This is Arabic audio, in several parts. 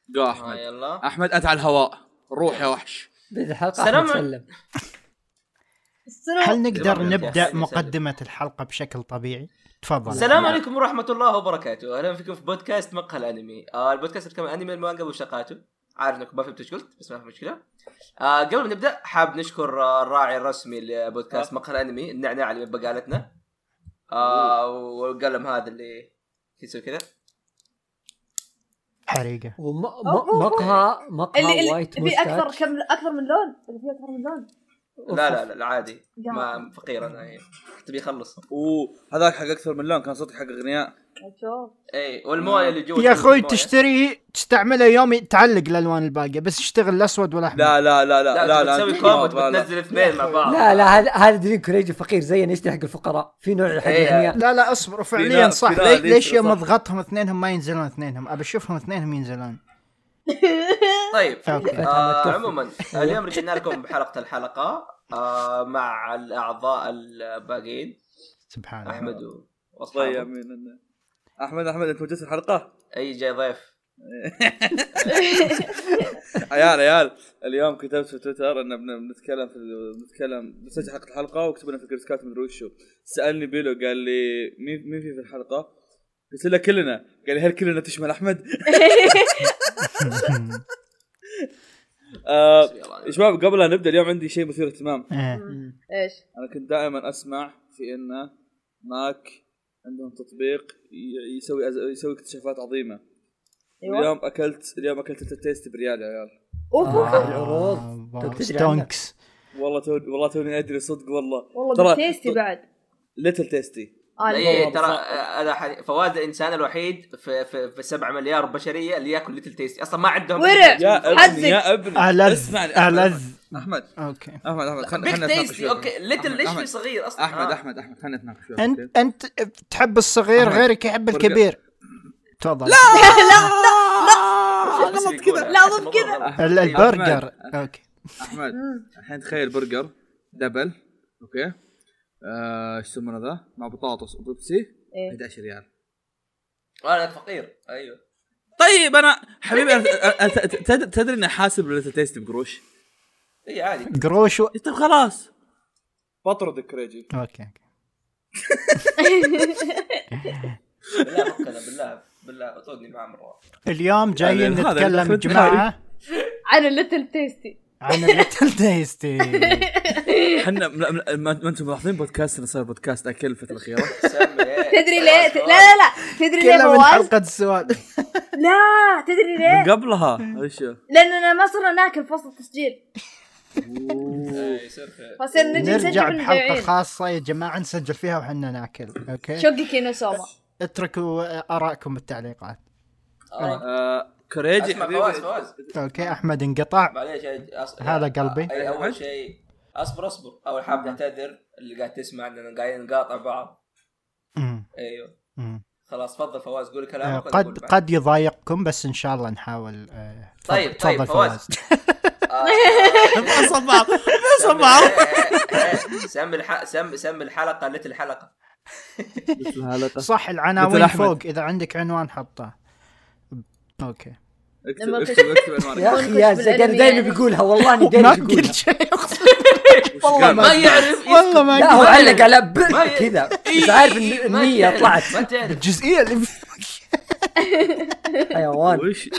قا احمد. يلا احمد انت على الهواء، روح يا وحش. بدأ الحلقة. سلام. سلم. هل نقدر سلام. نبدأ سلام. مقدمة الحلقة بشكل طبيعي؟ تفضل. السلام عليكم ورحمة الله وبركاته. أهلا فيكم في بودكاست مقهى الأنمي. البودكاست يتكلم عن الأنمي المانجا وشقاته. عارف إنكم ما فهمتوا إيش قلت، بس ما في مشكلة. قبل ما نبدأ حاب نشكر الراعي الرسمي لبودكاست مقهى الأنمي، النعناع اللي بقالتنا. والقلم هذا اللي يسوي كذا حريقة. مقهى اللي وايت في موستاك. أكثر من لون، اللي فيه أكثر من لون. لا العادي، ما فقير أنا يعني. تبي يخلص. هذاك حق اكثر من لون، كان صوتك حق اغنياء. شوف اي والمويه اللي جوا يا اخوي تشتري تستعمله يوم تعلق الالوان الباقيه، بس يشتغل الاسود والاحمر. لا تسوي كومنت وتنزل اثنين مع بعض. لا هذا دليل كريجي فقير زينا يشتري حق الفقراء. في نوع حق الاغنياء. لا اصبروا فعليا صح. ليش يوم اضغطهم اثنينهم ما ينزلون اثنينهم؟ ابى اشوفهم اثنينهم ينزلون. طيب أوكي. عموما اليوم رجعنا لكم بحلقة الحلقة مع الأعضاء الباقيين. سبحان أحمد الله. وأصحابه. احمد انت موجود في الحلقه؟ أي جاي ضيف. عيال اليوم كتبت في تويتر ان بنتكلم بنسجل حلقه الحلقه، وكتبنا في الكريسكات مدري وشو. سالني بيلو قال لي مين في الحلقه؟ قلت له كلنا. قال لي هل كلنا تشمل احمد؟ شباب قبل لا نبدا اليوم عندي شيء مثير اهتمام. إيش؟ انا كنت دائما اسمع في ان ماك عندهم تطبيق يسوي اكتشافات عظيمه. أيوة. اليوم اكلت التيست بريال يا عيال. العروض ستونكس. والله توني ادري صدق والله ترى تيستي بعد. ليتل تيستي. اي ترى انا فواز الانسان الوحيد في 7 مليار بشريه اللي ياكل ليتل تيستي. اصلا ما عندهم ورع. يا ابني اسمعني احمد. اوكي خلينا نتناقش. اوكي ليتل ليش في صغير اصلا؟ احمد خلينا نتناقش. انت تحب الصغير، غيرك يحب الكبير. تفضل. غلط كذا. لا ضد كذا. البرجر. اوكي احمد الحين تخيل برجر دبل. اوكي ايش يسمونه ذا مع بطاطس وبيبسي 11 ريال. انا فقير. ايوه طيب انا حبيبي تدري اني حاسب ليتل تيست بقروش. اي عادي قروش. طيب خلاص بطرد كريجي. اوكي بالله اطردني مع مره. اليوم جايين نتكلم جماعه عن الليتل تيستي. عن الليتل تيستي. احنا ما انتم ملاحظين بودكاستنا صار بودكاست اكل الفتره الاخيره؟ تدري ليه؟ لا تدري ليه كلها من فواز؟ حلقه السؤال. لا تدري ليه؟ من قبلها ايش؟ لاننا ما صرنا ناكل فصل التسجيل. فصير نجي نرجع نسجل بحلقه بالمذيعين. خاصه يا جماعه نسجل فيها وحنا ناكل. اوكي شوقي كينو سوما. اتركوا ارائكم بالتعليقات. كريجي اسمع فواز. اوكي احمد انقطع. معليش هذا قلبي. اول شيء اصبر اول حاب نعتذر اللي قاعد تسمع اننا قاعدين نقاطع بعض. ايوه خلاص تفضل فواز قول كلامك. قد يضايقكم بس ان شاء الله نحاول. طيب فواز. صباح سم الحلقه ليت الحلقه. صح العناوين فوق اذا عندك عنوان حطه. اوكي اكتب يا اخي يا زقر دايما بيقولها. والله اني دايما بيقولها. والله ما يعرف والله ما لا هو علق على كذا بس عارف النية طلعت ما تعرف الجزئيه اللي حيوان. وش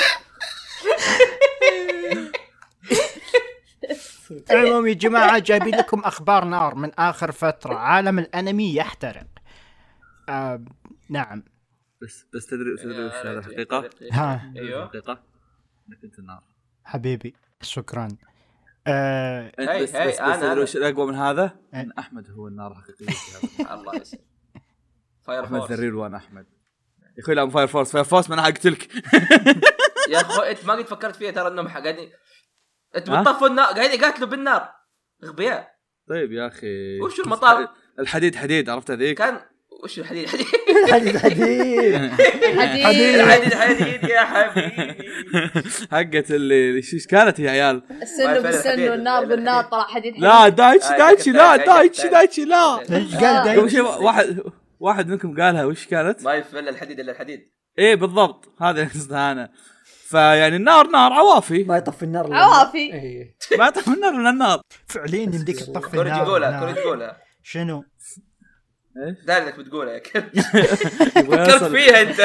المهم يا جماعه جايبين لكم اخبار نار من اخر فتره. عالم الانمي يحترق. نعم بس تدري وش هذا الحقيقه؟ ها الحقيقه انك انت النار حبيبي شكرا. بس تدري وش الاقوى من هذا؟ ان احمد هو النار الحقيقيه. الله يسلمك. فاير احمد فورس ذرير وانا احمد يا اخوي. لا فاير فورس ما انا اقتلك يا اخوي انت ما قد فكرت فيها ترى انهم قاعدين انت بتطفوا النار قاعدين يقاتلوا بالنار اغبياء. طيب يا اخي وش المطار الحديد عرفت هذيك كان وش الحديد حديد يا حبيبي حقت اللي شو كانت يا عيال؟ السن بالسن والنار بالنار طلع حديد. لا دايتشي لا دايتشي لا. قال قبل شيء واحد منكم قالها وش كانت؟ ما يفل الحديد الا الحديد. ايه بالضبط هذا قصدها انا. فيعني النار نار عوافي ما يطفي النار إلا عوافي. النار. إيه. ما يطفي النار من النار. فعليا يمديك تطفي كوري النار تقولها بالنار. كوري تقولها شنو؟ داري انك بتقولها يا كلب يبغى فكرت يصل. فيها انت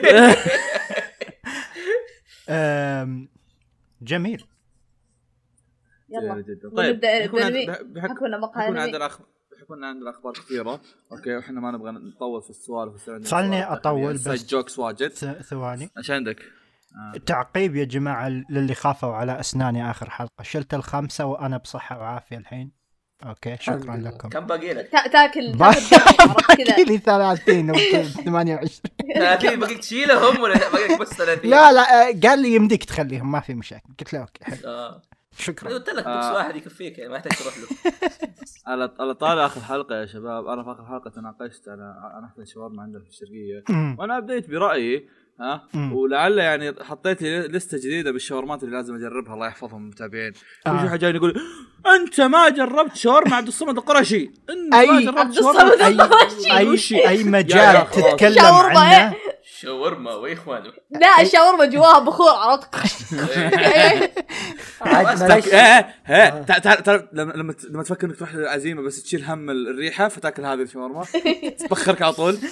جميل. يلا طيب نبدأ بحكم حكونا مقهى بحكم أنمي. عندنا اخبار كثيره. اوكي واحنا ما نبغى نطول في السوالف. خلني أطول بس. جوكس واجد. ثواني. ايش عندك؟ تعقيب يا جماعة للي خافوا على أسناني آخر حلقة، شلت 5 وأنا بصحة وعافية الحين. أوكي شكرا لكم. كم باقي لك؟ تاكل باقي كذا. لي 30 و 28. 30 باقي تشيلهم ولا باقي لك بس 30؟ لا قال لي يمديك تخليهم ما في مشاكل. قلت له أوكي حلو. أنا شكرا. قلت لك بوكس واحد يكفيك يعني ما يحتاج تروح له. على طالع اخر حلقه يا شباب. انا في اخر حلقه تناقشت عن احد الشاورما عندنا في الشرقيه. وانا بديت برايي ولعل يعني حطيت لي لسته جديده بالشاورمات اللي لازم اجربها. الله يحفظهم المتابعين. في حد جاي يقول انت ما جربت شاورما عبد الصمد القرشي. انت ما جربت شاورما اي مجال تتكلم عنه. شاورما واخوانه. لا الشاورما جواها بخور عرفت. عاد معليش. لما تفكر انك تروح للعزيمه بس تشيل هم الريحه فتاكل هذه الشاورما تبخرك على طول.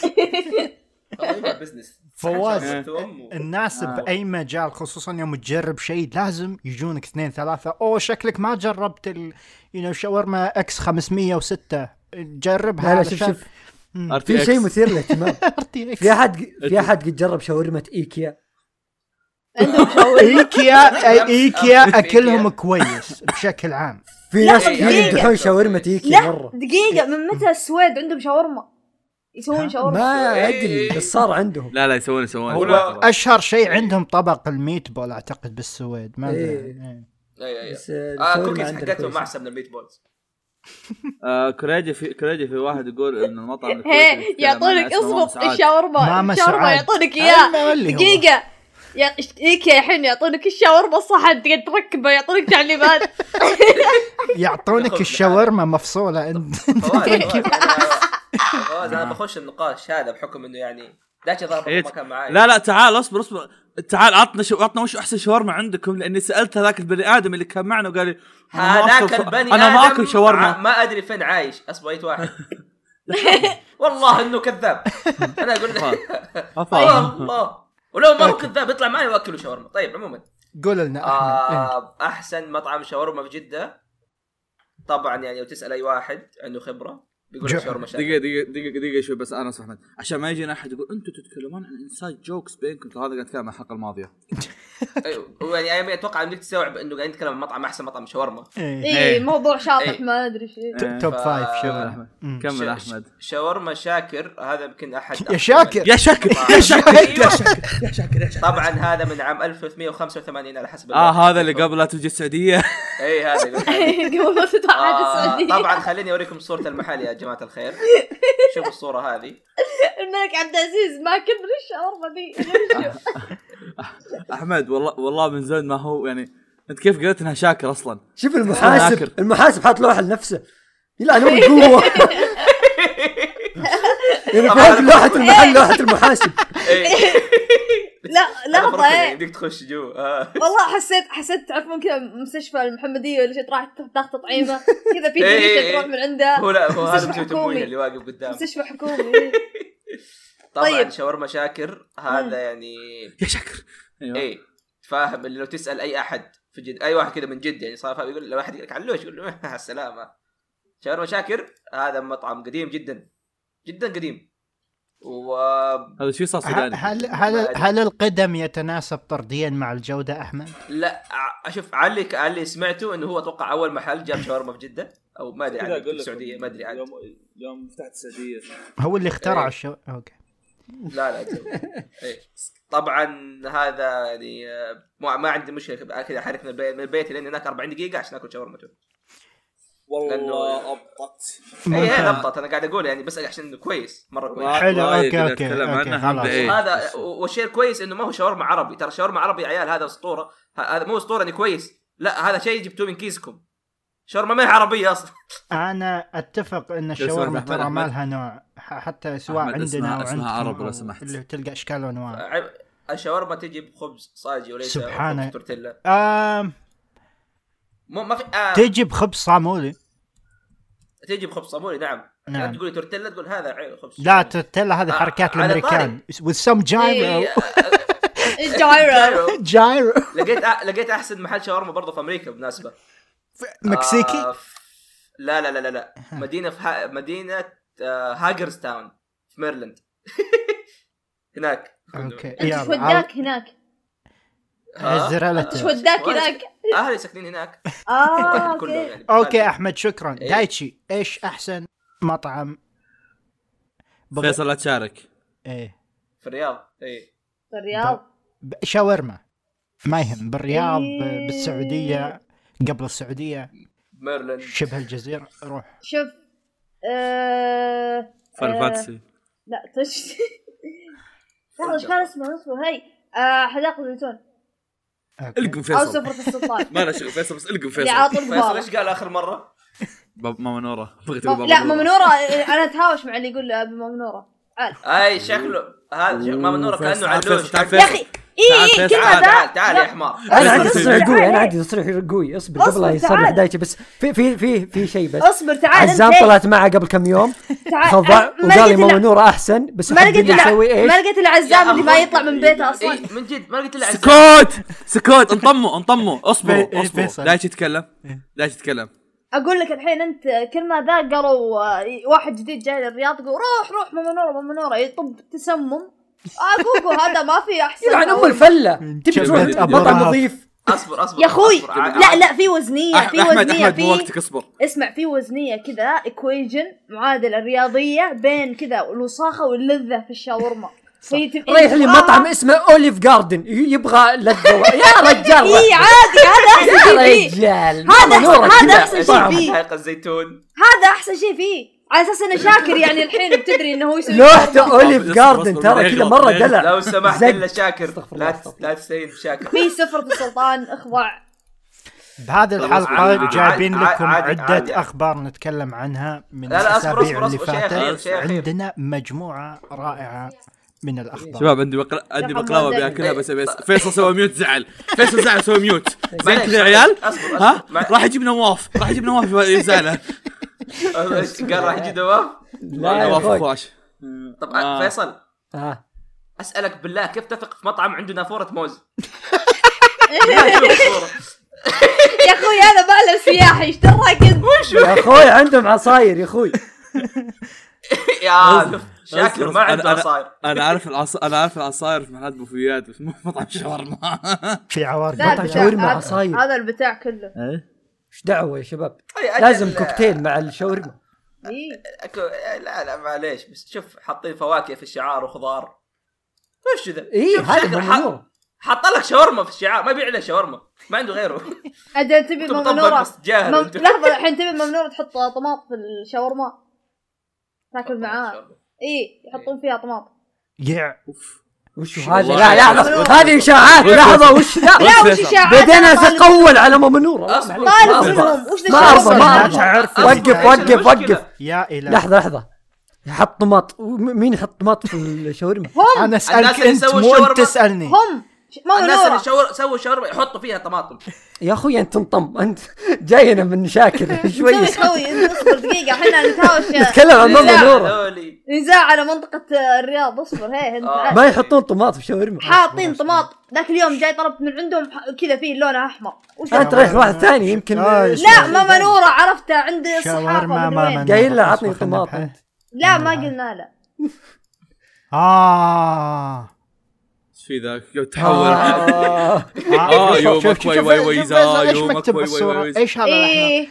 فواز الناس بأي مجال خصوصا يوم تجرب شيء لازم يجونك 2-3 أو شكلك ما جربت شاورما اكس 506 جربها. لا شوف في شيء مثير للاهتمام. في احد قد جرب شاورما ايكيا. عندهم شاورما ايكيا اكلهم كويس بشكل عام. في ناس كثير يمدحون شاورما ايكيا مره. دقيقه من متى السويد عندهم شاورما يسوون شاورما؟ ما ادري بس صار عندهم. لا يسوون اشهر شيء عندهم طبق الميت بول اعتقد بالسويد ما ادري. اي كوكيز حقتهم احسن من الميت بولز. كريجي في واحد يقول ان المطعم يعطونك اصبط الشاورما يعطونك اياه دقيقه ايكيا الحين يعطونك الشاورما الصحن تقدر تركبه يعطونك تعليمات. يعطونك الشاورما مفصوله انت. فواز انا بخش النقاش هذا بحكم انه يعني داش ضابط ما كان معاي. لا تعال اصبر تعال عطنا وش احسن شاورما عندكم لاني سالت هذاك البني ادم اللي كان معنا وقال لي هذاك البني ادم انا ما اكل شاورما ما ادري فين عايش اصبيت واحد. والله انه كذاب. انا اقول لك الله ولو ما هو كذاب يطلع معي واكله شاورما. طيب عموما قول لنا احسن مطعم شاورما في جده طبعا يعني لو تسال اي واحد عنده خبره بيقول شاورما شاكر. دقيقة شوي بس أنا أحمد عشان ما يجينا أحد يقول أنتوا تتكلمون عن إنسايد جوكس بينكم. هذا قاعد نتكلم عن الحلقة الماضية. يعني أتوقع إنك تستوعب إنه قاعد نتكلم عن مطعم أحسن مطعم شاورما. موضوع شاطح ما أدري شيء. توب 5 شو كمل أحمد. شاورما شاكر هذا يمكن أحد يا شاكر طبعا هذا من عام 1385 على حسب هذا اللي قبل لا تجي السعودية. أي هذا قبل ما تتعاد السعودية. طبعا خليني أوريكم صورة المحل يا جماعة الخير. شوفوا الصورة هذه. الملك عبد العزيز ما كل من الشاورما دي. أحمد والله من زود ما هو يعني أنت كيف قلت إنها شاكر أصلا؟ شوف المحاسب حاط لوحة لنفسه. يلا أنا بالقوة. يعني فوق لوحة المحل لوحة المحاسب. لا لحظة يديك تخش جوا. والله حسيت تعرفون كذا مستشفى المحمدية ولا شيء راح تاخذ تطعيمة كذا في ديشة تروح من عنده. هو هذا مستشفى حكومي اللي واقف قدام. مستشفى حكومي. طبعا طيب. شاورما شاكر هذا يعني يا شاكر. ايه فاهم اللي لو تسأل اي احد في جد اي واحد كذا من جد يعني صار يقول لو واحد يقول لك علوش يقول له مع السلامة. شاورما شاكر هذا مطعم قديم جدا قديم. هذا شيء صار سوداني. هل القدم يتناسب طرديا مع الجودة أحمد؟ لا أشوف علي سمعته إنه هو أتوقع أول محل جاب شاورما في جدة أو ما أدري عن السعودية ما أدري عن يوم فتحت السعودية هو اللي اخترع أوكي. لا إيه. طبعا هذا يعني ما عندي مشكلة كذا حركنا من البيت لأن هناك 40 دقيقة عشان ناكل شاورما. والله أبطت. إيه أبطت أنا قاعد أقول يعني بس عشان إنه كويس مرة كويس. حلو أوكي هذا والشيء كويس إنه ما هو شاورما عربي ترى شاورما عربي عيال هذا أسطورة هذا مو أسطورة إنه كويس لا هذا شيء جبتوه من كيسكم شاورما ما هي عربية أصلا. أنا أتفق إن الشاورما ترى ما لها نوع حتى سواء عندنا أو عندكم عندكم عرب لو سمحت اللي تلقى أشكال وأنواع. الشاورما تجي بخبز صاجي وليس سبحانه تورتيلا. ما في تجي بخبز صامولي. تجي بخبز صامولي نعم. لا تقولي تورتيلا تقول هذا خبز. لا تورتيلا هذه حركات الامريكان with some gyro. جايرو. لقيت احسن محل شاورما برضه في امريكا بالمناسبه. مكسيكي؟ لا مدينه في مدينه هاجرستاون في ميرلاند. هناك. اوكي ايش وداك هناك؟ ايش وداك هناك؟ اهلي ساكنين هناك. اوكي اوكي احمد شكرا. دايتشي ايش احسن مطعم؟ فيصل لا تشارك. ايه في الرياض. في الرياض شاورما ما يهم. بالرياض بالسعوديه قبل السعوديه ميرلاند شبه الجزيره. روح شوف فانفاتسي. لا ايش كان اسمه هي حدائق الزيتون. القم فيصل او سفرة السلطان. ما له شغل فيصل بس القم فيصل. ايش قال اخر مره؟ ماما نورة. لا ماما نورة انا اتهاوش مع اللي يقول ماما نورة. اي شكله هذا ماما نورة كانه علوش يا اخي. اي تعال يا حمار. انا عندي تصريح قوي. انا عندي تصريح قوي. اصبر قبل لا يصرح دايتي بس في شيء بس. اصبر تعال. عزام طلعت معه قبل كم يوم خضع وقال لي ماما نورة احسن بس ما لقيت ما لقيت العزام اللي ما يطلع من بيته اصلا. من جد ما لقيت العزام. سكوت انطموا اصبروا. لا تتكلم. اقول لك الحين انت كل ما ذا قالوا واحد جديد جاي للرياض يقول روح ماما نورة يطب تسمم. اقول هذا ما في احسن. يلعن ام الفله. تبي تروح مطعم نظيف. اصبر يا اخوي. لا في وزنيه. احمد مو وقتك. اصبر اسمع في وزنيه كذا ايكويجن معادله رياضيه بين كذا الوساخه واللذه في الشاورما. رايح لي مطعم اسمه اوليف جاردن يبغى لذة يا رجال. اي عادي هذا احسن شيء فيه. هذا احسن شيء فيه. حلقة الزيتون هذا احسن شيء فيه على اساس انه شاكر يعني الحين بتدري انه هو يسوي. رحت اوليف جاردن ترى كذا مره دلع. لو سمحت الا شاكر لا تستهين بشاكر. في سفرة السلطان اخضع. بهذه الحلقه جايبين لكم عده اخبار نتكلم عنها من الاسابيع اللي فاتت. عندنا مجموعه رائعه من الاخبار. شباب عندي بقلاوه بياكلها بس فيصل سوى ميوت. فيصل زعل سوى ميوت زين كذا يا عيال. ها راح يجيب نواف يزعله. قال راح يجي نواف. لا نواف اخواش. طب فيصل اسالك بالله كيف تثق في مطعم عنده نافوره موز؟ يا اخوي هذا ماله سياحي ايش دراك انت؟ يا اخوي عندهم عصاير يا اخوي. يا شاكر ما عنده عصاير. انا عارف العصاير في محلات بوفيات بس مو مطعم شاورما. في عوارض مطعم شاورما عصاير. هذا البتاع كله. ايش دعوه يا شباب؟ لازم كوكتيل مع الشاورما. لا معليش بس شوف حاطين فواكه في الشعار وخضار. وش ذا؟ هذا حط لك شاورما في الشعار ما يبيع له شاورما ما عنده غيره. انت تبي ماما نورة لحظه الحين تبي ماما نورة تحط طماط في الشاورما تاكل معاه. يحطون فيها طماط. وش هذا؟ لا هذه اشاعات. لحظه وش ذا؟ لا وش اشاعات؟ بدينا نتقول على ماما نورة. طالب منهم وش ذا؟ وقف يا الهي. لحظه يحط طماط. مين يحط طماط في الشاورما؟ انا اسالك انت مو انت تسالني. هم الناس اللي سووا شاورما يحطوا فيها طماطم. يا اخوي انت انطم. انت جاينا من شاكر شوي. يا اخوي انت اصبر دقيقه احنا نتهاوش. نتكلم عن ماما نورة. نزاع على منطقه الرياض. اصبر هي ما يحطون طماط في الشاورما. حاطين طماط. ذاك اليوم جاي طلبت من عندهم كذا فيه لونه احمر. انت رايح واحد ثاني يمكن. لا ماما نورة عرفته عند الصحافه قايل له عطني طماط. لا ما قلنا له. في ذاك يتحول. يومك ويزا يومك ويزا. ايش هذا يا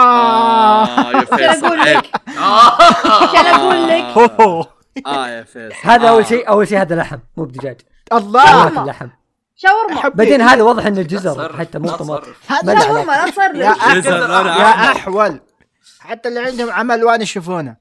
فيصل كان اقول لك يا فيصل. هذا اول شيء هذا لحم مو بدجاج. الله لحم شاورما. بعدين هذا واضح انه جزر حتى مو طماط. هذا شاورما لا تصير يا احول. حتى اللي عندهم عمل وان يشوفونه.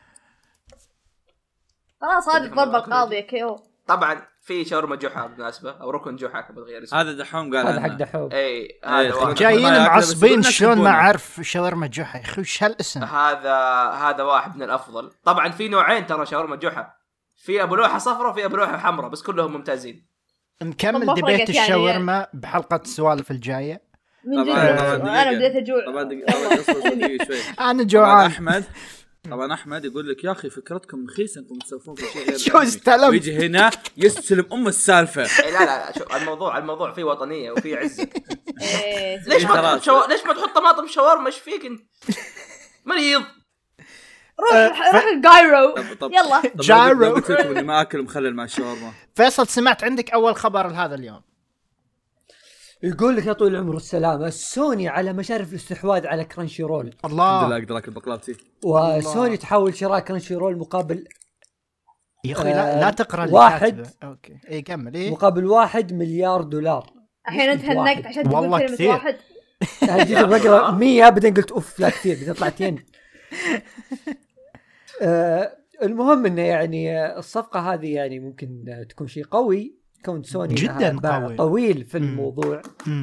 خلاص هذه ضرب القاضي كيو. طبعا في شاورما جحا بالمناسبة او ركن جحا بالغير اسمه. هذا دحوم قال هذا حق دحوم. اي هذا جايين معصبين شلون ما اعرف شاورما جحا يا اخي وش هالاسم. هذا واحد من الافضل. طبعا في نوعين ترى شاورما جحا. في ابو لوحه صفراء وفي ابو لوحه حمراء بس كلهم ممتازين. نكمل ديبيت الشاورما بحلقة السوالف الجاية. انا بديت اجوع. انا جوعان. طبعا احمد يقول لك يا اخي فكرتكم رخيصه انكم تسوون في شيء غير شو استلم ويجي هنا يستلم السالفه. لا شو الموضوع فيه وطنيه وفيه عزه. ليش ما تحط طماطم شاورما؟ ايش فيك انت مريض؟ روح الجايرو يلا جايرو. قلت لكم اني ما اكل مخلل مع الشاورما. فيصل سمعت عندك اول خبر هذا اليوم، يقول لك يا طويل العمر والسلامة سوني على مشارف الاستحواذ على كرانشي رول. الله لا اقدر اكل بقلاتي. وسوني تحاول شراء كرانشي رول مقابل يا اخوي لا تقرا واحد. اوكي اي كمل. ايه مقابل 1 مليار دولار. الحين انت هنكت عشان تقول كلمه واحد. جيت بقرا 100 بعدين قلت اوف لا كثير بدي اطلع 200. المهم انه يعني الصفقه هذه يعني ممكن تكون شيء قوي، كون سوني جدا قوي طويل في الموضوع.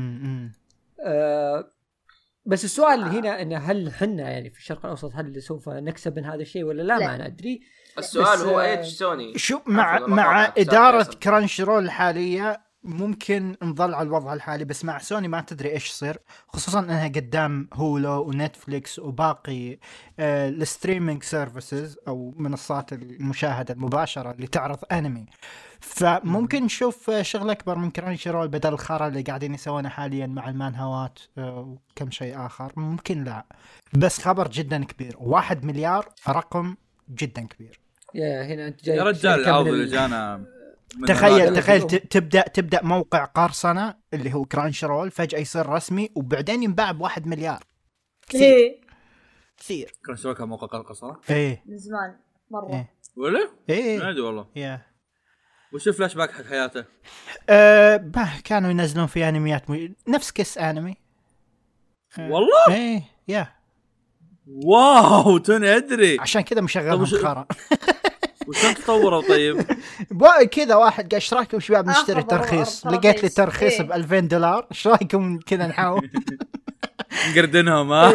بس السؤال هنا انه هل حنا يعني في الشرق الاوسط هل سوف نكسب من هذا الشيء ولا لا؟ ما انا ادري. السؤال هو ايش سوني شو مع اداره كرانشي رول الحاليه ممكن نظل على الوضع الحالي، بس مع سوني ما تدري ايش يصير، خصوصا انها قدام هولو ونتفليكس وباقي الستريمينج سيرفيسز او منصات المشاهده المباشره اللي تعرض انمي. فممكن نشوف شغل اكبر من كرانشي رول بدل الخرا اللي قاعدين يسوونه حاليا مع المانهوات وكم شيء اخر. ممكن لا، بس خبر جدا كبير. 1 مليار رقم جدا كبير. يا هنا انت جاي يا رجال العوض اللي جانا. تخيل تبدأ موقع قرصنة اللي هو كرانشي رول فجأة يصير رسمي وبعدين ينباع ب1 مليار. كثير. كرانشي رول كان موقع قرصنة؟ ايه من زمان مرة. ولا؟ ايه نادي والله. وش الفلاش باك حق حياته؟ كانوا ينزلون في انميات نفس كيس انمي. والله؟ ايه واو توني ادري. عشان كذا مشغلهم خرا. وشلون تطوروا طيب؟ كذا واحد قال ايش رايكم شباب نشتري ترخيص؟ لقيت لي ترخيص $2000، ايش رايكم كذا نحاول نقردنهم ها؟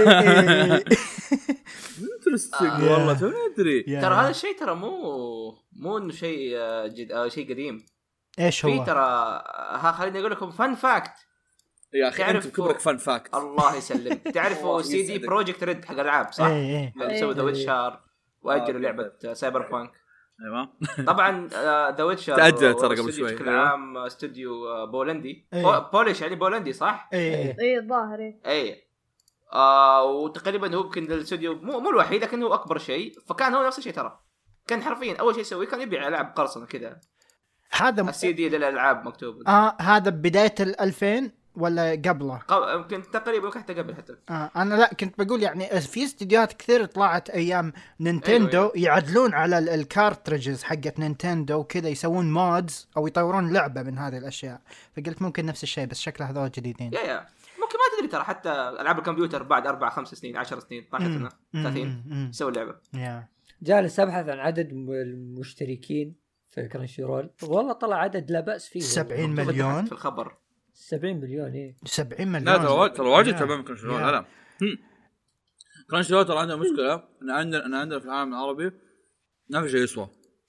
انترستينج والله توني ادري. ترى هذا الشيء ترى مو انه شيء شيء قديم. ايش هو؟ في ترى خليني اقول لكم فن فاكت يا اخي انت كبرك فن فاكت. الله يسلم. تعرفوا سي دي بروجكت ريد حق العاب صح؟ اللي سووا ذا ويتشر واجلوا لعبه سايبر بانك. ايوه طبعا ذا ويتشر تاجل ترى قبل شوي. بشكل عام استوديو بولندي بوليش يعني بولندي صح؟ اي الظاهر اي وتقريبا هو يمكن الاستوديو مو الوحيد لكن هو اكبر شيء. فكان هو نفس الشيء ترى، كان حرفيا اول شيء يسويه كان يبيع العاب قرصنه كذا. هذا السي دي للالعاب مكتوب. هذا بدايه 2000 ولا قبله؟ يمكن تقريبا حتى قبل حتى. انا لا كنت بقول يعني في استديوهات كثير طلعت ايام نينتندو. أيوة. يعدلون على الكارتريجز حقت نينتندو وكذا، يسوون مودز او يطورون لعبه من هذه الاشياء. فقلت ممكن نفس الشيء بس شكله هذول جديدين. يا ممكن ما تدري ترى، حتى العاب الكمبيوتر بعد 4-5 سنين 10 سنين 12 سنه 30 يسوي لعبه. جالس ابحث عن عدد المشتركين في كرانشي رول، والله طلع عدد لا بأس فيه. 70 مليون في الخبر. 70 مليون. ايه 70 مليون. لا ترى واجد تمام كرانشي رول. لا كرانشي رول ترى عندنا مشكله ان عندنا في العالم العربي ما في شيء يسوى.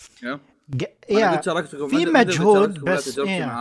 في مجهود بس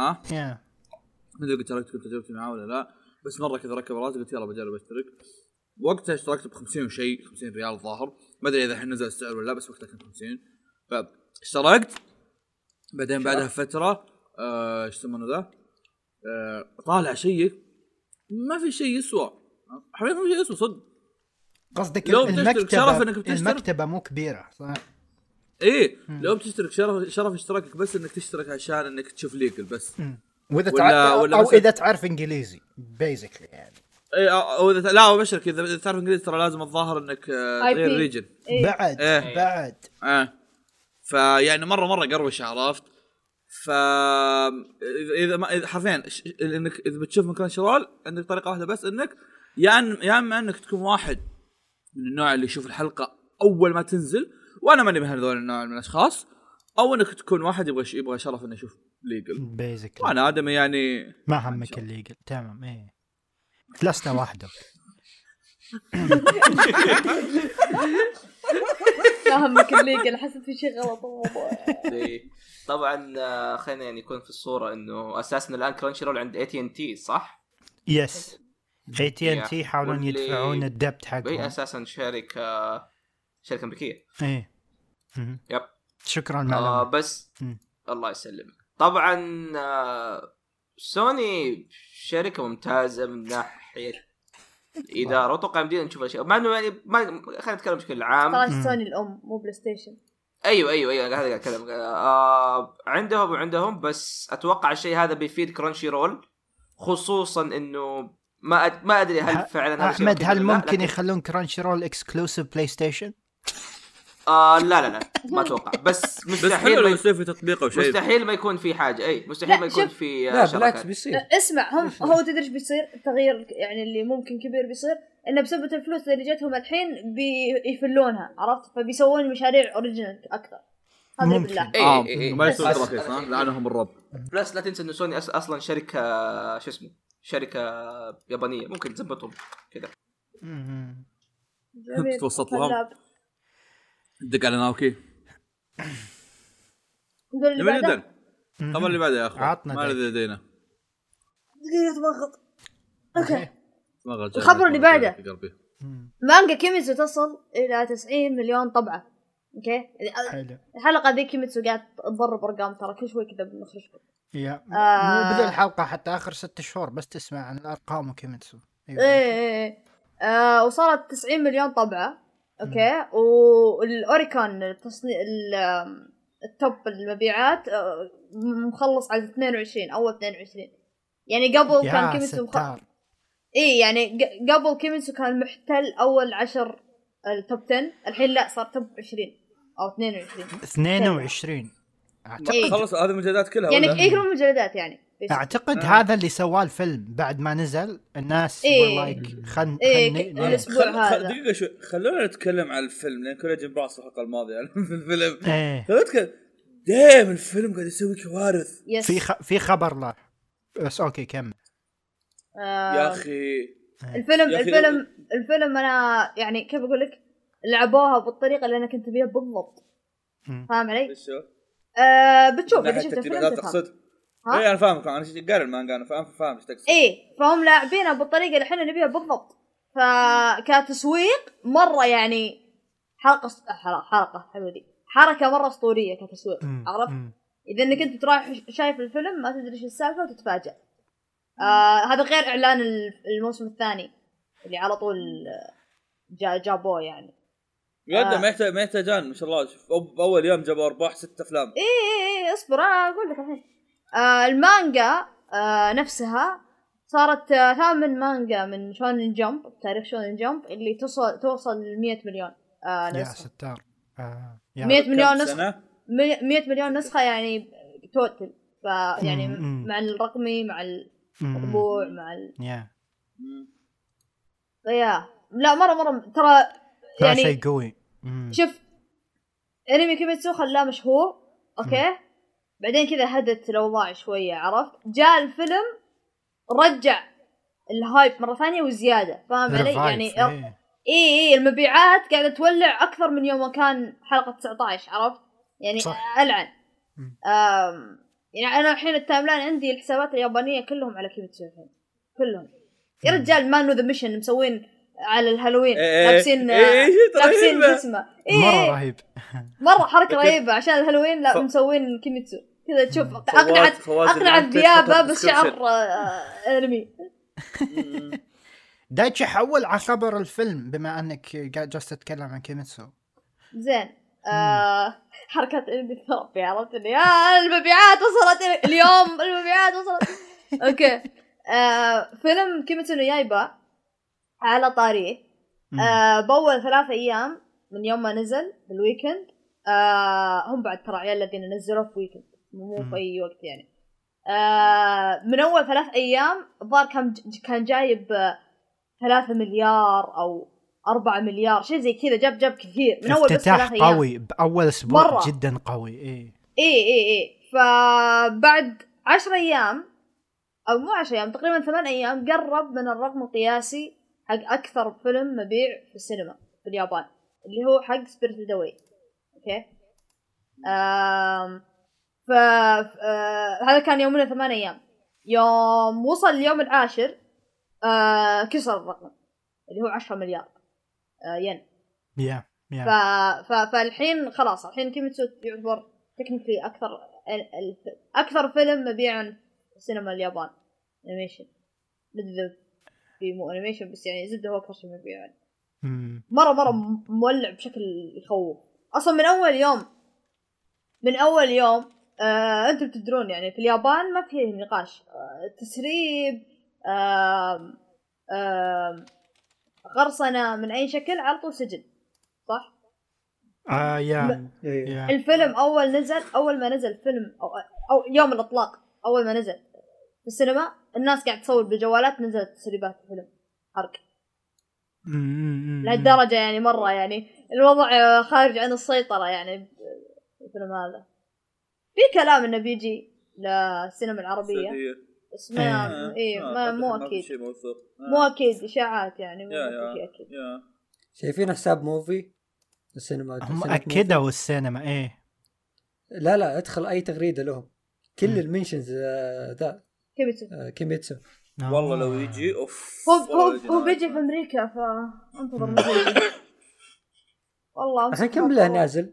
ما قلت شاركتكم تجربتي معاه ولا لا، بس مره كذا ركب راسي قلت يلا بجرب اشترك. وقتها اشتركت ب50 وشيء 50 ريال الظاهر، ما ادري اذا الحين نزل السعر ولا لا، بس وقتها كان 50. فاشتركت بعدين بعدها فتره ايش يسمونه ذا طالع شيء ما في شيء يسوى. حرفيا ما في شيء يسوى صدق. قصدك المكتبه مو كبيره صح؟ ايه لو بتشترك شرف اشتراكك بس انك تشترك عشان انك تشوف ليجل بس. واذا اذا تعرف انجليزي بيزيكلي يعني. اي او اذا لا بشرك اذا تعرف انجليزي ترى لازم الظاهر انك تغير ريجن بعد. بعد فيعني مره قروش عرفت. ف اذا حرفيا انك اذا بتشوف مكان شرال عندك طريقه واحده بس، انك يا اما انك تكون واحد من النوع اللي يشوف الحلقه اول ما تنزل، وانا ماني من هذول النوع من الاشخاص، او انك تكون واحد يبغى شرف انه يشوف ليجل بيزيكلي. وانا ادمي يعني ما همك الليجل تمام. ايه لسنا وحده. فاهمك الليج، انا حسيت في شيء غلط الموضوع. طبعا خلينا يعني يكون في الصوره انه اساسا الان كرانشي رول عند AT&T صح؟ يس AT&T يحاولون يدفعون الدبت حقهم. هي اساسا شركه امريكيه. ايه يب شكرا معلومة. بس الله يسلمك. طبعا سوني شركه ممتازه من ناحيه الاداره، واتوقع بدينا نشوف اشياء مع انه يعني ما خلينا نتكلم بشكل عام. ترى سوني الام مو بلاي ستيشن. ايوه هذا قاعد اتكلم. عندهم بس اتوقع الشيء هذا بيفيد كرانشي رول، خصوصا انه ما ادري هل فعلا احمد هل ممكن يخلون كرانشي رول اكسكلوسيف بلاي ستيشن؟ لا ما اتوقع، بس مستحيل لو يصير في تطبيق او شيء، مستحيل ما يكون في حاجه. مستحيل ما يكون في لا بالعكس بيصير. اسمع هو تدري ايش بيصير التغيير يعني اللي ممكن كبير بيصير، انه بسبب الفلوس اللي جتهم الحين بيفلونها، عرفت؟ فبيسوون مشاريع اوريجينال اكثر. هذا بالله ما يسوون رخيص لعنهم الرب. بس لا تنسى انه سوني اصلا شركه شركه يابانيه، ممكن تزبطهم كذا. توسط لهم دق على ناوكي. نقول اللي بعده. خبر اللي بعده يا اخو، ما لدينا دقيقة ضغط. اوكي ضغط. الخبر اللي بعده مانجا كيميتسو تصل الى 90 مليون طبعة. اوكي الحلقة ذي كيميتسو قاعد تضرب ارقام، ترى كل شوي كذا بنخرج مو بدأ الحلقة حتى اخر 6 شهور بس تسمع عن الارقام وكيميتسو. ايه وصارت 90 مليون طبعة. اوكي والاوريكون تصنيع التوب المبيعات مخلص على 22 اول 22. يعني قبل كان كيميتسو يعني قبل كيميتسو كان محتل اول 10 التوب 10، الحين لا صار توب 20 او 22 اعتقد. خلص هذه المجلدات كلها يعني كل المجلدات يعني اعتقد هذا اللي سواه الفيلم بعد ما نزل الناس لايك الاسبوع هذا. دقيقه شو خلونا نتكلم عن الفيلم لان كنا جنب بعض الحلقه الماضيه يعني في الفيلم. خلونا نتكلم دائما الفيلم قاعد يسوي كوارث. في خبر لا بس اوكي كمل. يا اخي الفيلم انا يعني كيف اقول لك لعبوها بالطريقه اللي انا كنت بيها بالضبط. فاهم علي؟ بتشوف اذا شفت الفيلم تقصد. ايه انا فاهمك، انا قاري المانجا انا فاهم ايش تقصد. ايه فهم لاعبينها بالطريقه اللي احنا نبيها بالضبط. فكتسويق مره يعني حلقه حلوه، حركه مره اسطوريه كتسويق. عرفت اذا انك انت رايح شايف الفيلم ما تدري ايش السالفه وتتفاجأ. هذا غير اعلان الموسم الثاني اللي على طول جابوه يعني. ما يحتاجان ما شاء الله. اول يوم جابوا ارباح 6 أفلام. ايه اصبر انا اقول لك الحين. المانجا نفسها صارت 8 مانجا من شونن جمب بتاريخ شونن جمب اللي توصل ل 100 مليون نسخة. يا ستار 100 مليون نسخة 100 مليون نسخة يعني توتل. يعني مع الرقمي مع الطبوع مع لا مرة ترى يعني شيء قوي. شوف انمي كيميتسو خلاه مشهور اوكي بعدين كذا هدت الاوضاع شويه، عرفت؟ جاء الفيلم رجع الهايب مره ثانيه وزياده. فاهم علي؟ يعني ايه المبيعات قاعده تولع اكثر من يوم كان حلقه 19. عرفت يعني العن يعني انا الحين التايملاين عندي الحسابات اليابانيه كلهم على كيميتسو الحين كلهم. يا رجال مان ذا ميشن مسوين على الهالوين لابسين اسمه مره رهيب مره حركه رهيبه عشان الهالوين. لا مسوين كيميتسو كذا تشوف اقنع الذيابه بالشعر انمي. دايتشي حول على خبر الفيلم بما انك جالس تتكلم عن كيميتسو. زين حركات انمي ثربي، عرفت اني المبيعات وصلت اليوم المبيعات وصلت اوكي. فيلم كيميتسو نو يايبا على طاريه بأول 3 أيام من يوم ما نزل بالويكند. هم بعد ترى عيال الذين نزلوا في ويكند مو في أي وقت يعني. من أول 3 أيام الظاهر كان جايب 3 مليار أو 4 مليار شيء زي كذا. جاب كثير من أول بس 3 أيام. قوي بأول أسبوع مرة. جدا قوي. إيه فبعد 10 أيام أو مو 10 أيام تقريبا 8 أيام قرب من الرقم القياسي حق اكثر فيلم مبيع في السينما في اليابان، اللي هو حق سبيريتد اواي. اوكي. هذا كان يومنا 8 أيام. يوم وصل اليوم العاشر كسر الرقم اللي هو 10 مليار ين. فالحين خلاص، الحين كيميتسو يعتبر تكنيكلي أكثر فيلم مبيعا في السينما اليابان أنيميشن. في مو أنيميشن بس يعني زبده هو أكثر شيء مبيعا. مرة مولع بشكل يخوف أصلا من أول يوم. أنتم تدرون يعني في اليابان ما فيه نقاش، تسريب غرصنة من أي شكل على طول سجن، صح؟ الفيلم أول ما نزل فيلم أو يوم الإطلاق أول ما نزل في السينما الناس قاعد تصور بالجوالات، نزلت تسريبات الفيلم حرق لهالدرجة يعني مرة يعني الوضع خارج عن السيطرة يعني. الفيلم هذا في كلام انه بيجي للسينما العربية بس ما مو اكيد، مو اكيد، اشاعات يعني مو اكيد. شايفين حساب موفي السينما هم اكدوا السينما ايه. لا ادخل اي تغريدة لهم كل المنشنز ذا كيميتسو. والله لو يجي هو بيجي في امريكا فانتظر نزل. والله الحين كم له نازل؟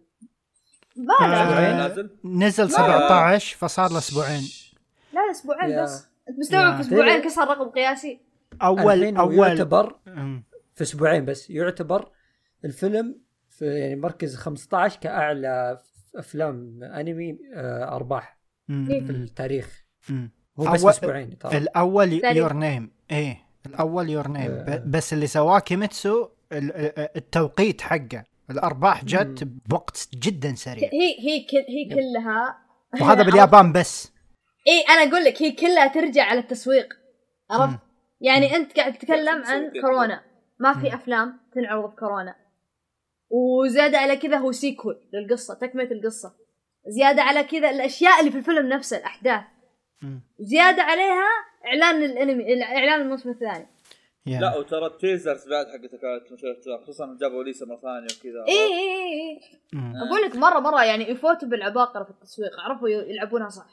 نزل 17 فصار له اسبوعين. لا اسبوعين بس. انت مستوعب في اسبوعين كسر رقم قياسي. اول يعتبر في اسبوعين بس يعتبر الفيلم في يعني مركز 15 كأعلى افلام انمي ارباح في التاريخ. هو بس اسبوعين. الاول يور نيم الاول يور نيم بس اللي سواه كيميتسو التوقيت حقه الارباح جت بوقت جدا سريع. هي كلها وهذا باليابان بس. انا اقول لك هي كلها ترجع على التسويق، عرفت؟ يعني انت قاعد تتكلم عن كورونا، ما في افلام تنعرض في كورونا، وزياده على كذا هو سيكول للقصه، تكمله القصه، زياده على كذا الاشياء اللي في الفيلم نفسه الاحداث، زياده عليها اعلان الانمي، اعلان الموسم الثاني. لا وترى التيزرز بعد حقتها كانت مشهورة، خصوصا جابوا ليسا مرة ثانية وكذا. أقول لك مرة يعني يفوتوا بالعباقرة في التسويق، عرفوا يلعبونها صح.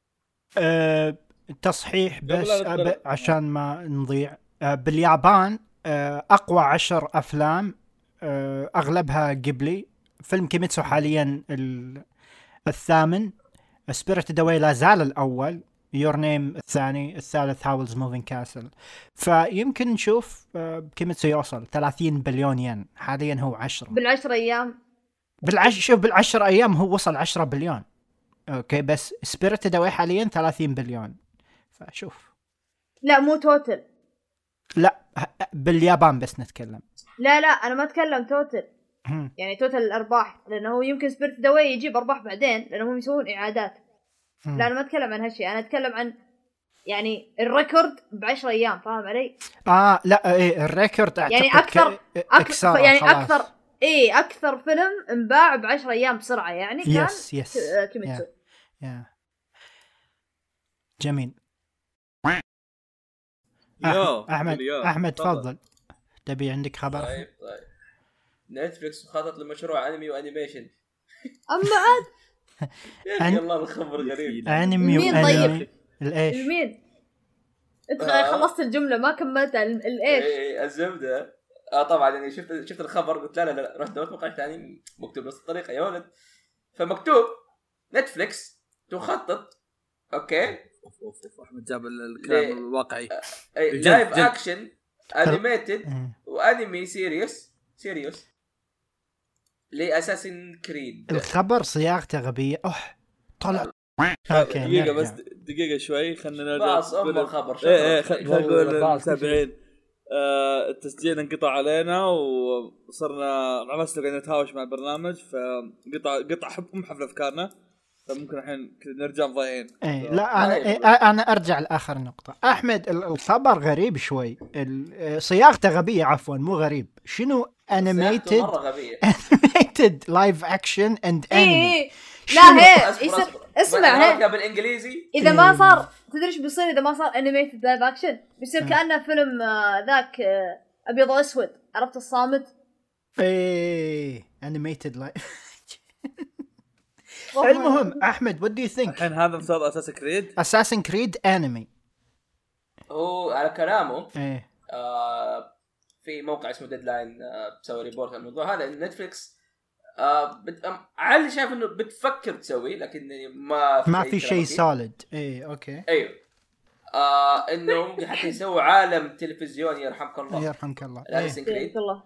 تصحيح بس عشان ما نضيع. باليابان أقوى 10 أفلام أغلبها قبلي. فيلم كيميتسو حاليا الثامن، سبيريتد أواي لا زال الأول، يور نيم الثاني، الثالث هاولز موفينج كاسل. فيمكن نشوف كيميتسو يوصل 30 بليون ين، حاليا هو 10 بالعشر أيام. شوف بالعشر أيام هو وصل 10 بليون. أوكي بس سبيريتد أواي حاليا 30 بليون. فشوف لا مو توتل، لا باليابان بس نتكلم. لا أنا ما أتكلم توتل يعني توتل الأرباح، لأنه يمكن سبيريتد أواي يجيب أرباح بعدين لأنهم يسوون إعادات. لا أنا ما أتكلم عن هالشيء، أنا أتكلم عن يعني الريكورد ب10 أيام، فاهم علي؟ لا الريكورد يعني أكثر يعني خلاص. أكثر فيلم انباع ب10 أيام بسرعة يعني كان كيميتسو. جميل. أحمد تفضل، تبي عندك خبر؟ طيب نتفليكس خطط لمشروع أنمي وأنيميشن. أما عاد يا الله الخبر غريب. أنمي وأنيميشن الإيش؟ المين؟ أنت خلصت الجملة ما كملتها. الإيش؟ الزبدة. طبعا يعني شفت الخبر قلت لا رحت دورت موقع ثاني مكتوب نفس الطريقة يا ولد، فمكتوب نتفليكس تخطط أوكي. أحمد جاب الكلام الواقعي. لايف أكشن أنيميتد وأنمي سيريوس لأساسين كريد. الخبر صياغته غبية. طلع دقيقة بس دقيقة شوي خلنا نرجع. الخبر خلنا نقول المتابعين التسجيل انقطع علينا وصرنا عمسنا قاعدين نتهاوش مع البرنامج، فقطع حفل أفكارنا، فممكن الحين نرجع ضايعين. لا أنا أرجع لآخر نقطة. أحمد الخبر غريب شوي، صياغته غبية، عفوا مو غريب. شنو animated live action and anime؟ لا هي اسمع هي بالإنجليزي. إذا ما صار تدري إيش بيصير؟ إذا ما صار animated live action بيصير كأنه فيلم ذاك ابيض واسود، عرفت الصامت؟ ايه انيميتد لايف. المهم احمد what do you think الحين هذا مسلسل اساسا كريد اساسن كريد انمي؟ هو على كلامه ايه في موقع اسمه ديدلاين بسوي ريبورت عن الموضوع هذا. نتفليكس علي شايف انه بتفكر تسوي، لكن ما في شيء سوليد. ايه اوكي ايوه انه حتى يسوي عالم تلفزيوني يرحمك الله يرحمك الله. يرحمك الله.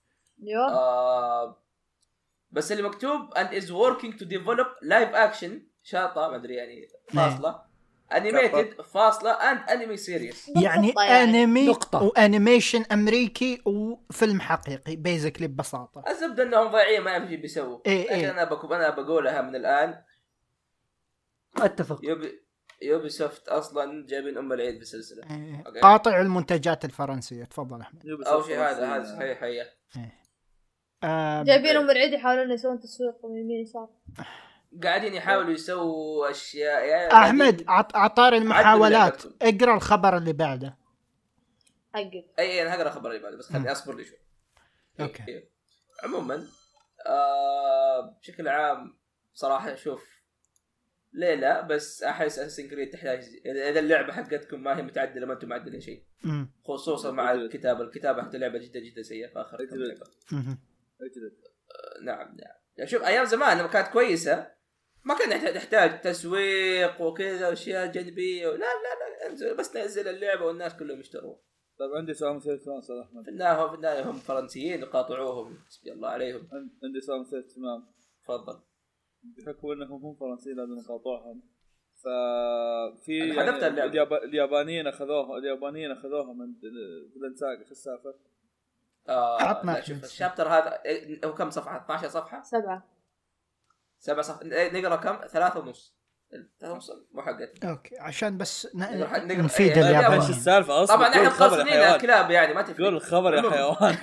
ايوه بس اللي مكتوب and is working to develop live action شاطة ما ادري يعني فاصلة animated فاصلة and anime series يعني انمي وانيميشن امريكي وفيلم حقيقي بيزيكلي ببساطة. الزبدة انهم ضايعين ما يعرفوا بيسووا. لكن انا بقولها من الان اتفق. يوبي سوفت اصلا جايبين العيد بالسلسلة. قاطع المنتجات الفرنسية. تفضل احمد. او شيء هذا صحيح هي جايبين العيد يحاولون يسوون تسويق من يمين يسار، قاعدين يحاولوا يسووا اشياء يعني احمد عطار المحاولات. اقرا الخبر اللي بعده حقك. اي انا هقرا الخبر اللي بعده بس خليني اصبر لي شوي. اوكي عموما بشكل عام صراحه شوف ليه لا، بس احس اساسن كريد تحتاج اذا اللعبه حقتكم ما هي متعدله ما انتم معدلين شيء، خصوصا مع الكتابه حتى اللعبه جدا جدا سيئه في اخر لعبه. نعم يعني شوف ايام زمان لما كانت كويسه ما كان يحتاج تسويق وكذا اشياء جانبيه لا انزل بس نزل اللعبه والناس كلهم يشتروا. طيب عندي سؤال مثير صراحه. في النهايه هم فرنسيين وقاطعوهم بسم الله عليهم. عندي سؤال مثير تمام. تفضل. بحكم انهم هم فرنسيين لازم نقاطعهم. ففي يعني اليابانيين اخذوها من فيلن ساغا. شو السالفه؟ عطنا شوف الشابتر هذا هو كم صفحه؟ 12 صفحه 7 صفحات. نقرا كم 3.5 مو حقتنا. اوكي عشان بس نقرا نفيد اليابانيين. ايش السالفه اصلا؟ طبعا احنا مقصرين الكلاب يعني ما تفهم. قول الخبر يا حيوان.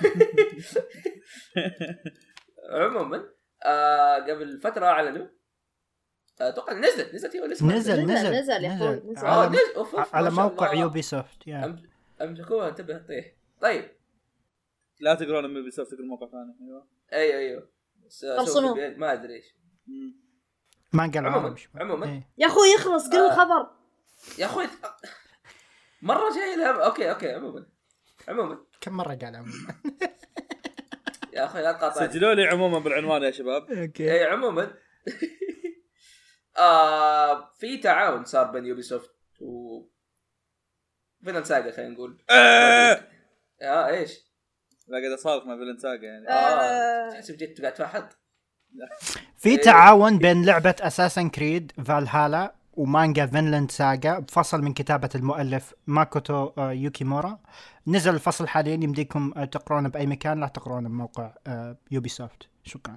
عموما قبل فتره اعلنوا اتوقع نزلت هي ولا نزل يا اخوي على موقع يوبي سوفت يعني امسكوها انتبه تطيح. طيب لا تقرون من يوبي سوفت، تقرون موقع ثاني. ايوه ما ادري ايش ما قال. عموما يا اخوي يخلص قل الخبر يا اخوي مره جاي لها. اوكي عموما كم مره قال عموما. يا اخي لا تقاطع. سجلوا لي عموما بالعنوان يا شباب. اوكي اي عموما في تعاون صار بين يوبي سوفت و فيلن ساغا خلينا نقول. ايش لا قاعد اصارخ مع فيلن ساغا يعني. تحسب جيت قاعد تفحط. في تعاون بين لعبة أساسن كريد فالهالا ومانجا فينلاند ساغا بفصل من كتابة المؤلف ماكوتو يوكيمورا. نزل الفصل حاليا يمديكم تقرونه بأي مكان، لا تقرونه بموقع يوبي سوفت. شكرا.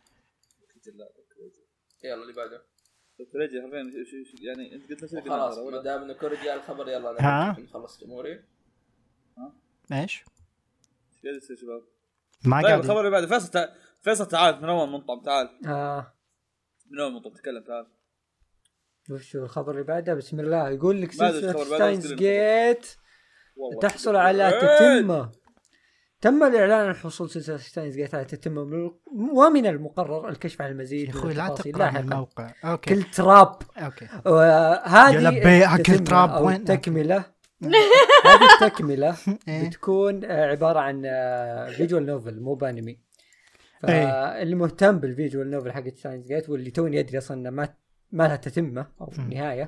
يلا اللي بعده. كوريجي يعني انت قلت لي خلاص ما دام انه كوريجي على الخبر يلا نخلص اموري. ايش جالس يا شباب؟ ما طيب الخبر اللي بعده. فيصل تعال من اول منطقه. تعال من اول منطقه تكلم. تعال وش الخبر اللي بعده؟ بسم الله. يقول لك سلسلة ستاينز جيت تحصل على تتمة. تم الإعلان عن حصول سلسلة ستاينز جيت على تتمة، ومن المقرر الكشف عن المزيد من التفاصيل لاحقا. الموقع أوكي. كل تراب. أوكي. هذه كل تراب وين؟ تكملة. هذه التكملة بتكون عبارة عن فيجوال نوفل مو بانمي. فاللي مهتم بالفيجوال نوفل حق ستاينز جيت واللي توني يدري أصلا ما لها تتمة أو نهاية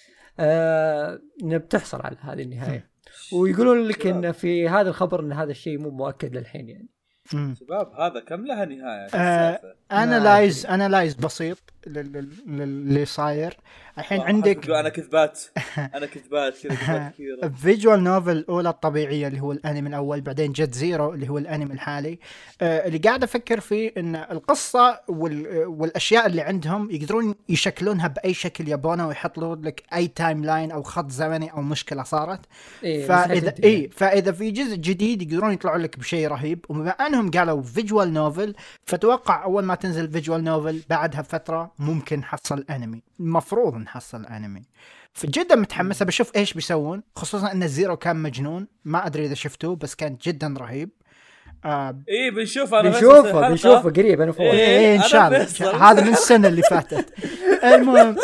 بتحصل على هذه النهاية. ويقولون لك إن في هذا الخبر إن هذا الشيء مو مؤكد للحين يعني. شباب هذا كم لها نهاية؟ أنالايز بسيط اللي صاير الحين. عندك أنا كذبات كذا كثيرة. فيجوال نوفل الأولى الطبيعية اللي هو الأنمي الأول، بعدين جت زيرو اللي هو الأنمي الحالي. اللي قاعد أفكر فيه إن القصة والأشياء اللي عندهم يقدرون يشكلونها بأي شكل يبونه ويحطوا لك أي تايم لاين أو خط زمني أو مشكلة صارت. فإذا في جزء جديد يقدرون يطلعوا لك بشيء رهيب. وبما أنهم قالوا فيجوال نوفل فتوقع أول ما تنزل فيجوال نوفل بعدها فترة ممكن حصل أنمي، المفروض نحصل أنمي. فجدا متحمسة بشوف إيش بيسوون، خصوصا أن الزيرو كان مجنون، ما أدري إذا شفتوه بس كان جدا رهيب. إيه بنشوفه بنشوفه قريب أنا فوق. إيه إن شاء الله، هذا من السنة اللي فاتت. المهم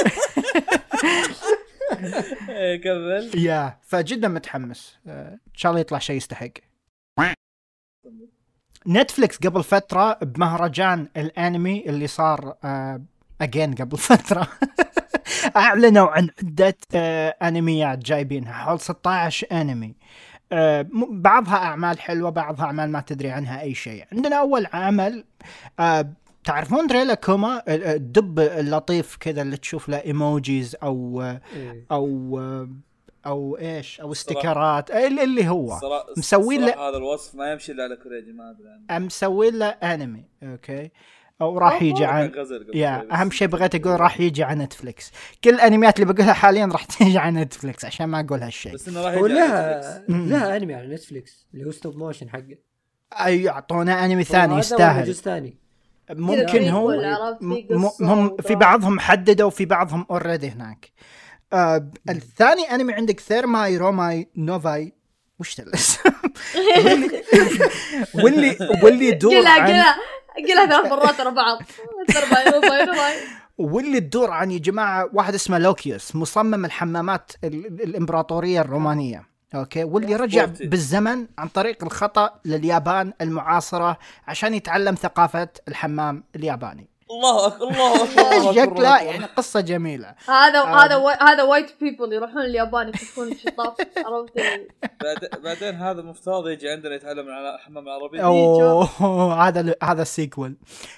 كمل. يا فجدا متحمس، إن شاء الله يطلع شيء يستحق. نتفليكس قبل فترة بمهرجان الأنمي اللي صار أجين قبل فترة أعلنوا عن عدة أنميات جايبينها، حول 16 أنمي. بعضها أعمال حلوة، بعضها أعمال ما تدري عنها أي شيء. عندنا أول عمل تعرفون دريلا كوما، الدب اللطيف كذا اللي تشوف له إيموجيز أو إيش أو استيكرات، اللي هو مسوي له هذا الوصف ما يمشي إلا على كوريجي، ما أدري عنه. مسوي له أنمي أوكي، أو راح يجي عن أهم شيء بغيت أقول راح يجي عن نتفليكس. كل الأنميات اللي بقولها حاليا راح تيجي عن نتفليكس عشان ما أقول هالشيء. بس إنه راح يجي لا أنمي على نتفليكس اللي هو ستوب موشن حقه. أي يعطونا أنمي ثاني يستاهل. ممكن هو هم في بعضهم حددوا وفي بعضهم أوريدي هناك. الثاني أنمي عندك ثيرماي روماي نوفاي، وش الاسم؟ واللي دور قلها 3 مرات ورا بعض. واللي تدور عن يا جماعة واحد اسمه لوكيوس، مصمم الحمامات الإمبراطورية الرومانية أوكي، واللي رجع بالزمن عن طريق الخطأ لليابان المعاصرة عشان يتعلم ثقافة الحمام الياباني. الله أكبر. شكله يعني قصة جميلة. هذا وايت بيبل يروحون اليابان يكتشفون الشطاف، عرفت؟ بعدين هذا مفترض يجي عندنا يتعلم على الحمام العربي. هذا السيكول.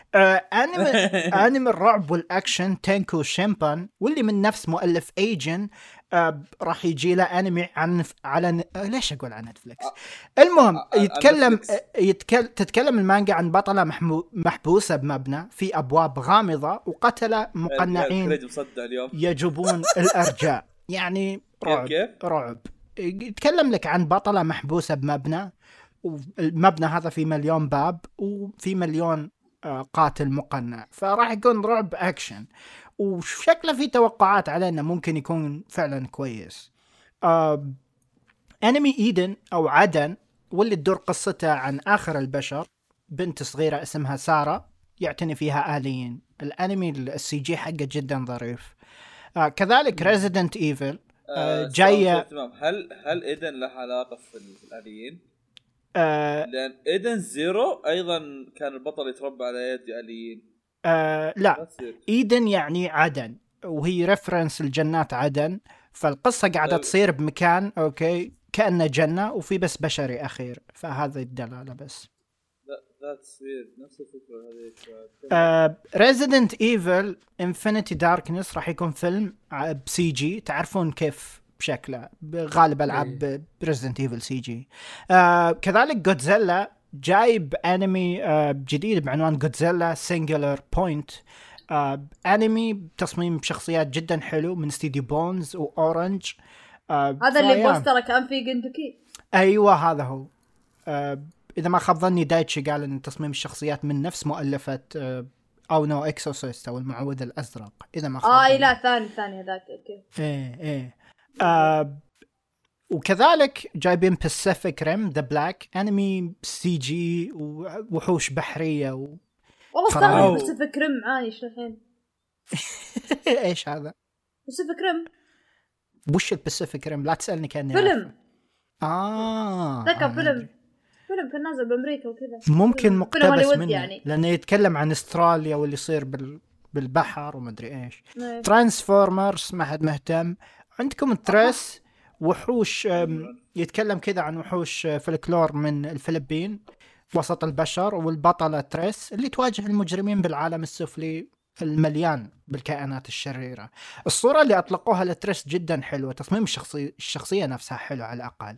انمي الرعب والاكشن تانكو شيمبان، واللي من نفس مؤلف ايجن. راح يجي له انمي على ليش اقول عن نتفليكس. المهم تتكلم المانجا عن بطلة محبوسة بمبنى في ابواب غامضة وقتلة مقنعين يجوبون الارجاء. يعني رعب. يتكلم لك عن بطلة محبوسة بمبنى، والمبنى هذا في 1,000,000 باب وفي 1,000,000 قاتل مقنع، فراح يكون رعب اكشن، وشكله في توقعات على انه ممكن يكون فعلا كويس. انمي ايدن او عدن، واللي تدور قصته عن اخر البشر، بنت صغيرة اسمها سارة يعتني فيها آليين. الانمي السي جي حقه جدا ظريف. كذلك ريزيدنت ايفل جاية. هل ايدن له علاقة في الآليين؟ لأن ايدن زيرو ايضا كان البطل يتربى على يد آليين. لا إيدن يعني عدن، وهي ريفرنس الجنات عدن، فالقصة قاعدة تصير بمكان أوكي كأنه جنة وفي بس بشري أخير، فهذا الدلالة بس. لا تصير نفس الفكرة هذه. Resident Evil Infinity Darkness راح يكون فيلم بسي جي، تعرفون كيف بشكله غالب ألعاب Resident Evil سي جي. كذلك جودزيلا جايب انمي جديد بعنوان جودزيلا سينجولار بوينت، انمي بتصميم شخصيات جدا حلو من استديو بونز واورنج. هذا اللي بوستره كان في جندوكي. ايوه هذا هو. اذا ما خاب ظني دايتشي قال ان تصميم الشخصيات من نفس مؤلفه او نو اكسوسيست او المعوذ الازرق، اذا ما خاب لا ثاني هذاك اوكي. ايه وكذلك جايبين Pacific Rim The Black، انمي سي جي ووحوش بحريه والله استغرب Pacific Rim عايش الحين. ايش هذا Pacific Rim؟ وش Pacific Rim؟ لا تسالني كاني فيلم. ذاك فيلم كان نازل بامريكا وكذا، ممكن مقتبس منه يعني. لانه يتكلم عن استراليا واللي يصير بالبحر وما ادري ايش. ترانسفورمرز ما حد مهتم. عندكم تريس، وحوش يتكلم كذا عن وحوش فلكلور من الفلبين وسط البشر، والبطلة تريس اللي تواجه المجرمين بالعالم السفلي المليان بالكائنات الشريرة. الصورة اللي أطلقوها لتريس جدا حلوة، تصميم الشخصية نفسها حلو على الأقل.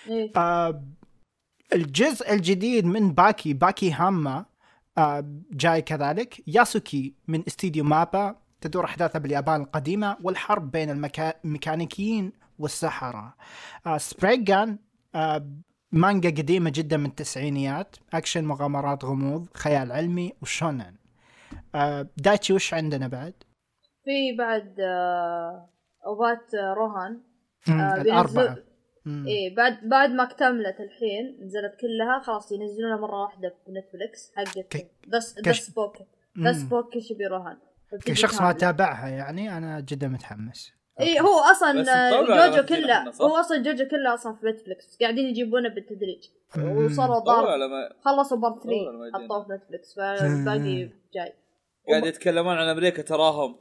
الجزء الجديد من باكي هاما جاي كذلك. ياسوكي من استديو مابا، تدور أحداثها باليابان القديمة والحرب بين الميكانيكيين والسحرة. سبريغان مانجا قديمة جدا من التسعينيات، أكشن مغامرات غموض خيال علمي وشونن. دايتشي وش عندنا بعد؟ في بعد وبات روهان الأربعة. إيه بعد ما اكتملت الحين نزلت كلها خلاص ينزلونها مرة واحدة في نتفليكس حقت بس بوك شبي روهان. كشخص ما تابعها يعني أنا جدا متحمس. إيه هو أصلا جوجو كله أصلا في نتفليكس قاعدين يجيبونه بالتدريج وصاروا خلصوا بارت 3 حطوه في نتفليكس فالباقي جاي قاعد يتكلمون عن أمريكا تراهم.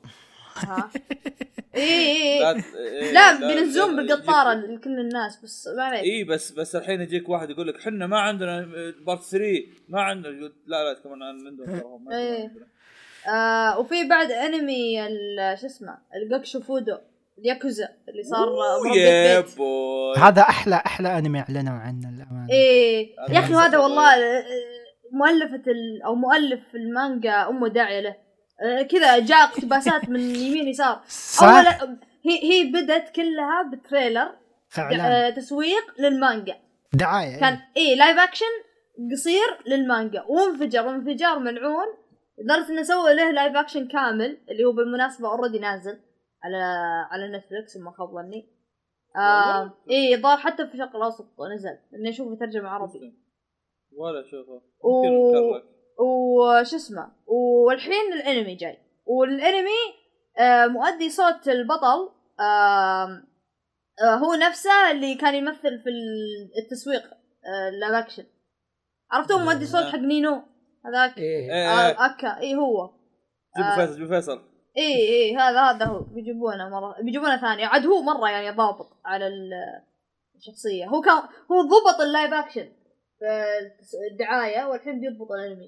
إيه لا بينزلون بالقطارة لكل الناس بس ما عليك. إيه بس الحين يجيك واحد يقول لك حنا ما عندنا بارت 3 ما عندنا لا كمان عندهم تراهم. وفي بعد انمي شو اسمه الجوكشو فودو الياكوزا اللي صار هذا احلى انمي اعلنوا عنه الامانه. ايه يا اخي هذا والله مؤلفه او مؤلف المانجا امه داعيه له كذا جاء اقتباسات من يمين يسار. اولا هي بدت كلها بتريلر تسويق للمانجا دعايه كان لايف اكشن قصير للمانجا وانفجار ملعون لدرجة إنه سووا له لايف أكشن كامل اللي هو بالمناسبة أوريدي نازل على نتفليكس ما خاب ظني. إيه ضار حتى في الشرق الأوسط نزل إني أشوفه ترجمة عربي ولا أشوفه وش اسمه. والحين الأنمي جاي والأنمي مؤدي صوت البطل هو نفسه اللي كان يمثل في التسويق لايف أكشن. عرفتوا مؤدي صوت حق نينو هذاك أكا هو جيبوا فيصل هذا هو بيجيبونه ثاني عاد هو مرة يعني ضابط على الشخصية. هو ضبط اللايف أكشن في الدعاية والحين بيضبط الأنمي.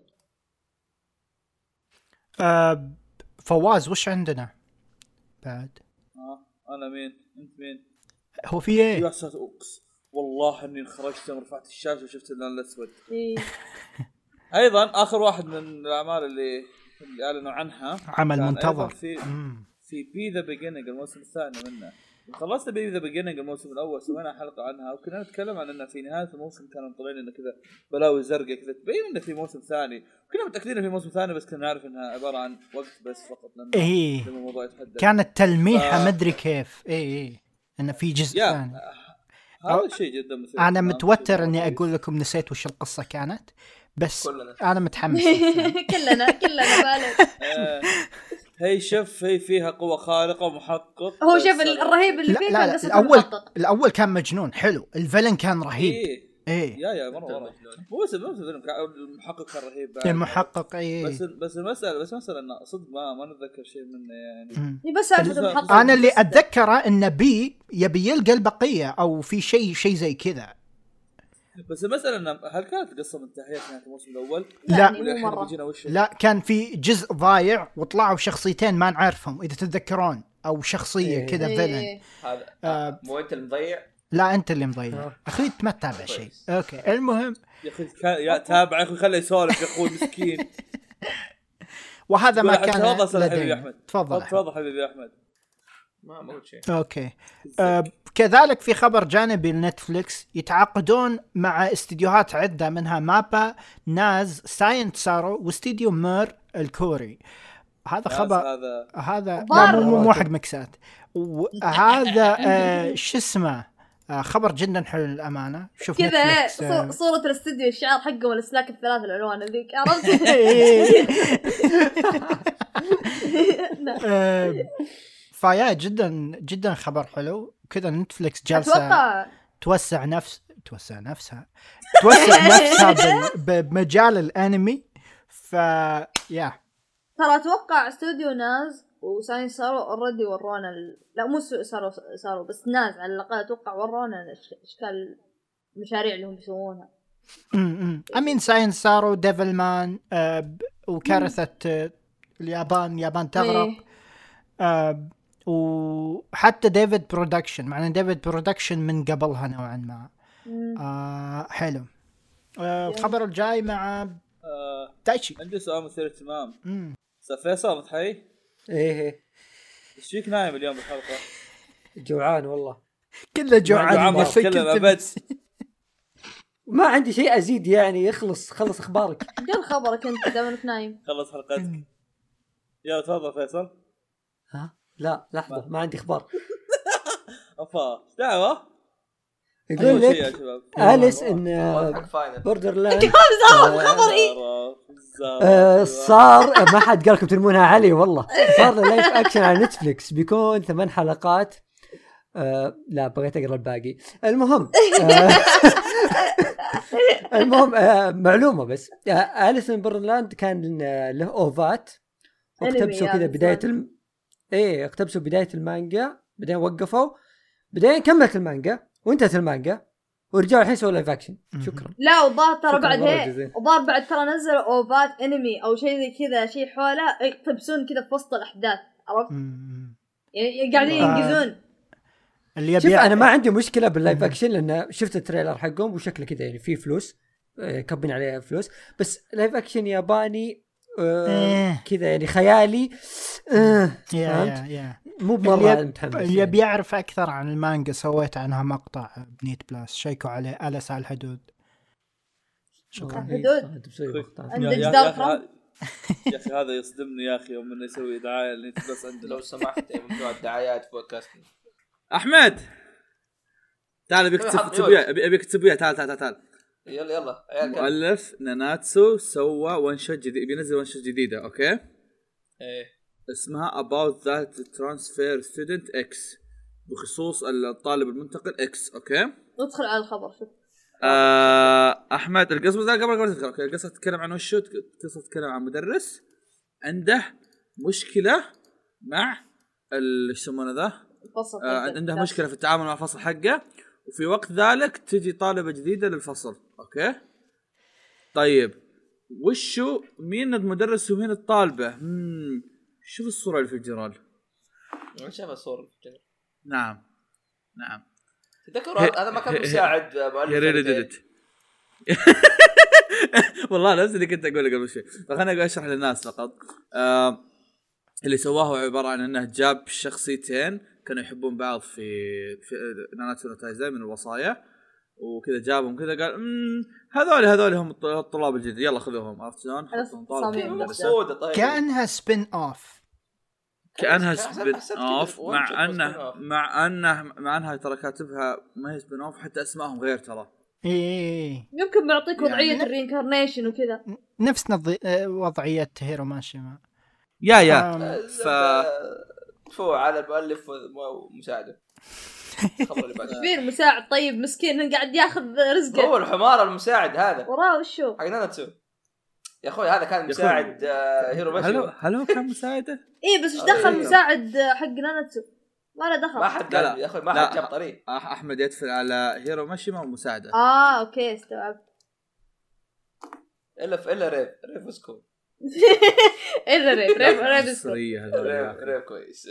فواز وش عندنا بعد؟ أنا مين أنت مين؟ هو في إيه؟ يا أستاذ أوكس والله إني خرجت ورفعت الشاشة وشفت اللون الأسود. ايضا اخر واحد من الاعمال اللي اعلنوا عنها عمل منتظر في بي ذا بيجيننج الموسم الثاني منه. خلصنا بي ذا بيجيننج الموسم الاول سوينا حلقه عنها وكنا نتكلم عن انه في نهايه الموسم كانوا مطلعين انه كذا بلاوي زرقاء كذا تبين انه في موسم ثاني كنا متاكدين انه في موسم ثاني بس كنا نعرف انها عباره عن وقت بس فقط لانه الموضوع يتحدث كانت تلميحه مدري كيف انه في جزء ثاني. هذا شيء جدا مثير. انا متوتر اني اقول لكم نسيت وش القصه كانت بس أنا متحمس. كلنا بالك. هي شوف هي فيها قوة خارقة ومحقق. هو شوف الرهيب اللي فيه كان قصة الأول كان مجنون حلو الفيلن كان رهيب. يا مرة مو بس المحقق كان رهيب. المحقق بس المسألة إنه صدق ما نتذكر شيء منه يعني. بس المحقق أنا اللي أتذكره إن بي يبي يلقى البقية أو في شيء زي كذا. بس المسألة إن هل كانت قصة منتهية في الموسم الأول؟ لا كان في جزء ضايع وطلعوا شخصيتين ما نعرفهم إذا تتذكرون أو شخصية كذا فيلن. هذا مو أنت المضيع؟ لا أنت اللي مضيع أخي أنت ما تتابع شيء. أوكي المهم يا أخي يا تابع يا أخي خليه يسولف يا أخوي مسكين. وهذا ما كان لدينا. تفضل حبيبي أحمد. ما قلت شيء. أوكي كذلك في خبر جانبي لنتفليكس يتعاقدون مع استديوهات عدة منها مابا ناز ساينت سارو واستديو مير الكوري. هذا خبر هذا مو حق مكسات وهذا شو اسمه خبر جدا حلو للأمانة. شوف كذا صورة الاستديو الشعار حقه والسلاك الثلاث الألوان ذيك عرفت. فيا جدا خبر حلو كذا. نتفليكس جالسة توسع نفسها بمجال الانمي يا ترى اتوقع استوديو ناز وساين سارو اوريدي ورونا لا مو سارو بس ناز على الاقل اتوقع ورونا اشكال المشاريع اللي هم بيسوونها. امين ساين سارو ديفل مان وكارثة اليابان تغرق وحتى ديفيد برودكشن معنا ديفيد برودكشن من قبلها نوعا ما. حلو. الخبر الجاي مع تايشي. عندي سؤال مثير اهتمام. فيصل متحي؟ ايه ايش فيك نايم اليوم بالحلقة؟ جوعان والله كله جوعان ما عندي شيء ازيد يعني. خلص اخبارك. قل خبرك انت دامك نايم. خلص حلقتك. يلا تفضل فيصل. لا لحظة ما عندي اخبار. افا دعوه يقول شيء يا لك شباب أليس إن حق فاينل بوردر لاند خبري صار ما حد قال لكم ترمونها علي والله صار له لايف اكشن على نتفليكس بيكون 8 حلقات لا بغيت اقرا الباقي المهم المهم معلومه بس أليس إن بوردرلاند كان له اوفات واقتبسوا كذا بدايه اقتبسوا بدايه المانجا بعدين وقفوا بعدين كملت المانجا وانتهت المانجا ورجعوا الحين سووا لايف اكشن شكرا لا وظهر ترى شكراً بعد مرة هيك جزيلا. وظهر بعد ترى نزلوا اوفات انمي او شيء زي كذا شيء حوله يقتبسون كذا في وسط الاحداث عرفت يعني قاعدين ينقزون اللي شوف انا ما عندي مشكله باللايف اكشن لان شفت التريلر حقهم وشكله كذا يعني فيه فلوس كبين عليها فلوس بس لايف اكشن ياباني كذا يعني خيالي مو بمره متحمس اللي بيعرف اكثر عن المانجا سويت عنها مقطع بنيت بلاس شيكوا عليه أليس على الحدود شكرا يا اخي هذا يصدمني يا اخي يوم انه يسوي دعايه لنيت بلاس عندنا لو سمحت ممنوع الدعايات بودكاست احمد تعال ابيك تسويها تعال يلا مؤلف ناناتسو سوى ون شوت جديد بينزل ون شوت جديده اوكي ايه اسمها about that transfer student X بخصوص الطالب المنتقل X اوكي ندخل على الخبر شوف احمد القصه قبل تذكر اوكي القصه تتكلم عن وش القصه تتكلم عن مدرس عنده مشكله مع ايش يسمونه ذا عنده مشكله في التعامل مع الفصل حقه وفي وقت ذلك تجي طالبه جديده للفصل اوكي طيب وشو مين المدرس ومين الطالبه شوف الصوره اللي في الجرال ما شاف الصوره نعم تذكر هذا ما كان مساعد مؤلف والله نفس اللي كنت اقوله قبل شوي فخليني اشرح للناس فقط اللي سواه عباره عن انه جاب شخصيتين كانوا يحبون بعض في ناناتسو نو تايزاي من الوصايا وكذا جابهم كذا قال هذول هم الطلاب الجديد يلا خذوهم عرفت شلون مقصوده طيب كانها سبين اوف مع انها ترى كاتبها ما هي سبين اوف حتى اسمائهم غير ترى يمكن معطيك وضعيه الرينكارنيشن وكذا نفس وضعيه هيرو ماشيما فو على المؤلف ومساعده خبر اللي بعد فين مساعد طيب مسكين قاعد ياخذ رزقه هو الحمار المساعد هذا وراه وشو حق ناناتسو يا اخوي هذا كان مساعد هيرو ماشي هل هو كان مساعده بس ايش دخل مساعد حق ناناتسو ما له دخل ما حد قال يا اخوي ما حد جاب طريق احمد يدفل على هيرو ماشيما ومساعده اوكي استوعبت الا ريف اسكو الا ريف كويس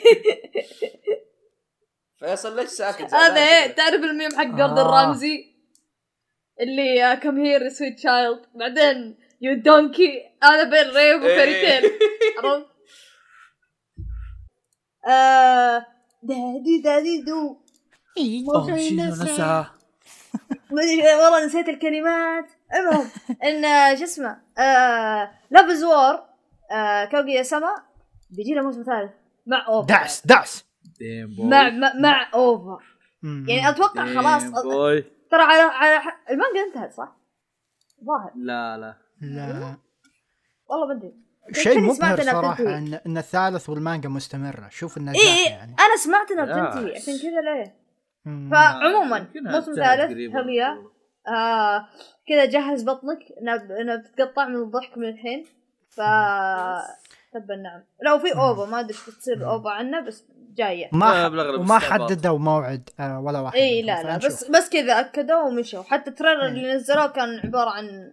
فيصل ليش ساكت هذا تعرف الميم حق جوردن رامزي اللي كم هير سويت تشايلد بعدين يو دونكي هذا بين ريف وفيريتيل عرفت دادي دو والله نسيت الكلمات المهم ان شو اسمه لافز وور كوغيا سما بيجي له موسم ثالث مع اوفا داس مع اوفا يعني اتوقع خلاص ترى على المانجا انتهت صح ظاهر لا والله بدي شيء مبهر صراحه ان الثالث والمانجا مستمره شوف النجاح يعني انا سمعت انها بتنتهي عشان كذا ليه فعموما موسم ثالث هليا كذا جهز بطنك انا بتقطع من الضحك من الحين تبا النعم لو في اوفا ما ادري ايش تصير اوفا عنه بس جايه وما حددوا موعد ولا واحد لا بس كذا اكدوا ومشوا حتى التريلر اللي نزلوه كان عباره عن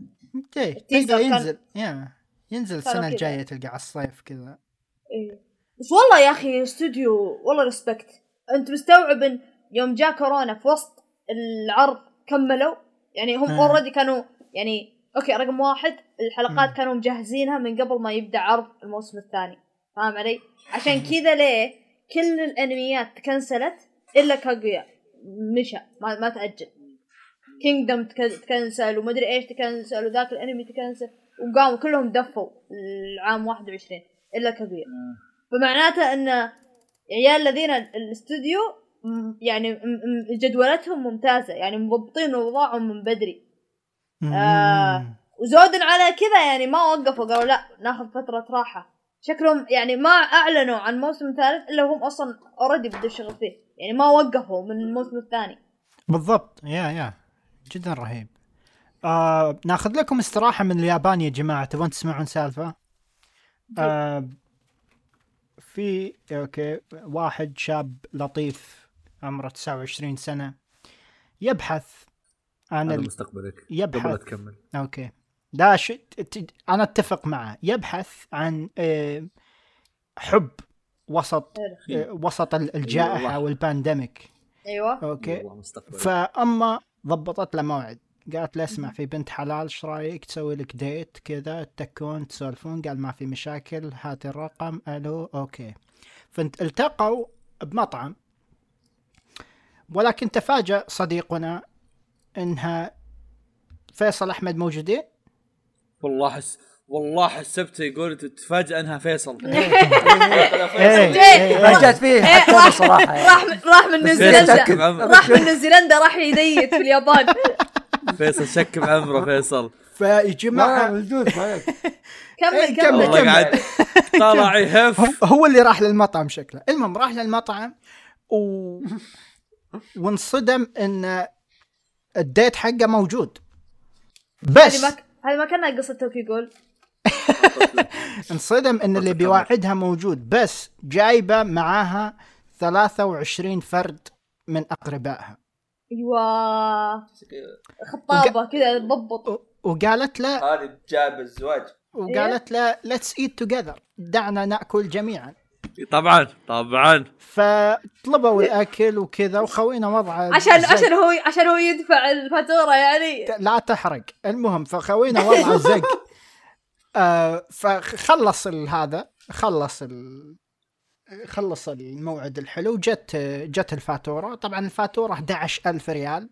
ينزل السنه الجايه تلقى على الصيف كذا بس والله يا اخي استوديو والله ريسبكت انت مستوعب ان يوم جاء كورونا في وسط العرض كملوا يعني هم اوريدي كانوا يعني اوكي رقم 1 الحلقات كانوا مجهزينها من قبل ما يبدأ عرض الموسم الثاني فاهم علي عشان كذا ليه كل الانميات تكنسلت الا كاغويا مشى ما تأجل كينغدم تكنسل وما ادري ايش تكنسل وذاك الانمي تكنسل وقاموا كلهم دفوا العام 21 الا كاغويا فمعناته ان عيال الذين الاستوديو يعني جدولتهم ممتازة، يعني مضبطين وضعهم من بدري. وزودا على كذا يعني ما وقفوا قالوا لا ناخذ فترة راحة. شكلهم يعني ما أعلنوا عن موسم ثالث إلا هم أصلا أوريدي بدوا الشغل فيه، يعني ما وقفوا من الموسم الثاني. بالضبط. يا جدا رهيب. ناخذ لكم استراحة من اليابان يا جماعة، تبون تسمعون سالفة؟ في اوكي واحد شاب لطيف عمره 29 سنة يبحث عن مستقبلك. يبحث قبل تكمل. اوكي لا انا اتفق معه. يبحث عن حب وسط الجائحة والبانديميك. ايوه اوكي. فاما ضبطت له موعد، قالت له اسمع في بنت حلال ايش رايك تسوي لك ديت كذا تتكون تسولفون؟ قال ما في مشاكل، هات الرقم. الو اوكي. فالتقوا بمطعم، ولكن تفاجأ صديقنا انها فيصل احمد موجودين. والله حسبته يقول تتفاجأ انها فيصل. فاجأت فيه حتى صراحة. راح من نيوزيلندا راح يديت في اليابان. فيصل شك بعمره فيصل. فيجمع موجود. كمل قاعد طلع يهف. هو اللي راح للمطعم شكله. المهم راح للمطعم وانصدم ان الديت حقه موجود، بس هذه ما كان قصة توكي جول. انصدم ان اللي بيواعدها موجود، بس جايبه معاها 23 فرد من اقربائها. ايوه خطابه كذا تضبط. وقالت له هذه جاب الزواج، وقالت له let's eat together، دعنا ناكل جميعا. طبعا فطلبوا الاكل وكذا، وخوينا وضعه عشان هو يدفع الفاتوره يعني. لا تحرق. المهم فخوينا وضعه زق. فخلص هذا خلص الموعد الحلو. جت الفاتوره. طبعا الفاتوره 11,000 ريال،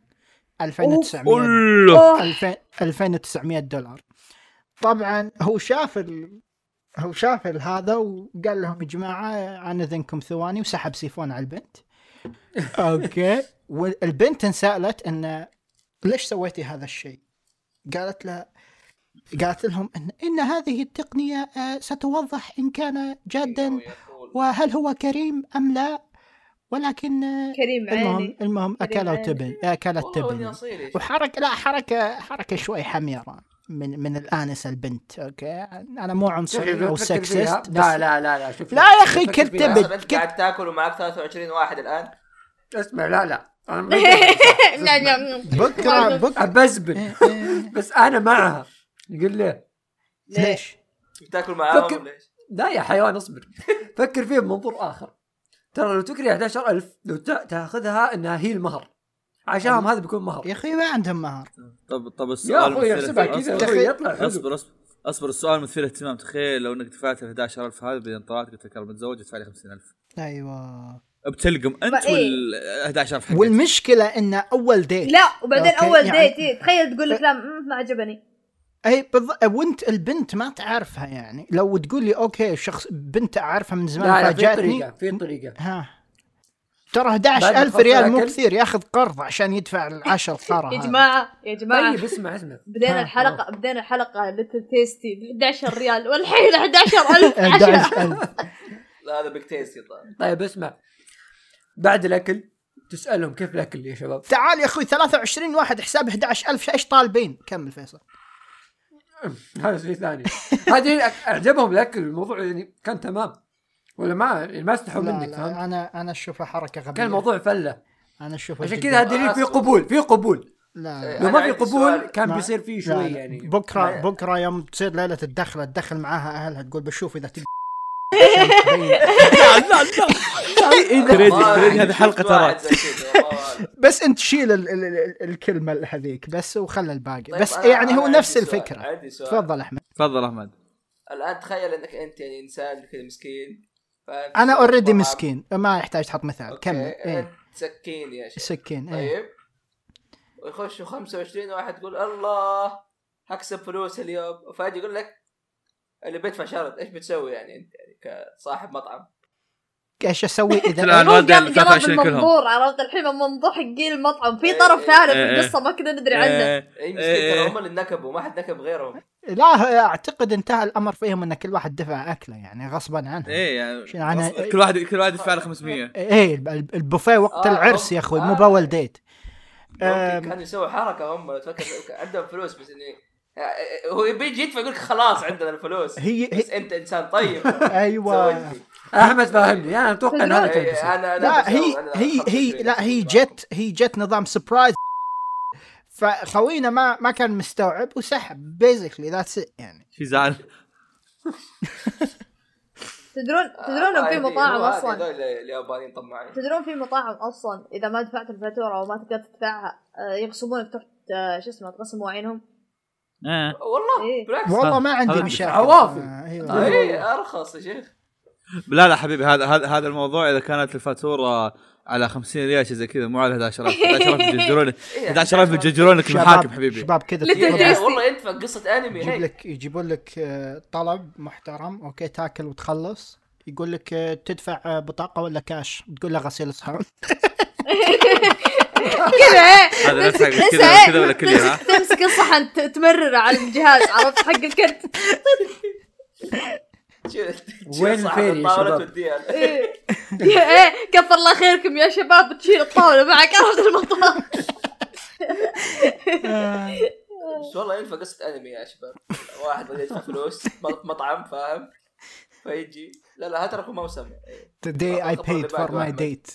2900 دولار. طبعا هو شاف هذا وقال لهم يا جماعه عن اذنكم ثواني، وسحب سيفون على البنت. اوكي. والبنت انسالت انه ليش سويتي هذا الشيء؟ قالت لهم إن هذه التقنية ستوضح إن كان جادا وهل هو كريم أم لا، ولكن كريم المهم أكلت تبن وحركة شوي حميرة من الآنسة البنت. أوكي أنا مو عنصري أو سكسست. لا شوف. لا يا أخي كنت أنت قاعد تاكل ومعك 23 واحد الآن. اسمع لا بكرة بزبل. بس أنا معها. يقول له ليش تاكل معاهم؟ ليش؟ لا يا حيوان اصبر. فكر فيه بمنظور آخر. ترى لو تكري 11,000 لو تاخذها انها هي المهر عشانهم، هذا بيكون مهر. يا اخي ما عندهم مهر. طب السؤال يا اخوي يحسبها كذا يطلع حلو. اصبر السؤال مثير اهتمام. تخيل لو انك دفعت 11,000 هذا بعدين طلعت قلت لك انا متزوج ادفع لي 50,000. ايوه بتلقم انت وال 11,000 حقك. والمشكله انه اول ديت. لا وبعدين اول يعني ديت تخيل تقول لك لا ما عجبني. اي وانت البنت ما تعرفها. يعني لو تقول لي اوكي شخص بنت اعرفها من زمان فاجاتني في طريقه ترى 11,000 ريال مو كثير، ياخذ قرض عشان يدفع العشر خرا. يا جماعه طيب اسمع بدينا الحلقه ليتل تيستي ب 11 ريال والحين 11,000. لا هذا بيك تيستي. طيب اسمع، بعد الاكل تسالهم كيف الاكل يا شباب. تعال يا اخوي 23 واحد حساب 11,000 ايش طالبين؟ كمل فيصل. هذا شيء ثاني. هذه اعجبهم الاكل، الموضوع يعني كان تمام ولا ما استحوا منك؟ فهمت؟ انا اشوفها حركه غبيه. كان الموضوع فله. انا اشوفها عشان كذا دليل في قبول. لا لو ما في قبول كان بيصير فيه شوي يعني. بكره يوم تصير ليله تدخل معاها اهلها تقول بشوف اذا لا هذه حلقه ترى. بس انت شيل الكلمه هذيك بس وخلى الباقي. بس يعني هو نفس الفكره. تفضل احمد. الان تخيل انك انت يعني انسان كذا مسكين. انا اوريدي مسكين ما يحتاج تحط مثال. كمل. سكين يا شيخ. سكين. طيب ويخشوا 25 واحد تقول الله هكسب فلوس اليوم، وفاجئ يقول لك اللي بيدفع شرط. ايش بتسوي يعني انت يعني كصاحب مطعم؟ ايش اسوي اذا الآن هو ودي قلب 23 كلهم. المنظور، عرفت الحين المنظور حقين المطعم في طرف ثالث في القصه ما كنا ندري عنه. اي مسكين ترى هم اللي نكبوا ما حد نكب غيرهم. لا اعتقد انتهى الامر فيهم ان كل واحد دفع اكله يعني غصبا عنه. ايه يعني أنا كل واحد يدفع له 500. ايه البوفيه وقت العرس يا اخوي مو باول ديت. كانوا يسووا حركه هم تفكر عندهم فلوس بس اني هو بيجي يدفع يقول لك خلاص عندنا الفلوس بس انت انسان طيب. ايوه احمد فاهمني انا اتوقع ان هذا كان بيصير. لا هي جت نظام سبرايز فخوينا ما كان مستوعب وسحب بيزيكلي ذاتس يعني. في زعل. تدرون في مطاعم اصلا اليابانيين طماعين. تدرون في مطاعم اصلا اذا ما دفعت الفاتوره او ما تقدر تدفعها يغصبونك تحت شو اسمه تقسموا عينهم. والله إيه. بالعكس والله ما عندي مشاكل. عوافي. اي ارخص يا شيخ. لا حبيبي هذا الموضوع اذا كانت الفاتوره على 50 ريال شيء زي كذا مو على 11000 بيجرون لك المحاكم حبيبي. شباب كذا والله انت في قصه انمي يجيبون لك طلب محترم اوكي تاكل وتخلص يقول لك تدفع بطاقه ولا كاش تقول له غسيل صحون. كذا كذا ولا كذا تمسك الصحن تمرر على الجهاز عرفت حق الكرت. وين الفيري يا شباب؟ ايه كفر الله خيركم يا شباب تشيل الطاوله معك عرفت المطار. بس والله ينفع قصة انمي يا شباب. واحد بده يدفع فلوس مطعم فاهم فيجي لا هتركوا موسم. Today I paid for my date.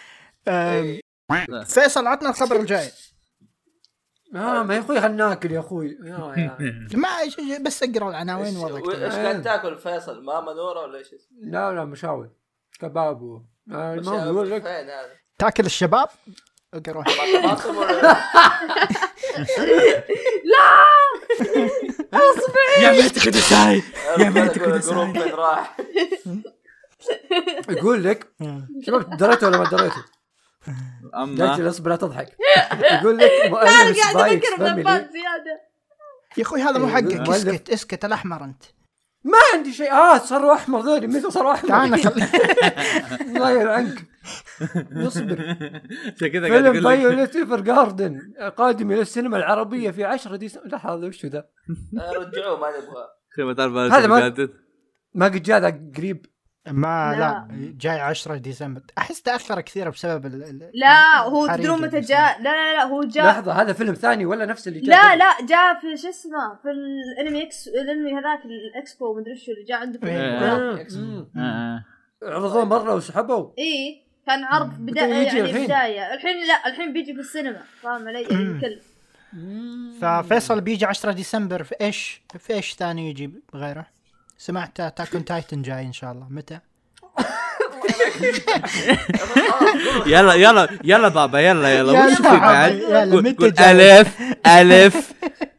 فيصل عطنا الخبر الجاي. ما يا اخوي خلنا ناكل يا اخوي. ما بس اقرا العناوين وضعك. ايش كان تاكل فيصل؟ ماما نوره ولا ايش؟ لا مشاوي كباب ما يقول لك تاكل الشباب اقرا. لا اصبر يا ميتك دساي يا ميتك دساي راح يقول لك شباب دريتوا ولا ما دريتوا؟ اما اصبر لا تضحك. يقول لك مؤلف سبايكس فاميلي. يا اخوي هذا مو حقك اسكت الاحمر انت. ما عندي شيء صاروا احمر ذولي مثل صاروا احمر. الله يلعنك. اصبر. كذا فيلم فايوليت ايفر جاردن قادم الى السينما العربيه في 10 ديسمبر. لا هذا وش ذا؟ رجعوه ما نبغى. ما تعرف هذا ما قد جاء ذا قريب. لا جاي 10 ديسمبر. احس تاخر كثير بسبب لا هو تدرون متى جاء؟ لا هو جاء لحظه هذا فيلم ثاني ولا نفس اللي جاء؟ لا جاء في شو اسمه في الانمي هذاك الاكسبو مدري شو اللي جاء عنده. عرضوه مره وسحبوا. اي كان عرض بدايه الحين لا الحين بيجي في السينما فاهم علي الكل. ففيصل بيجي 10 ديسمبر في ايش ثاني يجي غيره؟ سمعت تاكون تايتن جاي ان شاء الله متى؟ يلا بابا يلا وش في بعد؟ ألف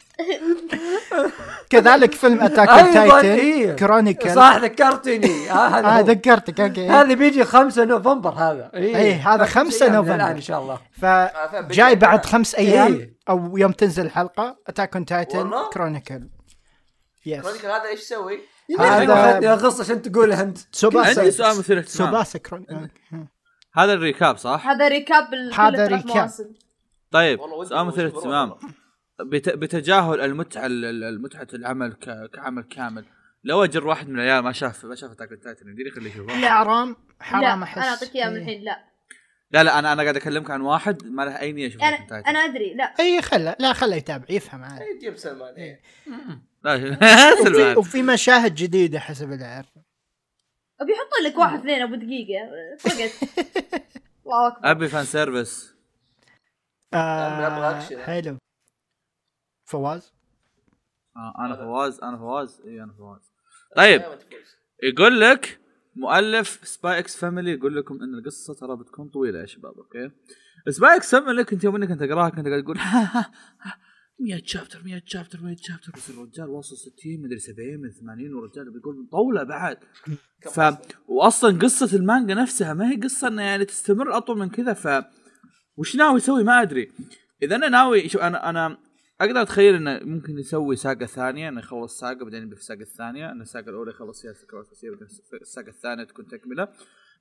كذلك فيلم اتاك تايتن كرونيكل صح ذكرتني. ذكرتك اوكي. هذا بيجي 5 نوفمبر هذا. هذا 5 نوفمبر ان شاء الله. فجاي بعد 5 ايام او يوم تنزل الحلقه اتاك تايتن كرونيكل. كرونيكل هذا ايش يسوي؟ هذا يا قصة عشان تقولها انت. عندي سؤال مثير اهتمام. هذا الريكاب صح؟ هذا ريكاب طيب سؤال مثير اهتمام. بتجاهل المتعة العمل كعمل كامل. لو اجر واحد من العيال ما شاف اتاك تايتن يدير يخليه يشوفه. حرام احس. انا اعطيك اياه من الحين. لا انا قاعد اكلمك عن واحد ما له اي نيه يشوف تايتن. انا ادري لا اي خله يتابع يفهم عاد. يجيب سلمان. وفي مشاهد جديده حسب اللي عارف. ابي احط لك 1 2 ابو دقيقه فقط. الله اكبر. ابي فان سيرفيس. حلو. فواز. انا فواز. طيب يقول لك مؤلف سباي اكس فاميلي يقول لكم ان القصه ترى بتكون طويله يا شباب. اوكي سباي اكس فاميلي كنت يوم انك انت تقراها كنت قاعد تقول 100 شابتر بس الرجال وصل 60 مدري 70 من 80 والرجال بيقول طولة بعد. واصلا قصة المانجا نفسها ما هي قصة انه يعني تستمر اطول من كذا. وش ناوي يسوي ما ادري. اذا انا ناوي شو انا اقدر اتخيل انه ممكن يسوي ساقة ثانية انه يخلص ساقة بعدين يبي في الساقة الثانية ان الساقة الاولى يخلص فيها فكرة تصير الساقة الثانية تكون تكملة. بس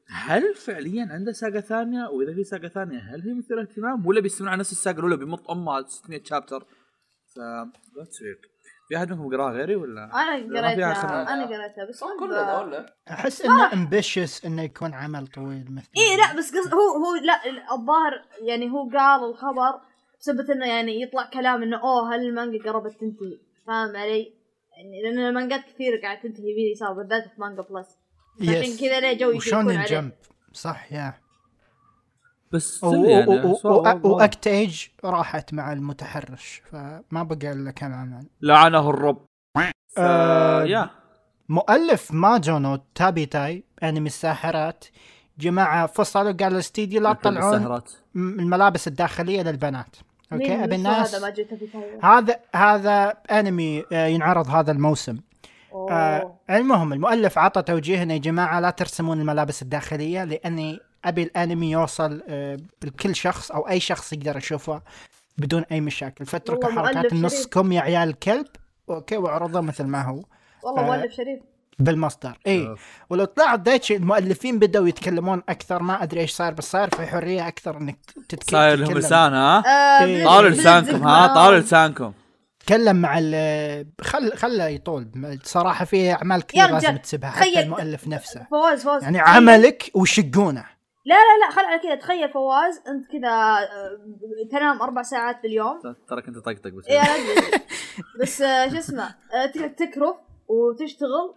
هل فعليا عنده ساقه ثانيه؟ واذا في ساقه ثانيه هل هي مثيره اهتمام ولا بيستمر على نفس الساقه الاولى بيمط امها 600 شابتر؟ ف في احد منكم قراها غيري ولا؟ انا قريتها بس كلنا ولا احس انه امبيشس انه يكون عمل طويل مثل لا بس هو لا الظاهر يعني هو قال الخبر بسبب انه يعني يطلع كلام انه هل المانجا قربت تنتهي، فاهم علي؟ يعني لان المانجات كثير قاعد تنتهي بيه صار بالذات في مانجا بلس عشان كذا ليه جو يكون عليه جمب صح يا بس واكتيج راحت مع المتحرش فما بقى الا كم عمل لعنه الرب. يا مؤلف ماجونو تابيتاي انمي الساحرات جماعه فصلوا قال الاستديو لا تطلعون الملابس الداخليه للبنات. اوكي ابي الناس هذا انمي ينعرض هذا الموسم. المهم المؤلف عطى توجيه انه يا جماعه لا ترسمون الملابس الداخليه لاني ابي الانمي يوصل لكل شخص او اي شخص يقدر يشوفه بدون اي مشاكل، فتركوا حركات النص كم يا عيال الكلب اوكي واعرضه مثل ما هو. والله مؤلف شريف بالمصدر اي. ولو طلعت دايتشي المؤلفين بدأوا يتكلمون اكثر ما ادري ايش صار بس صار في حريه اكثر انك تتكلم صاير لهم لسان طالوا لسانكم طالوا لسانكم تكلم مع خله يطول صراحه في اعمال كثير لازم تسيبها حتى المؤلف نفسه فواز يعني عملك وشقونه. لا خل على كذا تخيل فواز انت كذا تنام 4 ساعات باليوم تراك انت طقطق بس بس شو اسمه تكرف وتشتغل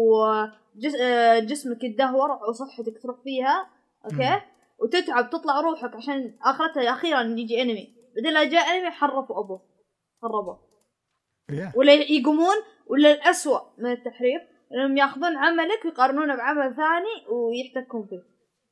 وجسمك يتدهور وصحتك تروح فيها اوكي وتتعب تطلع روحك عشان اخرتها اخيرا يجي انمي بعدين لا جاء انمي حرفوا ابوه خربوا ولا يقومون ولا الأسوأ من التحريف انهم ياخذون عملك ويقارنونه بعمل ثاني ويحتكون فيه.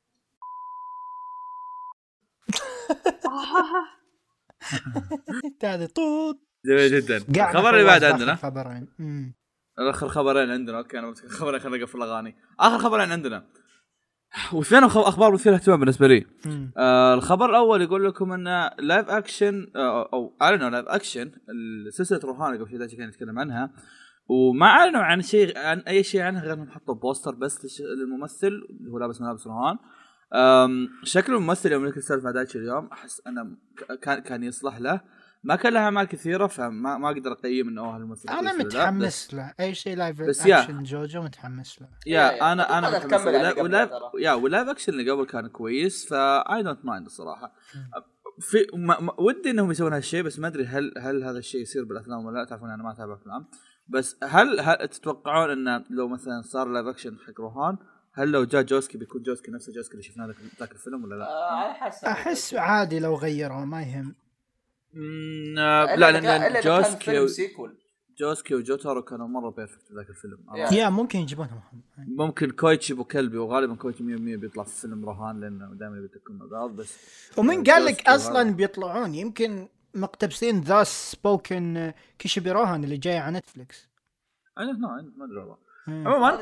هذا طوط جدا. الخبر اللي بعد عندنا خبرين اخر خبرين عندنا. اوكي انا خبرين خلينا نقفل الاغاني. اخر خبرين عندنا واثنين اخبار مثيره اهتمام بالنسبه لي. الخبر الاول يقول لكم ان لايف اكشن او اعلنوا لايف اكشن السلسله روهان قبل شوي كان يتكلم عنها وما اعلنوا عن شيء عن اي شيء عنها غير انهم حطوا بوستر بس للممثل اللي هو لابس ملابس روهان. شكل الممثل يوم اللي سالفه دايتشي اليوم احس انه كان يصلح له. ما كان لها اعمال كثيره فما اقدر اقيم انه هالممثل انا متحمس له اي شيء لايف اكشن جوجو متحمس له انا متحمس له ولايف اكشن اللي قبل كان كويس فاي دونت مايند الصراحه. في ودي انهم يسوون هالشيء بس ما ادري هل هذا الشيء يصير بالافلام ولا لا. تعرفون انا ما اتابع افلام بس هل تتوقعون ان لو مثلا صار لايف اكشن حق روهان هل لو جاء جوسكي بيكون جوسكي نفس جوسكي اللي شفناه ذاك الفيلم ولا لا؟ احس عادي لو غيروا ما يهم. لا لان جوسكي وجوتارو كانوا مره بيرفكت في ذاك الفيلم. يا ممكن يجيبونهم ممكن كويتشي وكلبي وغالبا كويتشي 100% بيطلع في فيلم روهان لانه دائما بيتكلم مع بعض بس. ومن قال لك اصلا بيطلعون يمكن مقتبسين ذا سبوكن كيشيبي روهان اللي جاي على نتفليكس. انا ما ادري والله. عموما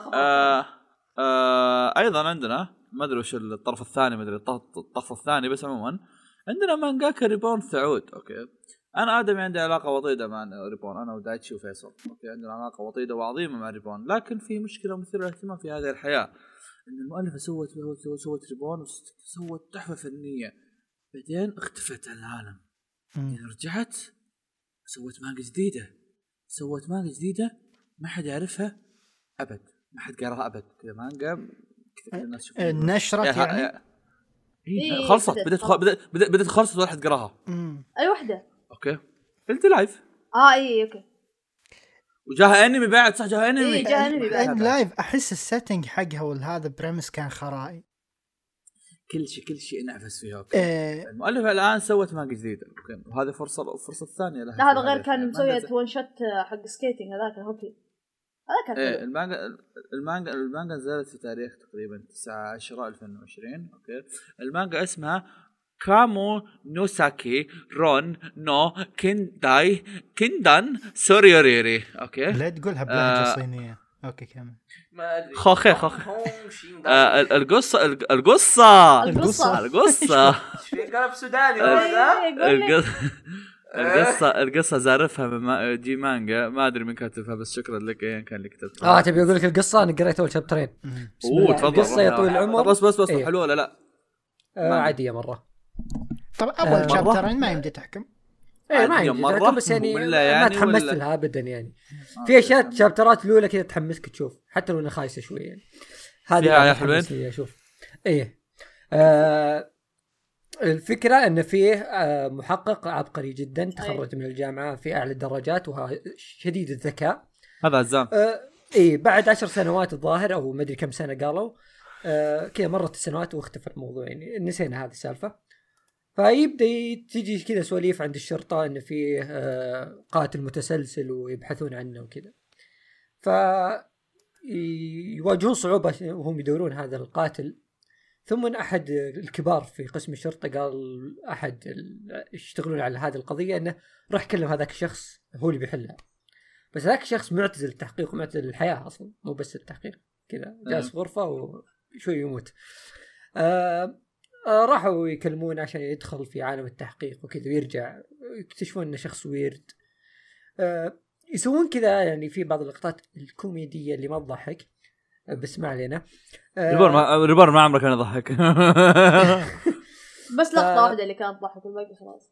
ايضا عندنا ما ادري وش الطرف الثاني ما ادري الطرف الثاني بس عموما عندنا مانجاكا ريبون ثعود. اوكي انا ادمي عندي علاقه وطيده مع ريبون انا ودايتشي وفيصل. اوكي عندنا علاقه وطيده وعظيمه مع ريبون لكن في مشكله مثيره للاهتمام في هذه الحياه ان المؤلفه سوت ريبون وسوت تحفه فنيه بعدين اختفت عن العالم. رجعت سوت مانجا جديده ما حد يعرفها ابد ما حد قراها ابد كذا مانجا الناس نشرت يعني خلصت بدت خلصت ولا حد قراها. اي وحده اوكي قلت لايف اي اوكي وجاها انمي بعد صح جاها انمي بعد لايف. احس السيتنج حقها والهذا بريمس كان خرائي كل شيء نعفس فيها. اوكي المؤلفه الان سوت مانجا جديده اوكي وهذه فرصه ثانيه لها. لا هذا غير كان مسوي وان شوت حق سكيتنج هذاك الهوكي هذا كان المانجا نزلت في تاريخ تقريبا 9/10/2020. اوكي المانجا اسمها كامو نوساكي رون نو كيندان سوريوريري. اوكي لا تقولها بلهجه صينيه. اوكي كمل. ما ادري خوخي القصه ايش في قلب سوداني القصة زارفها من جي مانجا، ما ادري من كاتبها بس شكرا لك ايا كان اللي كتبتها. تبي اقول لك القصه؟ انا قريت اول شابترين. تفضل. القصه يا طويل العمر بس حلوه ولا لا؟ عاديه مره. طب اول شابترين ما يمدي تحكم. ما يمدي بس يعني ما تحمست لها ابدا يعني. في اشياء شابترات الاولى كذا تحمسك تشوف حتى لو انها خايسه شوي يعني. هذه يا حلوين اشوف الفكرة أن فيه محقق عبقري جدا تخرج من الجامعة في أعلى الدرجات وهو شديد الذكاء. هذا عزام. بعد 10 سنوات الظاهر أو ما أدري كم سنة قالوا كذا مرت السنوات واختفى الموضوع يعني نسينا هذه السالفة. فيبدأ تيجي كذا سواليف عند الشرطة أن فيه قاتل متسلسل ويبحثون عنه وكذا. يواجهون صعوبة وهم يدورون هذا القاتل. ثم أحد الكبار في قسم الشرطة قال أحد يشتغلون على هذه القضية أنه راح يكلم هذاك الشخص هو اللي بيحلها. بس ذاك الشخص معتزل التحقيق ومعتزل الحياة أصلا مو بس التحقيق كذا جالس غرفة وشوي يموت. راحوا يكلمون عشان يدخل في عالم التحقيق وكذا ويرجع يكتشفون أنه شخص ويرد. يسوون كذا يعني في بعض اللقطات الكوميدية اللي ما تضحك بس ما علينا. ريبور ما عمرك انا ضحك. بس لقطة واحدة اللي كانت ضحك والباقي خلاص.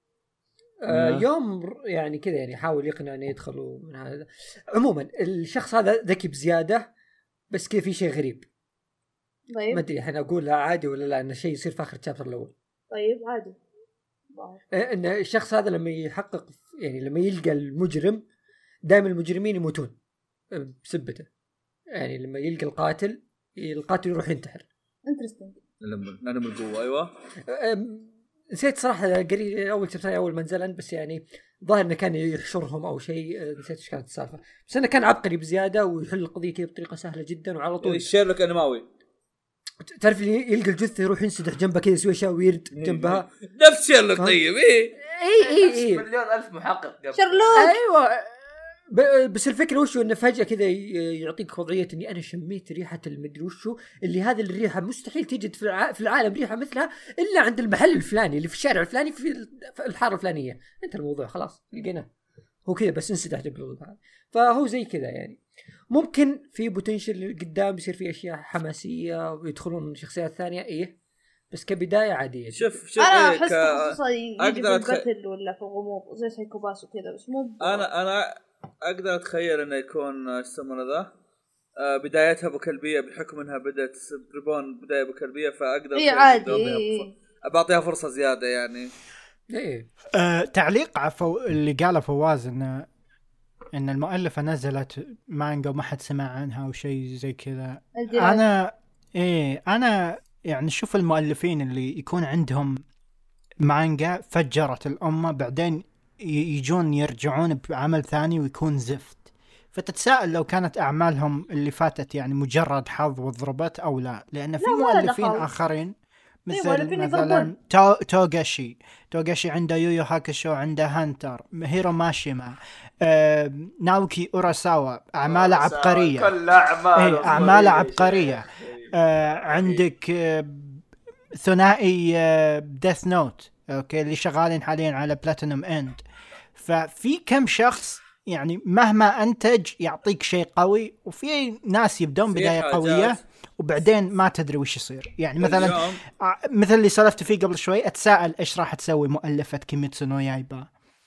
يوم يعني كذا يعني حاول يقنع أن يدخلوا من هذا. عموما الشخص هذا ذكي بزيادة بس كذا في شيء غريب. طيب ما أدري الحين أقول عادي ولا لا أن شيء يصير في آخر الشابتر الأول. طيب عادي. إن الشخص هذا لما يحقق يعني لما يلقى المجرم دائما المجرمين يموتون بسبته. يعني لما يلقى القاتل يروح ينتحر. انترستينج. انا من القوه. ايوه نسيت صراحه قريب اول شابتر اول منزلا بس يعني ظاهر انه كان يحشرهم او شيء نسيت ايش كانت السالفه بس انه كان عبقري بزياده ويحل القضيه كذا بطريقه سهله جدا وعلى طول الشيرلوك انماوي. تعرف يلقى الجثه يروح ينسدح جنبها كذا يسوي اشياء ويرد جنبها نفس شيرلوك. طيب ايه مليون الف محقق شيرلوك. ايوه بس الفكرة وشو إنه فجأة كذا يعطيك وضعية إني أنا شميت ريحة المدري وشو اللي هذه الريحة مستحيل تجد في العالم ريحة مثلها إلا عند المحل الفلاني اللي في الشارع الفلاني في الحارة الفلانية. أنت الموضوع خلاص لقينا هو كذا بس انسدح جنب هذا. فهو زي كذا يعني ممكن في بوتنشل قدام يصير في أشياء حماسية ويدخلون شخصيات ثانية بس كبداية عادية. شوف أنا أحس خصوصا يجي في القتل ولا في الغموض زي سايكوباس وكذا بس مو أنا أقدر أتخيل إنه يكون يسمونه ذا بدايتها بكلبية بحكم إنها بدأت ريبون بداية بكلبية فأقدر عادي أبعطيها فرصة زيادة يعني. تعليق اللي قاله فواز إن المؤلفة نزلت مانجا وما حد سمع عنها أو شيء زي كذا. أنا يعني شوف المؤلفين اللي يكون عندهم مانجا فجرت الأمة بعدين يجون يرجعون بعمل ثاني ويكون زفت فتتساءل لو كانت أعمالهم اللي فاتت يعني مجرد حظ وضربت أو لا لأن في مؤلفين آخرين مثلا توغاشي عنده يويو هاكشو عنده هانتر هيرو ماشيما ناوكي أوراساوا أعمال عبقرية كل أعمال عبقرية عندك ثنائي ديث نوت أوكي اللي شغالين حاليا على بلاتينوم إند. ففي كم شخص يعني مهما أنتج يعطيك شيء قوي وفي ناس يبدون بداية قوية وبعدين ما تدري وش يصير يعني مثلا مثل اللي سولفت فيه قبل شوي أتساءل إيش راح تسوي مؤلفة كيميتسو نو يايبا.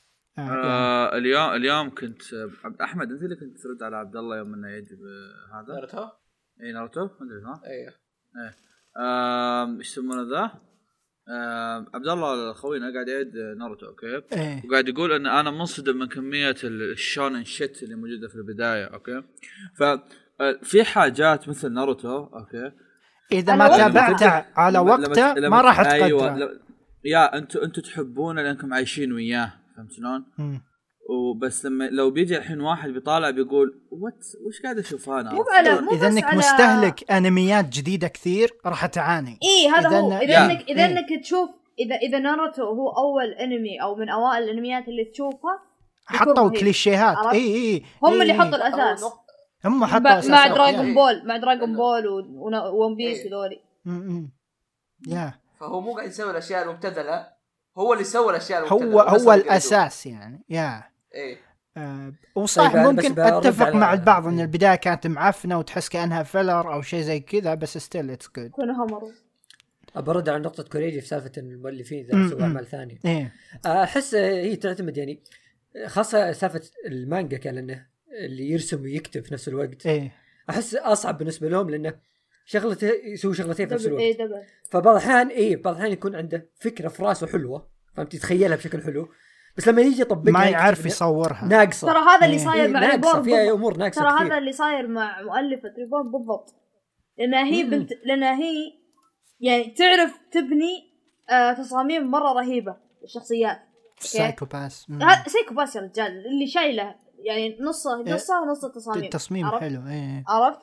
اليوم كنت أحمد أنت اللي كنت ترد على عبد الله يوم إنه يجب هذا ناروتو ناروتو مدري ها ايوه ايش يسمونه ذا عبد الله خوينا قاعد يعد ناروتو اوكي إيه. وقاعد يقول ان انا منصدم من كميه الشونن شيت اللي موجوده في البدايه اوكي ففي حاجات مثل ناروتو اوكي اذا ما تابعته على وقته ما راح تقدر يا انتوا تحبونه لانكم عايشين وياه فهمت شلون وبس لو بيجي الحين واحد بيطالع بيقول وش قاعد اشوف انا اذا انك مستهلك انميات جديده كثير راح تعاني. هذا هو اذا انك تشوف اذا ناروتو هو اول انمي او من اوائل الانميات اللي تشوفها حطوا كليشيهات هم اللي حطوا الاساس هم حطوا اساس مع دراغون بول وون بيس ودولي يا فهو مو قاعد يسوي الاشياء المبتذله هو اللي سوى الاشياء هو الاساس يعني ايه. وصح طيب ممكن اتفق مع البعض ان البدايه كانت معفنه وتحس كانها فيلر او شيء زي كذا، بس ستيل اتس جود. كنا همروا. برد على نقطه كوريجي في سالفه المؤلفين اذا سووا اعمال ثانيه. احس هي تعتمد يعني خاصه سالفه المانجا كان انه اللي يرسم ويكتب في نفس الوقت. احس اصعب بالنسبه لهم لانه شغلته يسوي شغلتين في نفس الوقت. فبعض الاحيان يكون عنده فكره في راسه حلوه، فهمت، يتخيلها بشكل حلو، بس لما يجي يطبقها ما يعرف يصورها. ناقصه. ترى هذا اللي صاير مع ريبورن، فيها امور ناقصه ترى كثير. هذا اللي صاير مع مؤلفه ريبورن بالضبط، لأنها هي يعني تعرف تبني تصاميم مره رهيبه للشخصيات. سايكوباس. سايكوباس يا رجال، اللي شايله يعني نصه ونص التصاميم. التصميم حلو. عرفت.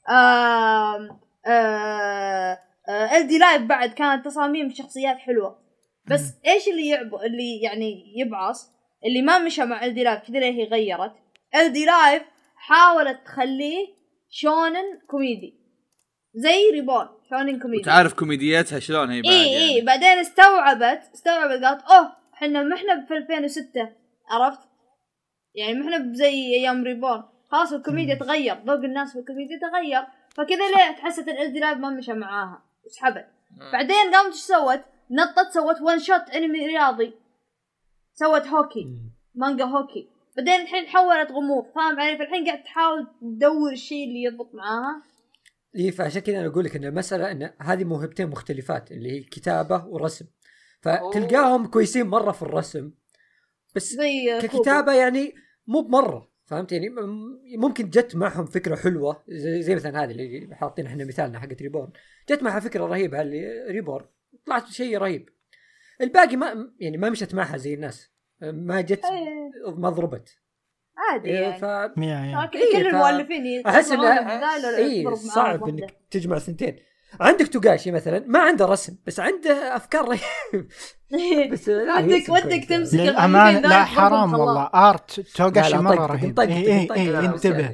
الدي لايف بعد كانت تصاميم شخصيات حلوه، بس ايش اللي يعني يبعص اللي ما مشى مع الدي لايف كذا. هي غيرت الدي لايف، حاولت تخليه شونن كوميدي زي ريبورن شونن كوميدي. تعرف كوميدياتها شلون هي بعد يعني. بعدين استوعبت قالت احنا في 2006، عرفت يعني ما احنا زي ايام ريبورن، خلاص الكوميديا تغير، ذوق الناس في الكوميديا تغير، فكذا ليه تحست الدي لايف ما مشى معاها وسحبت. بعدين قامت ايش سوت؟ سوت وان شوت انمي رياضي، سوت هوكي، مانجا هوكي. بعدين الحين حولت غموض، فاهم علي؟ فالحين قاعد تحاول تدور الشيء اللي يضبط معاها. فعشان كذا انا اقول لك ان المساله ان هذه موهبتين مختلفات اللي هي كتابه ورسم، فتلقاهم كويسين مره في الرسم بس ككتابه يعني مو بمره، فهمت يعني؟ ممكن جت معهم فكره حلوه زي مثلا هذه اللي حاطين احنا مثالنا حقت ريبورن، جت معها فكره رهيبه اللي ريبورن طلعت شيء رهيب. الباقي ما مشت معها زي الناس، ما جت ما ضربت عادي يعني. كل المؤلفين احس انه صعب انك تجمع ثنتين. عندك توغاشي مثلا ما عنده رسم بس عنده افكار رهيبه. بس ودك تمسك الأمان. لا حرام والله، ارت توغاشي مره رهيب. انتبه.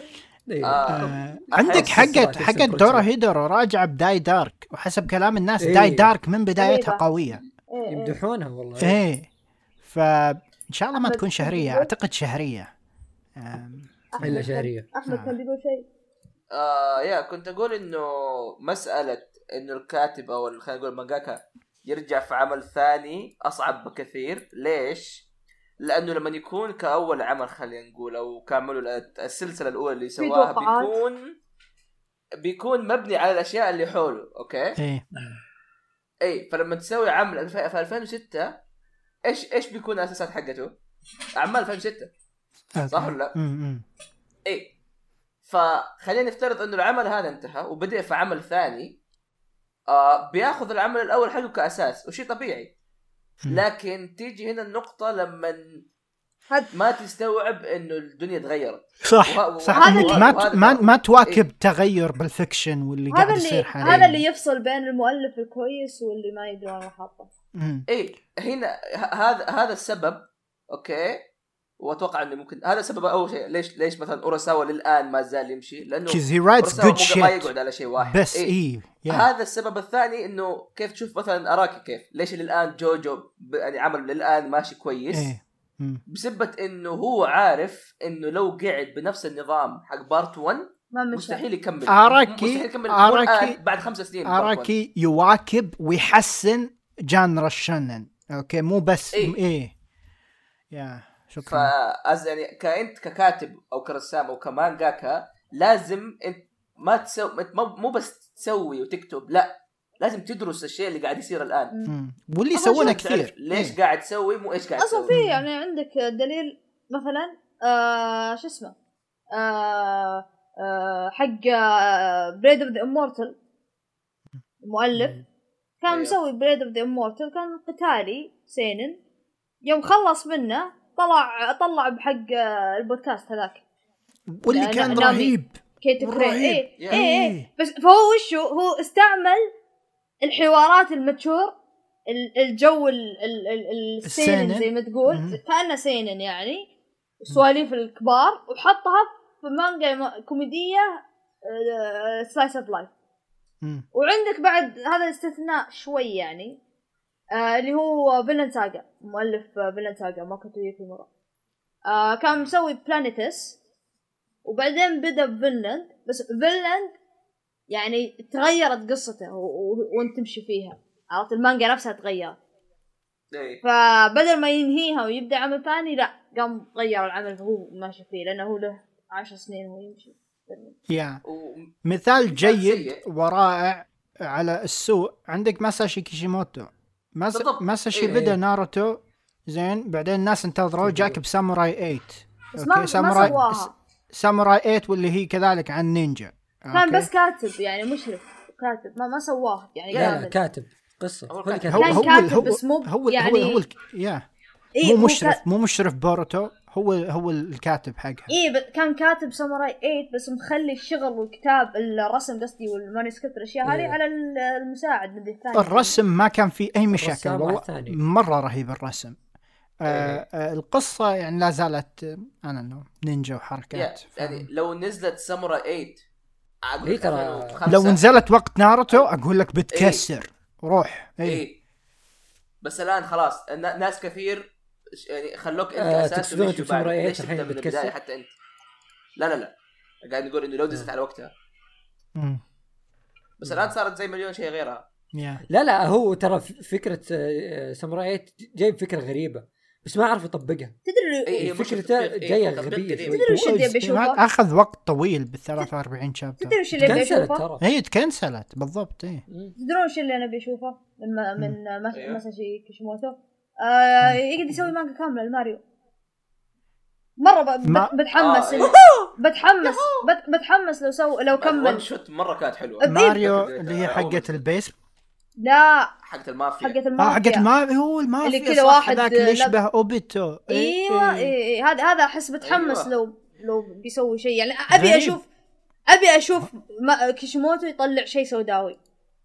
عندك حقت دورا هيدرو راجعه بداي دارك، وحسب كلام الناس داي دارك من بدايتها قويه، يمدحونها والله. فان شاء الله ما تكون شهريه، اعتقد شهريه. الا شهريه. احمد كان بيقول شيء. كنت اقول انه مساله انه الكاتب او خلينا نقول مانجاكا يرجع في عمل ثاني اصعب بكثير. ليش؟ لانه لما يكون كاول عمل خلينا نقول او كعملوا السلسله الاولى اللي سواها بيكون مبني على الاشياء اللي حوله. اوكي فلما تسوي عمل في 2006 ايش بيكون الاساسات حقته؟ اعمال 2006 صح ولا لا؟ فخلينا نفترض انه العمل هذا انتهى وبدأ في عمل ثاني، بياخذ العمل الاول حقه كاساس وشيء طبيعي. لكن تيجي هنا النقطه لما ما تستوعب انه الدنيا تغيرت. صح انك ما تواكب تغير بالفيكشن واللي قاعد يصير حاليا. هذا اللي يفصل بين المؤلف الكويس واللي ما يدري وين حاطه. هنا هذا السبب. اوكي، واتوقع انه ممكن هذا سبب اول شيء ليش مثلا اوراساوا للان ما زال يمشي، لانه اوراساوا ما يقعد على شيء واحد بس هذا السبب الثاني. انه كيف تشوف مثلا اراكي كيف ليش للان جوجو يعني عمل للان ماشي كويس بسبب انه هو عارف انه لو قعد بنفس النظام حق بارت 1 مستحيل يكمل. اراكي بعد 5 سنين اراكي يواكب ويحسن جانرا الشونن. اوكي مو بس شكرا. يعني كأنت ككاتب او كرسام او كمانجاكا لازم انت ما تسوي مو بس تسوي وتكتب، لا لازم تدرس الشيء اللي قاعد يصير الان واللي يسوونه كثير. ليش قاعد تسوي مو ايش قاعد تسوي. اصلا في يعني عندك دليل مثلا شو اسمه حق بريد اوف ذا امورتال، المؤلف كان مسوي بريد اوف ذا امورتال، كان قتالي سينن. يوم خلص منه طلع بحق البودكاست هذاك واللي كان رهيب رهيب. بس فهو وشو هو استعمل الحوارات المتشور، الجو السينن زي ما تقول، كأنه سينن يعني السواليف الكبار، وحطها في مانجا كوميدية سلايس اوف لايف. وعندك بعد هذا الاستثناء شوي يعني اللي هو فيلن ساغا، مؤلف فيلن ساغا ماكوتو يوكيمورا. كان مسوي بلانيتس وبعدين بدأ بفينلاند، بس فينلاند يعني تغيرت قصته وانت تمشي فيها، عرفت المانجا نفسها تغيرت. فبدل ما ينهيها ويبدأ عمل ثاني لا قام غير العمل هو ماشي فيه، لأنه هو له 10 سنين هو يمشي. مثال جيد ورائع على السوء عندك ماساشي كيشيموتو. ماساشي بدأ ناروتو زين، بعدين الناس انتظروا جاك بساموراي 8. بس ما سواها ساموراي 8 واللي هي كذلك عن نينجا. كان بس كاتب يعني مشرف كاتب، ما سواه يعني. لا كاتب قصة هو كاتب بس مو يعني مو مشرف بوروتو، هو الكاتب حقها. كان كاتب ساموراي 8 بس مخلي الشغل والكتاب الرسم قصدي والمانuscript الاشياء هذه على المساعد من الثاني. الرسم ما كان فيه اي مشاكل والله، مره رهيب الرسم. القصه يعني لا زالت نينجا وحركات. يعني لو نزلت ساموراي 8 ترى لو نزلت وقت ناروتو اقول لك بتكسر روح. بس الان خلاص ناس كثير يعني خلوك انت اساس تقصدون ساموراي 8 الحين بتكسر حتى انت. لا قاعد نقول انه لو نزلت على وقتها بس الان صارت زي مليون شيء غيرها. لا هو ترى فكرة ساموراي 8 جايب فكرة غريبة بس ما أعرف يطبقها. تدري فكرته جاية غبية. تدري وش اللي بشوفه؟ أخذ وقت طويل بال43 شابتر. تدري وش اللي بشوفه؟ هي تكنسلت بالضبط. تدرون وش اللي أنا بشوفه من ماساشي كيشيموتو؟ يقدر يسوي مانجا كاملة الماريو. مرة بتحمس لو كمل. وان شوت مرة كانت حلوة. ماريو اللي هي حقة البيس. لا حقة المافيا. حقة المافيا هو المافيا اللي كذا واحد ذاك اللي يشبه اوبيتو. ايوه هذا احس بتحمس. لو بيسوي شيء يعني ابي اشوف كيشيموتو يطلع شيء سوداوي.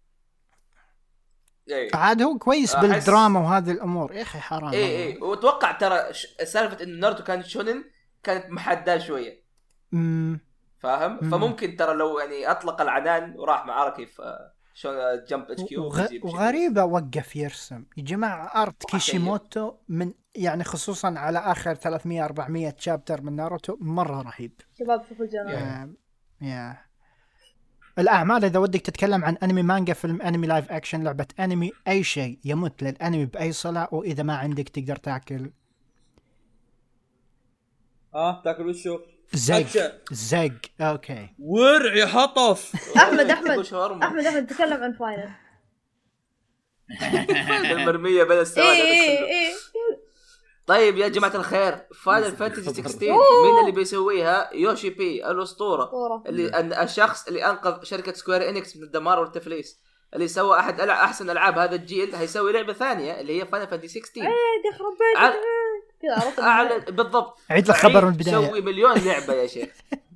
عاد هو كويس بالدراما وهذه الامور يا اخي حرام. واتوقع ترى سالفة ان ناروتو كانت شونن كانت محددة شوية فاهم. فممكن ترى لو يعني اطلق العنان وراح معاركي في شلون جمب اتش كيو. وغريبة وقف يرسم يا جماعة ارت كيشيموتو من يعني خصوصا على اخر 300-400 شابتر من ناروتو مرة رهيب. شباب شوفوا الجمال. الأعمال إذا ودك تتكلم عن أنمي مانجا فيلم أنمي لايف أكشن لعبة أنمي أي شيء يمت للأنمي بأي صلة. وإذا ما عندك تقدر تاكل تاكل وشو زق أوكي ورع يا حطف. أحمد تكلم عن فاينل المرمية بين السواد. طيب يا جماعة الخير فاينل فانتسي 16 مين اللي بيسويها؟ يوشي بي الأسطورة اللي الشخص اللي أنقذ شركة سكوير إنكس من الدمار والتفليس، اللي سوى أحسن ألعاب هذا الجيل، هيسوي لعبة ثانية اللي هي فاينل فانتسي 16. دخل بيت أعلن بالضبط. عيد لك خبر من البداية. يسوي مليون لعبة يا شيخ.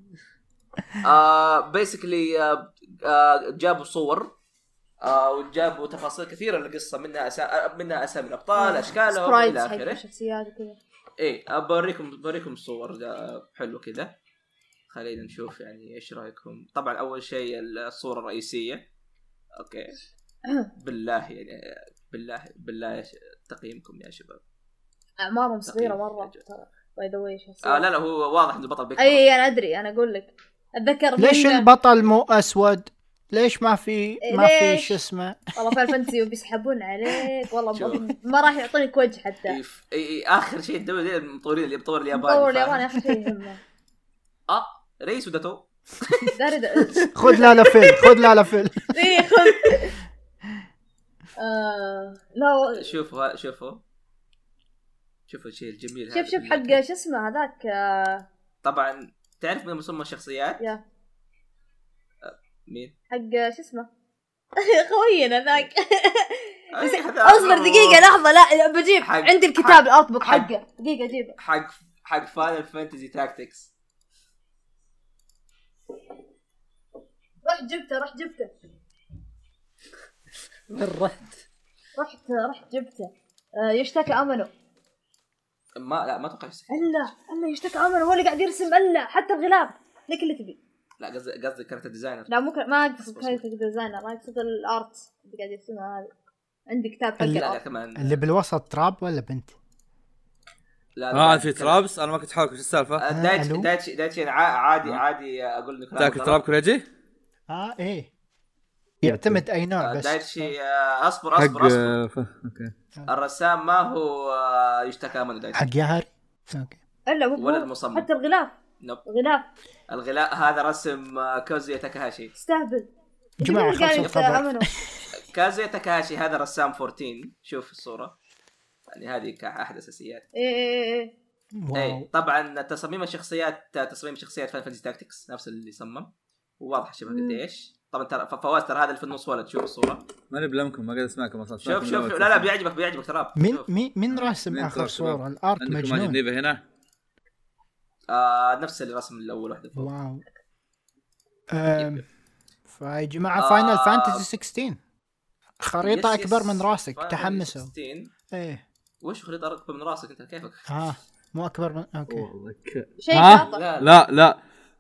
بيسكلي جابوا صور وجابوا تفاصيل كثيرة للقصة، منها أسامي الأبطال أشكالهم إلى آخره. شخصيات وكذا. بوريكم صور حلو كذا. خلينا نشوف يعني إيش رأيكم. طبعا أول شيء الصورة الرئيسية. أوكي. بالله يعني بالله تقييمكم يا شباب. أعمارهم صغيرة مرة ترى. باي ذا واي شخصيات. لا هو واضح إن البطل بيكبر. أنا أدري أنا أقول لك. أتذكر ليش البطل مو أسود؟ ليش ما في شو اسمه؟ والله فاينل فانتسي وبيسحبون عليك والله ما راح يعطونك وجه حتى. اخر شيء الدولة المطورين اللي بيطور الياباني اخر شيء يهمه. رئيس وداتو خذ لا فيل خذ. لا شوفوا الشيء الجميل هذا. شوف حق شو اسمه هذاك. طبعا تعرف من مسمى الشخصيات؟ مين؟ حق شو اسمه خوينا ذاك. اصبر دقيقة لحظة لا بجيب عندي الكتاب الارتبوك حقه. دقيقة اجيبه. حق فاينل فانتسي تاكتكس. رحت جبته من رحت جبته. يشتكى امنو. ما اتوقع الا يشتكى امنو هو اللي قاعد يرسم الا حتى الغلاف لك اللي تبي. لا قصدي كاركتر ديزاينر. لا ممكن ما اقصد كاركتر ديزاينر، ما اقصد الارت اللي قاعد يرسمها هذه. عندي كتاب حق لا الأرض. كمان اللي بالوسط تراب ولا بنت؟ لا في ترابس. انا ما كنت حاولك. ايش السالفه؟ دايتشي عادي اقول لك تاكل تراب كوريجي. ايه يعتمد اي نوع بس. دايتشي اصبر اوكي. الرسام ما هو يشتكى من دايتشي حق ياهري. اوكي. الا ولا هو المصمم. حتى الغلاف نوب. غلاف الغلاء هذا رسم كازويا تاكاهاشي. استهبل جماعة خلصوا الخبر. كازويا تاكاهاشي هذا رسام 14. شوف الصورة يعني هذه كأحد أساسيات. ايه ايه طبعا تصميم الشخصيات فان فانتسي تاكتكس نفس اللي صمم وواضح شبه قديش. طبعا ترى فواز ترى هذا اللي في النص ولد. شوف الصورة. ماني بلمكم ما قاعد اسمعكم اصلا. شوف لا بيعجبك ترى. مين راسم اخر صورة؟ الارت مجنون. عندكم ماجد هنا نفس اللي رسم الاول واحدة فوق. واو. فيا جماعة فاينل فانتسي 16 خريطة أكبر من راسك. تحمسوا. إيه. وش خريطة أكبر من راسك أنت كيفك؟ مو أكبر من. أوكي. شيء شاطر. لا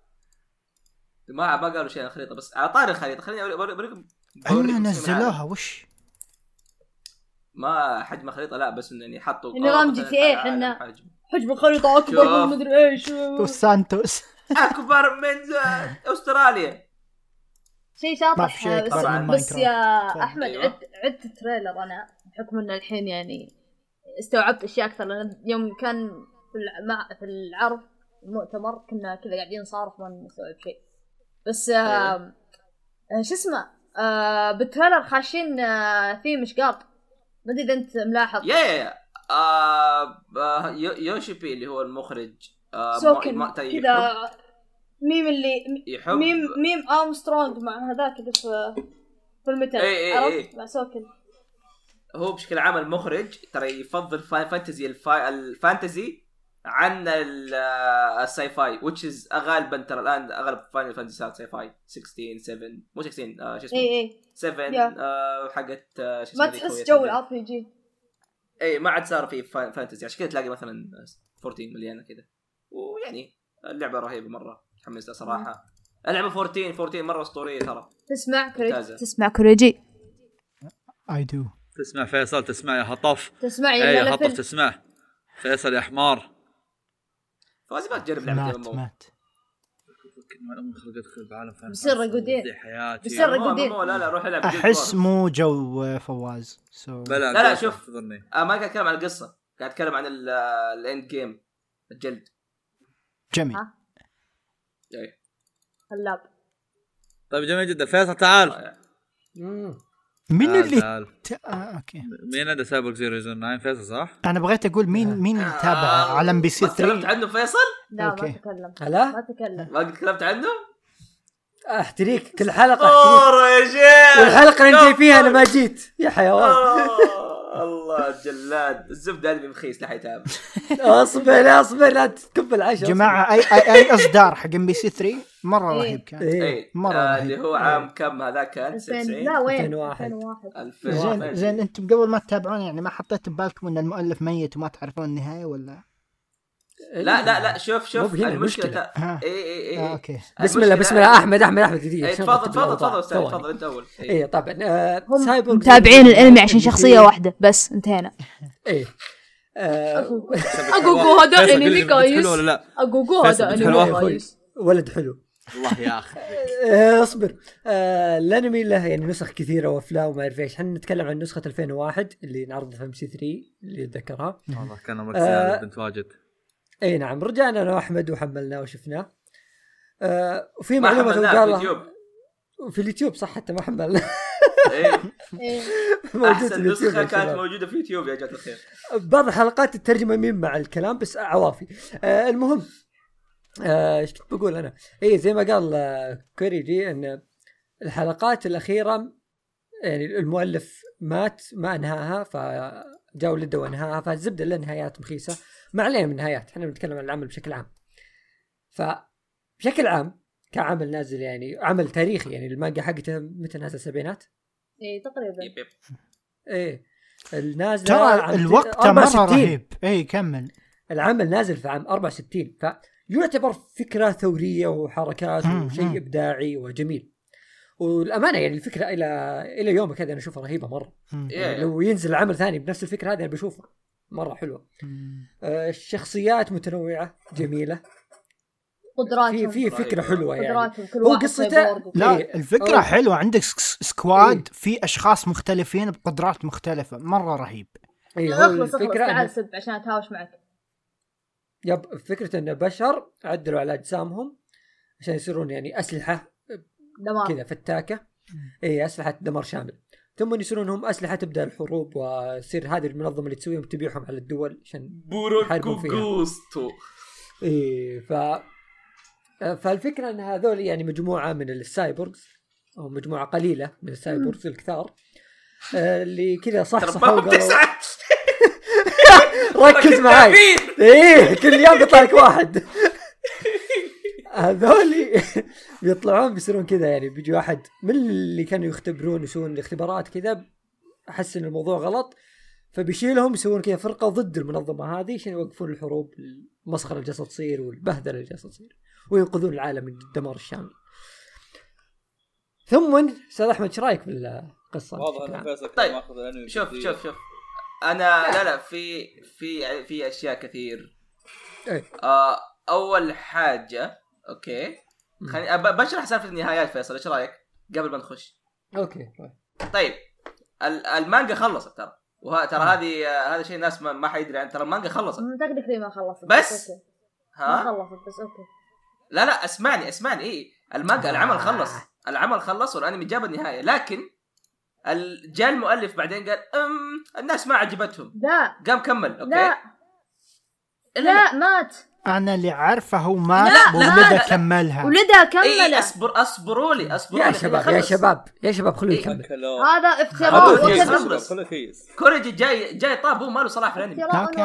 ما قالوا شيء عن الخريطة بس على طاري الخريطة خليني أوريكم. أين نزلوها وش؟ ما حجم الخريطة لا بس إنه يعني حطوا نظام جي تي اي حنا حجم الخريطة أكبر من مدري إيش. دوس سانتوس أكبر من أستراليا. شيء شاطر. بس يا أحمد أيوة. عدت التريلر أنا بحكم إن الحين يعني استوعبت أشياء أكثر لأن يوم كان في العرض المؤتمر كنا كذا قاعدين نصارخ ما نستوعب شيء بس شو اسمه بالتريلر خاشين فيه مشقاط ما أدري إذا أنت ملاحظ. يوشيبي اللي هو المخرج سوكن كذا ميم اللي ميم آرمسترونغ مع هذاك اللي في الميتال. عرفت مع سوكن. هو بشكل عام المخرج ترى يفضل الفانتزي عن الساي فاي which is غالبا ترى الان اغلب فاينل فانتسي صارت ساي فاي 16 7 مو 16 شو اسمه 7 حقت شو اسمه ما تحس جو الار بي جي. اي ما عاد صار في فانتسي عشان كذا تلاقي مثلا 14 مليانه كذا ويعني اللعبه رهيبه مره تحمست صراحه. اللعبه 14 مره اسطوريه ترى. تسمع كوريجي اي دو. تسمع فيصل تسمع يا هطف تسمع يا هطف تسمع فيصل يا حمار. فوزي ما تجرب لعبه مات ما لهم خلق ادخل بعالم فانتسي بيصير رقودين لا روح العب. احس مو جو فواز لا شوف ما قاعد اتكلم عن القصه قاعد اتكلم عن الاند جيم الجلد جميل. اي خلاب. طيب جميل جدا. فيصل تعال. مين اللي اوكي مين هذا سابق 009 فيصل صح؟ انا بغيت اقول مين تابع على ام بي سي 3. تكلمت عنه فيصل؟ لا ما تكلم. ما تكلم. ما قد تكلمت عنه؟ احتريك كل حلقه يا شيخ. والحلقه اللي انت فيها انا ما جيت يا حيوان. الله جلاد الزبده هذه مخيس لا حيتابع. اصبر لا تكب العشاء. جماعه اي اصدار حق ام بي سي 3 مره رهيب كان. مره اللي هو عام كم هذا كان 99 لا وين 2001. زين انتم قبل ما تتابعون يعني ما حطيتوا ببالكم ان المؤلف ميت وما تعرفون النهايه ولا؟ لا شوف المشكله اي اوكي بسم الله احمد تفضل انت اول. اي طبعا هم متابعين الانمي عشان شخصيه واحده بس انتهينا. اي اغوغو هذا انمي كويس ولا لا؟ اغوغو هذا انمي كويس ولد حلو والله يا اخي. اصبر الانمي له يعني نسخ كثيره وافلام وما اعرف ايش. احنا نتكلم عن نسخه 2001 اللي انعرضت في ام سي 3 اللي اتذكرها. والله كان مركز بنت واجد. اي نعم رجعنا انا واحمد وحملناه وشفناه. وفي معلومه قالها في اليوتيوب صح حتى ما حملنا. احسن نسخه كانت موجوده في اليوتيوب يا جماعه الخير. بعض الحلقات الترجمه مين مع الكلام بس عوافي. المهم ايش كنت بقول انا؟ زي ما قال كوريجي ان الحلقات الاخيره يعني المؤلف مات ما انهاها فجاء ولده وانهاها فالزبده لها نهايات مخيسه. ما علينا من النهايات احنا بنتكلم عن العمل بشكل عام. فبشكل عام كعمل نازل يعني عمل تاريخي يعني المانجا حقته متى نازل السبعينات؟ تقريبا النازل ترى الوقت مره رهيب. كمل. العمل نازل في عام 64 فيعتبر فكره ثوريه وحركات وشيء ابداعي وجميل. والامانه يعني الفكره الى يومك هذا انا اشوفها رهيبه مره. يعني لو ينزل عمل ثاني بنفس الفكره هذه انا بشوفها مره حلوه. الشخصيات متنوعه جميله، قدراتهم في فكره حلوه يعني. قدراتهم كل هو واحد قصته لا الفكره حلوه، عندك سكواد في اشخاص مختلفين بقدرات مختلفه، مره رهيب. هو اخلص تعال سب عشان اتهاوش معك. فكره ان بشر عدلوا على اجسامهم عشان يصيرون يعني اسلحه كذا فتاكه، اسلحه دمار شامل، ثم يصيرون هم اسلحه تبدا الحروب، ويصير هذه المنظمه اللي تسويهم تبيعهم على الدول عشان يحاربون فيها. فالفكره ان هذول يعني مجموعه من السايبورغز، او مجموعه قليله من السايبورغز الكثار اللي كذا صحصحوا ركز معي كل يوم بيطلع لك واحد. هذولي بيطلعون بيصيرون كذا يعني، بيجي واحد من اللي كانوا يختبرون يسوون الاختبارات كذا، أحس إن الموضوع غلط، فبيشيلهم يسوون كذا فرقة ضد المنظمة هذه عشان يوقفون الحروب، المسخرة اللي جالسة تصير والبهدلة اللي جالسة تصير، وينقذون العالم من الدمار الشامل. ثم أستاذ أحمد ايش رايك بالقصة؟ واضح إن طيب شوف أنا لا في أشياء كثير. أول حاجة أوكي خليني بشرح سالفة النهايات. فيصل ايش رايك قبل ما نخش؟ اوكي طيب المانجا خلصت ترى، ترى هذا شيء الناس ما حيدري عن، ترى المانجا خلصت. تقدر ما خلصت بس ما خلصت بس اوكي. لا اسمعني المانجا العمل خلص والانمي جاب النهاية، لكن جاء المؤلف بعدين قال الناس ما عجبتهم، لا قام كمل. اوكي لا مات. انا اللي عارفه هو مات وولدها كملها. ولدها كملها. اصبروا لي يا شباب خلوا يكمل. هذا افتراء. كوريجي جاي طاب، هو ماله صلاح في الانمي.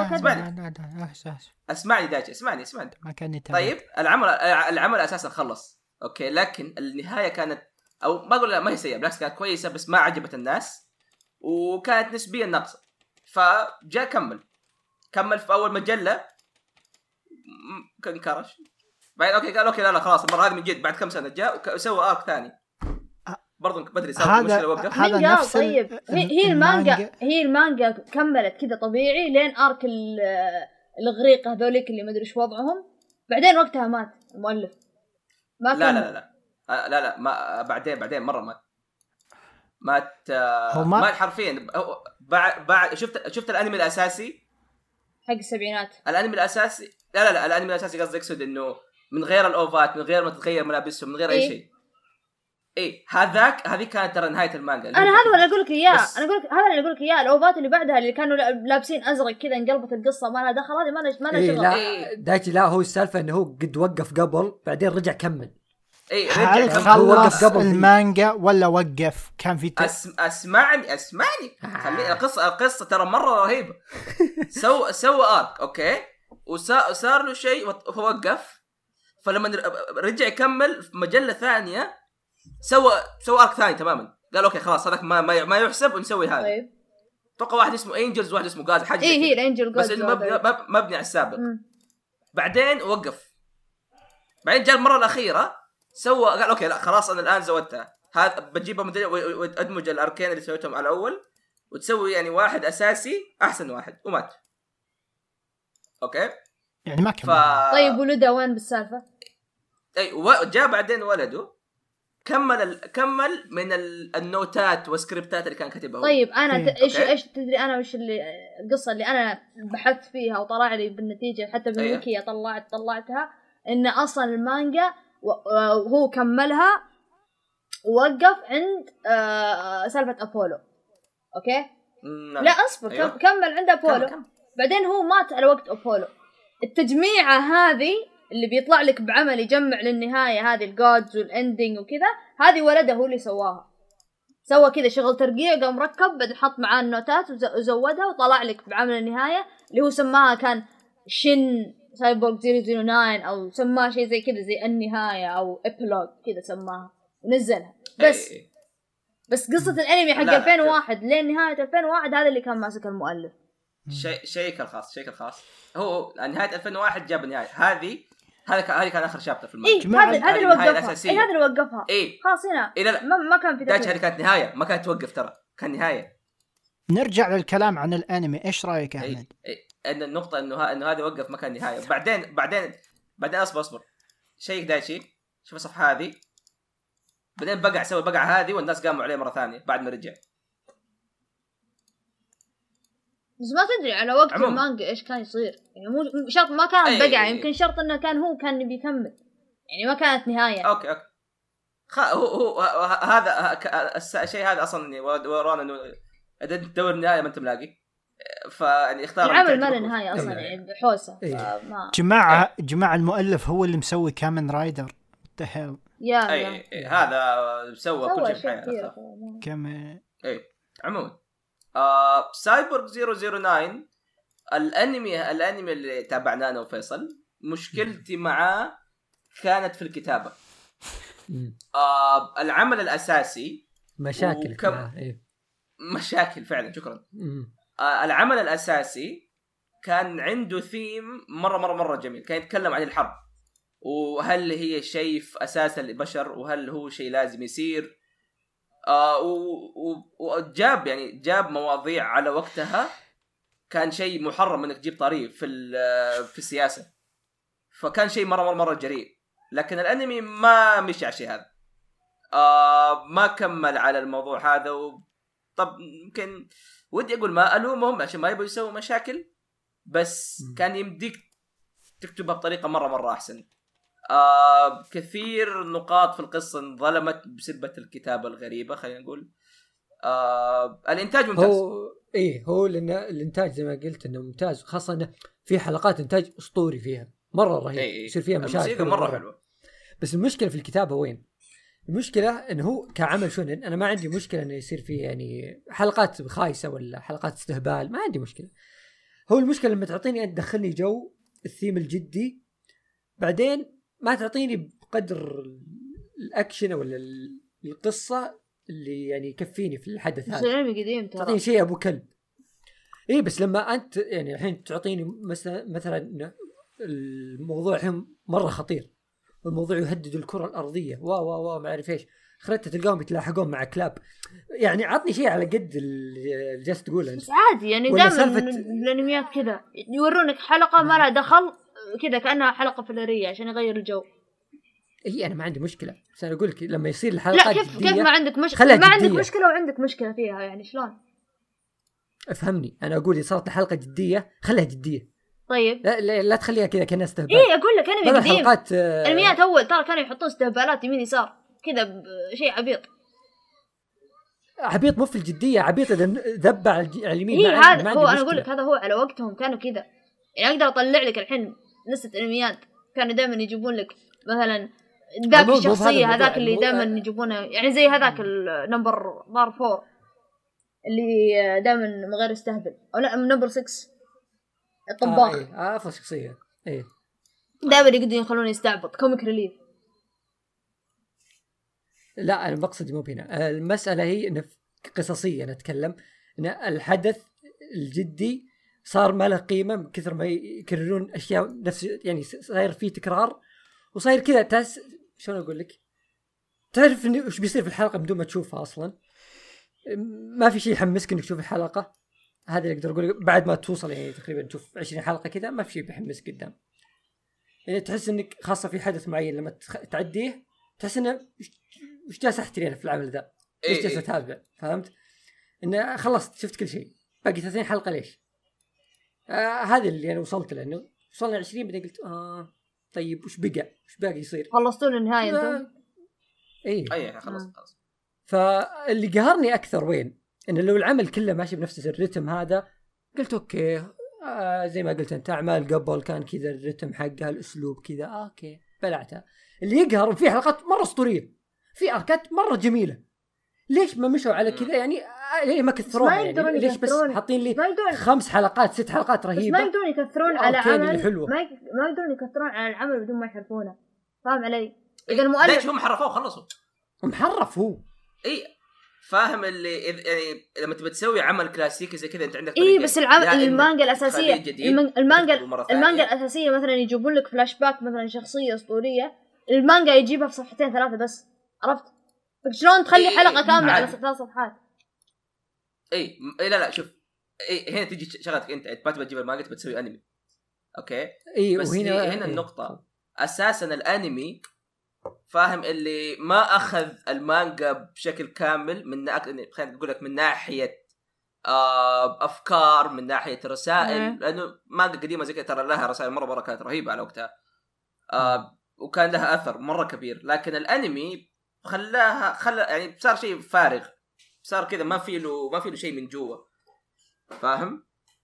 اسمعني دايتشي اسمعني ما كان طيب العمل اساسا خلص اوكي، لكن النهايه كانت، او ما اقول ما هي سيئه، بالعكس كانت كويسه، بس ما عجبت الناس وكانت نسبيا ناقصه. فجاء كمل في اول مجله، كان كرش بعدين اوكي قال اوكي لا خلاص المره هذه من جد بعد كم سنه جاء وسوى ارك ثاني برضو بدري صار مشكله وقف. هذا نفس طيب هي المانجا كملت كذا طبيعي لين ارك الغريق هذوليك اللي ما ادري ايش وضعهم، بعدين وقتها مات المؤلف. ما لا ما بعدين مره مات حرفيا. بعد شفت الانمي الاساسي حق السبعينات. الانمي الاساسي لا الانمي الاساسي قصدي اقصد انه من غير الاوفات، من غير ما تتغير ملابسهم، من غير اي شيء. هذه كانت ترى نهايه المانجا. انا هذا اللي اقول لك اياه، هذا اللي اقول لك اياه. الاوفات اللي بعدها اللي كانوا لابسين ازرق كذا انقلبت القصه، ما لها دخل، هذه ما لها شغل. دايتي لا هو السالفه انه هو قد وقف قبل بعدين رجع كمل. هل خلص المانجا ولا وقف؟ كان في اسمعني خلي القصه ترى مره رهيبه. سوى ارك اوكي وصار له شيء فوقف، فلما رجع يكمل في مجله ثانيه سوى ارك ثاني تماما. قال اوكي خلاص هذاك ما يحسب ونسوي هذا. طيب توقع واحد اسمه انجلز واحد اسمه غاز حاجه هي الانجل بس مبني على السابق. بعدين وقف، بعدين جاء المره الاخيره قال اوكي لا خلاص انا الان زودتها، هذا بجيبها وادمج الاركين اللي سويتهم على الاول وتسوي يعني واحد اساسي احسن واحد، ومات. اوكي يعني ما كمل. طيب ولده وين بالسالفه؟ جاء بعدين ولده كمل من النوتات والسكريبتات اللي كان كاتبها. طيب انا ايش تدري انا وش اللي القصه اللي انا بحثت فيها وطلع لي بالنتيجه حتى بالويكي طلعتها ان اصلا المانجا وهو كملها ووقف عند سالفه ابولو. اوكي لا اصبر أيوه. كمل عند ابولو بعدين هو مات على وقت ابولو. التجميعه هذه اللي بيطلع لك بعمل يجمع للنهايه هذه الجودز والاندينج وكذا، هذه ولده هو اللي سوى كذا شغل ترقيع، قام مركب بعد حط معاه النوتات وزودها وطلع لك بعمل النهايه اللي هو سماها كان شن سايبورغ 009 او سماها شيء زي كذا زي النهايه او ابلوج كذا سماها ونزلها. بس قصه الانمي حق 2001 لين نهايه 2001 هذا اللي كان ماسك المؤلف. شيء الخاص هو نهايه 2001 جاب النهايه هذا كان اخر شابتر في المانجا. هذا اللي وقفها. هذا اللي وقفها. خلاص هنا لا ما كان في دايتشي. هذه كانت نهايه، ما كانت توقف، ترى كان نهايه. نرجع للكلام عن الانمي، ايش رايك يا احمد؟ ان النقطه انه هذا وقف، ما كان نهايه. بعدين اصبر شيك دايتشي، شوف الصفحه هذه، بعدين سوى بقع هذه والناس قاموا عليه مره ثانيه بعد ما رجع. بس ما تدري على وقت المانجا ايش كان يصير، يعني مو شرط ما كان بقع، يمكن شرط انه كان بيكمل، يعني ما كانت نهايه. اوكي هو هذا الشيء هذا اصلا ورانا انه اذا تدور نهايه ما انت ملاقي، فيعني اختار العمل ما له نهايه اصلا، يعني بحوسه. جماعه المؤلف هو اللي مسوي كامن رايدر التهل. هذا سوى كل شيء في حياته كم. عموما سايبورغ 009 الانمي اللي تابعناه انا وفيصل، مشكلتي معاه كانت في الكتابه. العمل الاساسي مشاكل مشاكل فعلا. شكرا. العمل الاساسي كان عنده ثيم مره جميل، كان يتكلم عن الحرب، وهل هي شيء اساسا للبشر، وهل هو شيء لازم يصير. جاب مواضيع على وقتها كان شيء محرم انك تجيب طريق في السياسه، فكان شيء مره جريء. لكن الانمي ما مشي على الشيء هذا، ما كمل على الموضوع هذا. طب يمكن ودي اقول ما الومهم عشان ما يبغوا يسووا مشاكل، بس كان يمديك تكتبها بطريقه مره احسن. كثير نقاط في القصة انظلمت بسبة الكتابة الغريبة، خلينا نقول. الإنتاج ممتاز. هو لأن الإنتاج زي ما قلت إنه ممتاز، خاصة إنه في حلقات إنتاج أسطوري فيها مرة رهيب، يصير فيها مشاهد مرة حلوة. بس المشكلة في الكتابة وين؟ المشكلة إنه هو كعمل شونن أنا ما عندي مشكلة إنه يصير فيه يعني حلقات خايسة ولا حلقات استهبال، ما عندي مشكلة. هو المشكلة لما تعطيني أنت تدخلني جو الثيم الجدي، بعدين ما تعطيني بقدر الأكشن ولا القصة اللي يعني يكفيني في الحدث هذا. قديم تعطيني شيء أبو كلب. بس لما أنت يعني الحين تعطيني مثلا الموضوع هم مرة خطير، والموضوع يهدد الكرة الأرضية ما أعرف إيش، خرجت تلقاهم يتلاحقون مع كلاب. يعني عطني شيء على قد اللي جالس تقوله بس عادي، يعني دائما الأنميات كذا يورونك حلقة ما لها دخل كذا كأنها حلقة فلرية عشان يغير الجو. أنا ما عندي مشكلة، بس أنا أقول لك لما يصير الحلقات لا كيف ما عندك مشكلة؟ ما عندك مشكلة وعندك مشكلة فيها، يعني شلون؟ افهمني، أنا أقول إذا صارت الحلقة جدية خليها جدية. طيب لا تخليها كذا كأنها استهبال. أقول لك أنا قديم حلقات أنميات أول ترى كانوا يحطون استهبالات يمين يسار كذا شيء عبيط مو في الجدية، عبيط إذا ذبع على اليمين. هذا هو أنا أقول لك هذا هو على وقتهم كانوا كذا. يعني أقدر أطلع لك الحين لستة أنميات كانوا دائما يجيبون لك مثلا ذاك الشخصية هذاك اللي دائما يجيبونه، يعني زي هذاك النمبر 4 اللي دائما من غير يستهبل، أو لا نمبر 6 الطباخ. أفضل شخصية. دائما يقدرون يخلونه يستعبط كوميك ريليف. لا أنا بقصد مو هنا المسألة، هي إن قصصية نتكلم إن الحدث الجدي صار ما له قيمة من كثر ما يكررون أشياء نفس، يعني صاير فيه تكرار وصاير كذا شلون أقول لك، تعرف إنه وش بيصير في الحلقة بدون ما تشوفها أصلا، ما في شيء يحمسك إنك تشوف الحلقة. هذا اللي أقدر أقول بعد ما توصل يعني تقريبا تشوف 20 حلقة كذا ما في شيء بيحمسك قدام. يعني تحس إنك خاصة في حدث معين لما تعديه تحس إنه وش جالس أحتري في العمل ذا، ليش جالس أتابع، فهمت؟ إنه خلصت شفت كل شيء، باقي 30 حلقة ليش؟ هذا اللي أنا وصلت له، إنه وصلنا 20 بعدين قلت طيب وش باقي يصير؟ خلصتوا النهاية أنتم؟ خلص. فاللي قهرني أكثر وين؟ إنه لو العمل كله ماشي بنفس الرتم هذا قلت أوكي، زي ما قلت أنت أعمال قبل كان كذا الرتم حقها الأسلوب كذا أوكي بلعتها. اللي يقهر في حلقات مرة أسطورية، في أركات مرة جميلة، ليش ما مشوا على كذا؟ يعني ليه ما كثرون؟ يعني ليش بس حاطين لي 5 حلقات 6 حلقات رهيبة؟ ما يقدرون يكثرون على عمل ما يقدرون يكثرون على العمل بدون ما يحرفونه، فاهم علي؟ إذا المؤلف ليش هم حرفوه خلصوا؟ محرف هو فاهم اللي يعني لما تبي تسوي عمل كلاسيكي زي كذا انت عندك بس المانجا الاساسيه المانجا الاساسيه مثلا يجيبون لك فلاش باك مثلا شخصيه اسطوريه، المانجا يجيبها في صفحتين ثلاثه بس، عرفت؟ شلون تخلي حلقه كامله على 6 صفحات؟ لا شوف، هنا تيجي شغلتك انت ما تبي تجيب المانجا، تبي تسوي انمي، اوكي؟ بس هنا النقطه اساسا الانمي، فاهم اللي ما اخذ المانجا بشكل كامل من خلينا نقول لك من ناحيه افكار، من ناحيه رسائل، لانه مانجا قديمه زي كذا ترى لها رسائل مره كانت رهيبه على وقتها، وكان لها اثر مره كبير. لكن الانمي خلى يعني صار شيء فارغ، صار كذا ما في له شيء من جوا، فاهم؟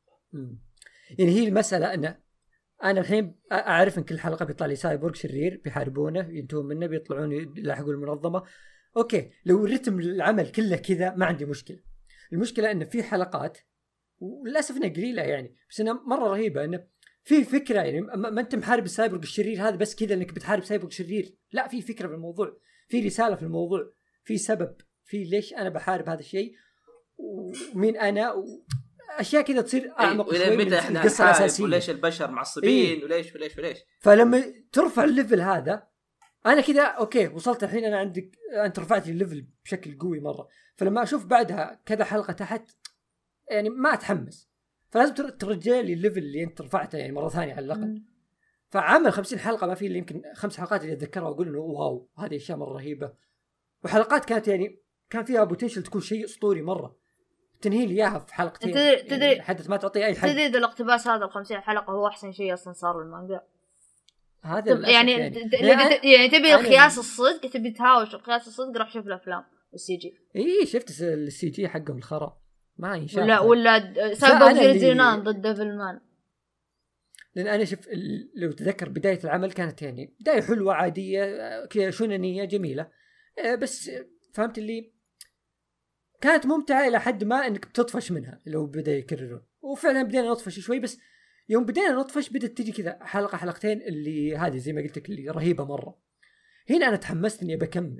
يعني هي المساله ان انا الحين اعرف ان كل حلقه بيطلع لي سايبورغ شرير بيحاربونه، ينتهون منه، بيطلعون يلاحقون المنظمه. اوكي، لو الرتم العمل كله كذا ما عندي مشكله. المشكله انه في حلقات وللاسف انها قليله يعني، بس انها مره رهيبه، انه في فكره يعني ما انت محارب السايبورغ الشرير هذا بس كذا انك بتحارب سايبورغ شرير، لا، في فكره في الموضوع، في رساله في الموضوع، في سبب، في ليش انا بحارب هذا الشيء ومين انا اشياء كذا تصير اعمق شوي من القصه الاساسيه، وليش البشر معصبين وليش. فلما ترفع الليفل هذا انا كذا اوكي وصلت الحين، انا عندك انت رفعت لي الليفل بشكل قوي مره، فلما اشوف بعدها كذا حلقه تحت يعني ما اتحمس، فلازم ترجع لي الليفل اللي انت رفعته يعني مره ثانيه على الاقل. فعمل 50 حلقه ما في اللي يمكن 5 حلقات اللي اتذكرها واقول انه واو هذه اشياء مره رهيبه، وحلقات كانت يعني كان فيها بوتنشل تكون شيء اسطوري مره، تنهي لي اياها في حلقتين تدري يعني حتى ما تعطي اي حاجه. تدري الاقتباس هذا ال50 حلقه هو احسن شيء اصلا صار بالمانجا هذا يعني تبي القياس الصدق، تبي تهاوش القياس الصدق، روح شوف الافلام السي جي. شفت السي جي حقهم الخرا ما ينشاف، ولا سايبورغ جيران ضد ديفل مان. لان انا شوف لو تذكر بدايه العمل كانت يعني بدايه حلوه عاديه كذا شونانيه جميله، بس فهمت اللي كانت ممتعه الى حد ما انك بتطفش منها لو بدا يكررون، وفعلا بدينا نطفش شوي، بس يوم بدينا نطفش بدت تجي كذا حلقه حلقتين اللي هذه زي ما قلت لك اللي رهيبه مره. هنا انا تحمست اني بكمل،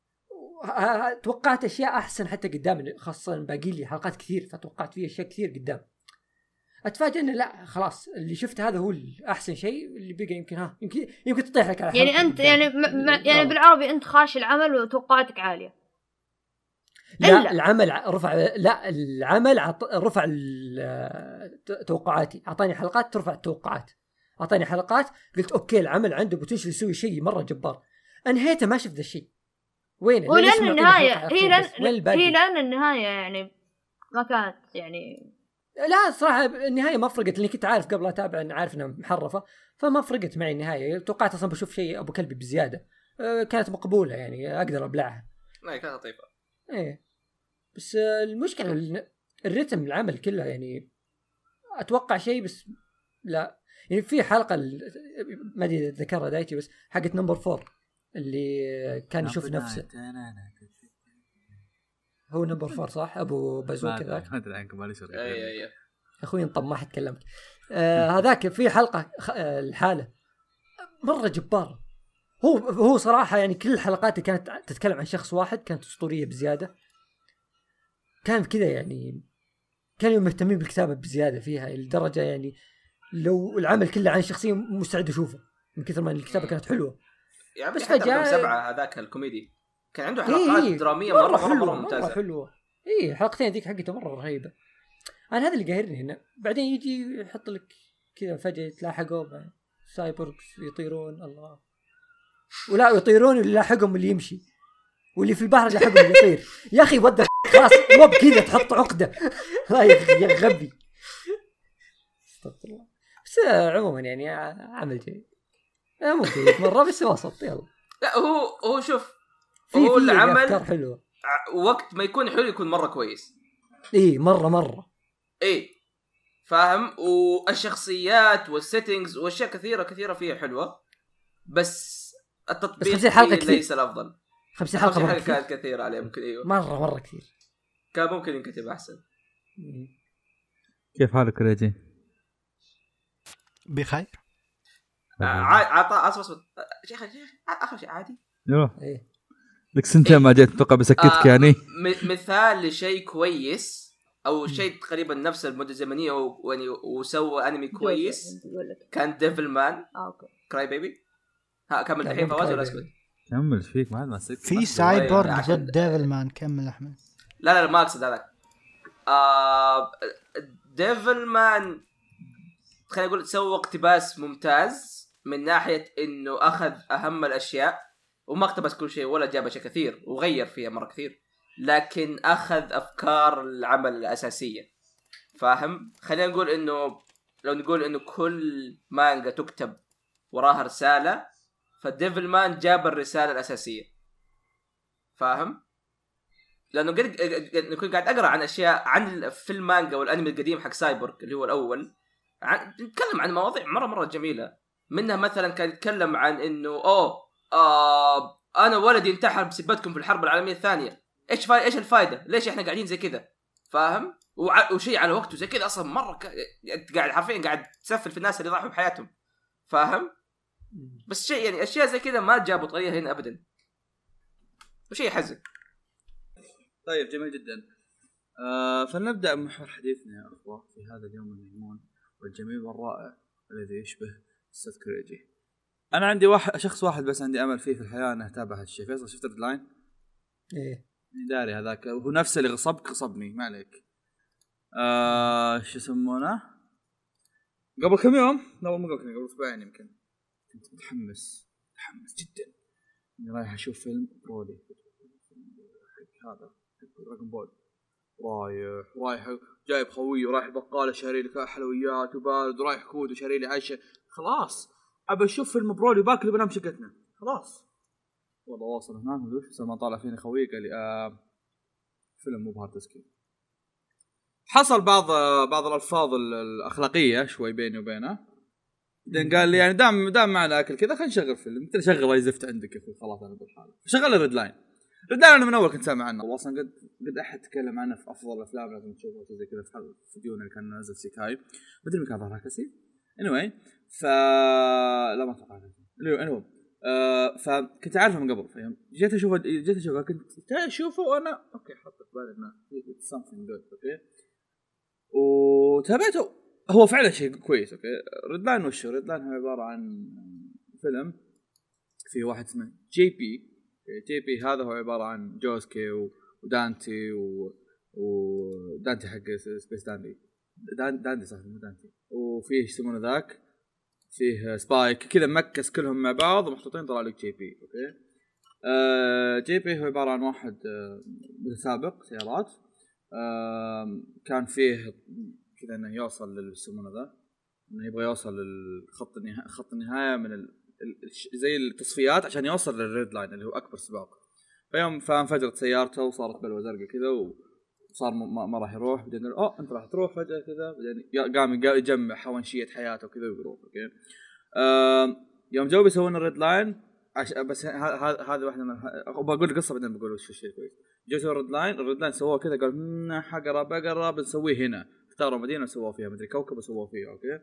توقعت اشياء احسن حتى قدام، خاصه باقي لي حلقات كثير، فتوقعت فيه اشياء كثير قدام. اتفاجئ انه لا خلاص اللي شفت هذا هو الاحسن شيء، اللي بقى يمكن تطيح لك على يعني انت يعني بالعربي انت خاش العمل وتوقعاتك عاليه. لا العمل رفع توقعاتي، اعطاني حلقات ترفع التوقعات، اعطاني حلقات قلت اوكي العمل عنده بوتنشل يسوي شيء مره جبار، انهيته ما شفت ذا الشيء وين، ولان النهايه هي لان النهايه يعني ما كانت يعني لا صراحه النهايه ما فرقت، لاني كنت عارف قبل اتابع ان عارف انها محرفه، فما فرقت معي النهايه. توقعت اصلا بشوف شيء ابو كلبي بزياده، كانت مقبوله يعني اقدر ابلعها، ما كانت لطيفه. بس المشكله الرتم العمل كله يعني اتوقع شيء بس لا. يعني في حلقه ما ادري ذكرها دايتي بس حقت نمبر 4 اللي كان يشوف نفسه، هو نمبر 4 صح؟ ابو بازوكا ذاك، ما ادري عنك مالي شغل. اي اخوي انطم ما حد كلمك. هذاك في حلقه الحاله مره جبار، هو صراحه يعني كل الحلقات كانت تتكلم عن شخص واحد، كانت اسطوريه بزياده، كان كذا يعني كانوا مهتمين بالكتابه بزياده فيها لدرجه يعني لو العمل كله عن شخصيه مستعد اشوفه من كثر ما الكتابه كانت حلوه. يعني بس فجاه 7 هذاك الكوميدي كان عنده حلقات دراميه مره ممتازه، مره حلوه. حلقتين ذيك حقته مره رهيبه. انا هذا اللي قاهرني هنا، بعدين يجي يحط لك كذا فجاه يتلاحقوا سايبورغ يطيرون، الله ولا يطيرون اللي لاحقهم اللي يمشي، واللي في البحر اللي حقهم يطير. يا اخي ودك خلاص مو بكذا تحط عقده لا يا غبي، استغفر الله. بس عموما يعني عمل جيد، مو جيد مره بس وسط. يلا لا هو شوف هو العمل افكار حلوه، وقت ما يكون حلو يكون مره كويس. مره فاهم، والشخصيات والسيتنجز واشياء كثيره فيها حلوه، بس التطبيق ليس الافضل. 50 حلقه كانت كثيره عليه، ممكن ايوه مره كثير، كان ممكن ينكتب احسن. كيف حالك ريجي؟ بخير. عطاء اصبر شيخ اخر شيء عادي. يلا لك سنتين ما جيت اتوقع بسكتك يعني. مثال لشيء كويس او شيء تقريبا نفس المده الزمنيه وسوى انمي كويس كان ديفل مان. اوكي كراي بيبي. ها كمل الحين فواز ولا اسكت؟ كمل فيك ما سكت. في سايبورغ ضد ديفل مان. كمل احمد. لا ما اقصد هذاك. ديفل مان خلينا نقول سوى اقتباس ممتاز من ناحيه انه اخذ اهم الاشياء وما اقتبس كل شيء ولا جاب شيء كثير وغير فيها مره كثير، لكن اخذ افكار العمل الاساسيه. فاهم؟ خلينا نقول انه لو نقول انه كل مانجا تكتب وراها رساله، فديفل مان جاب الرساله الاساسيه. فاهم؟ لانه كنت قاعد اقرا عن اشياء عن في المانجا والانمي القديم حق سايبورغ اللي هو الاول، نتكلم عن مواضيع مره جميله. منها مثلا كان يتكلم عن انه انا ولدي انتحر بسبتكم في الحرب العالميه الثانيه، ايش الفائده؟ ليش احنا قاعدين زي كذا؟ فاهم؟ وشيء على وقته زي كذا اصلا مره قاعد حرفيا قاعد تسفل في الناس اللي ضحوا بحياتهم. فاهم؟ بس شيء يعني اشياء زي كذا ما جابوا طريقه هنا ابدا، وشيء يحزن. طيب جميل جدا. فلنبدأ محور حديثنا يا أخوة في هذا اليوم الميمون والجميل والرائع الذي يشبه السيد كريجي. أنا عندي شخص واحد بس عندي أمل فيه في الحياة أنه أتابع هذا الشيء. فيصل شفت ريدلاين؟ إيه داري هذاك هو نفس اللي غصبني ما عليك. شو يسمونه؟ قبل كم يوم قبل أسبوعين يمكن كنت متحمس جدا إني رايح أشوف فيلم برولي هذا دراغون بول. رايح جايب خوي ورايح البقالة شاري لي حلويات وبارد ورايح كود وشاري لي عشاء. خلاص ابى اشوف فيلم برولي باكل بنام شقتنا خلاص. والله واصل هناك وش ما طالع فيني خوي قال لي فيلم مو بهذا تسكين. حصل بعض الالفاظ الاخلاقيه شوي بيني وبينه. بعدين قال لي يعني دام معنا اكل كذا خلينا نشغل فيلم. قلت له شغل اي زفت عندك يا اخوي خلاص انا بالحاله. شغل ريدلاين انا من اول كنت سامع عنه واصلا قد احد تكلم عنه في افضل الافلام لازم تشوفه زي كذا في فيديونا اللي كان نازل سيكاي مدري كان ظهرها كسي anyway لا ما اتوقع anyway فكنت عارفه من قبل فاهم. جيت اشوفه كنت اشوفه وانا اوكي حط في بالي انه something good اوكي وتابعته. هو فعلا شيء كويس اوكي. ريدلاين وشو ريدلاين هو عباره عن فيلم في واحد اسمه جي بي هذا هو عبارة عن جوسكي ودانتي ودانتي حق سبيس داندي صح مو دانتي. وفيه يسمونه ذاك فيه سبايك كذا مكس كلهم مع بعض ومحطوطين طلع لك جي بي اوكي. جي بي هو عبارة عن واحد متسابق سيارات. كان فيه كذا انه يوصل للسمونه ذا انه يبغى يوصل للخط النهاية من زي التصفيات عشان يوصل للريد لاين اللي هو اكبر سباق. فيوم فانفجرت سيارته وصارت بلوى زرقاء كذا وصار ما راح يروح. بعدين انت راح تروح فجأة كذا. بعدين قام يجمع حوانشية حياته وكذا ويروح اوكي. يوم جو بيسوون الريد لاين بس هذه واحدة من بقول القصة بعدين بقول وش الشيء كويس. جو سووا الريد لاين سووه كذا قال حقرب نسويه هنا. اختاروا مدينة وسووه فيها مدري كوكب وسووه فيها اوكي.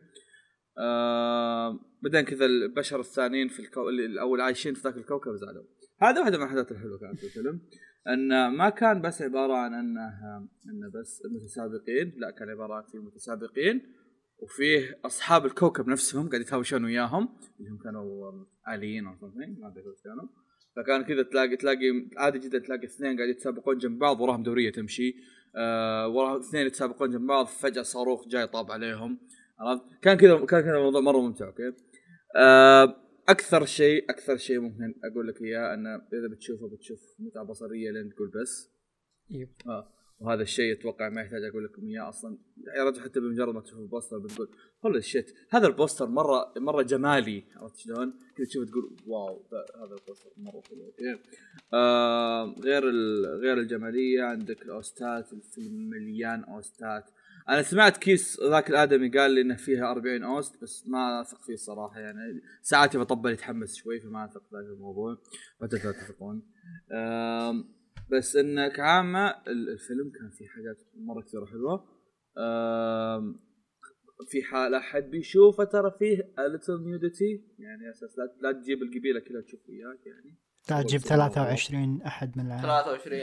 بعدين كذا البشر الثانيين في الأول عايشين في ذاك الكوكب زعلوا. هذا واحدة من الأحداث الحلوة كانت في الفيلم أن ما كان بس عبارة عن أنه بس المتسابقين لا كان عبارة عن في متسابقين وفيه أصحاب الكوكب نفسهم قاعد يتهاوشون وياهم اللي هم كانوا آليين أو something ما أدري إيش كانوا. فكان كذا تلاقي عادي جدا تلاقي اثنين قاعد يتسابقون جنب بعض وراهم دورية تمشي. وراهم اثنين يتسابقون جنب بعض فجأة صاروخ جاي طاب عليهم. كان كذا الموضوع مره ممتع اوكي. اكثر شيء ممكن اقول لك اياه ان اذا بتشوف متعه بصريه لين تقول بس يب. وهذا الشيء اتوقع ما يحتاج اقول لكم اياه اصلا يا رجل. حتى بمجرد ما تشوف البوستر بتقول هول الشيت هذا البوستر مره جمالي. عرفت شلون كذا تشوف تقول واو هذا البوستر مره حلو اوكي. غير الجماليه عندك الاوستات. الفيلم مليان اوستات. انا سمعت كيس ذاك الادمي قال لي انه فيها 40 اوست بس ما اثق فيه الصراحه يعني ساعات بطبل يتحمس شوي فما اثق في الموضوع ما تتفقون. بس انك عامه الفيلم كان فيه حاجات مره كثيره حلوه. في حال احد بيشوفه ترى فيه little nudity يعني اساس لا تجيب القبيله كلها تشوف وياك يعني تعجب 23 احد من العالم 23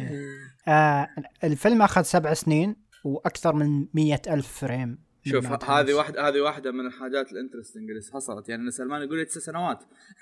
الفيلم اخذ 7 سنين واكثر من 100,000 فريم. شوف هذه واحده من الحاجات الانترستنج اللي حصلت يعني. سلمان يقول لي 9 سنوات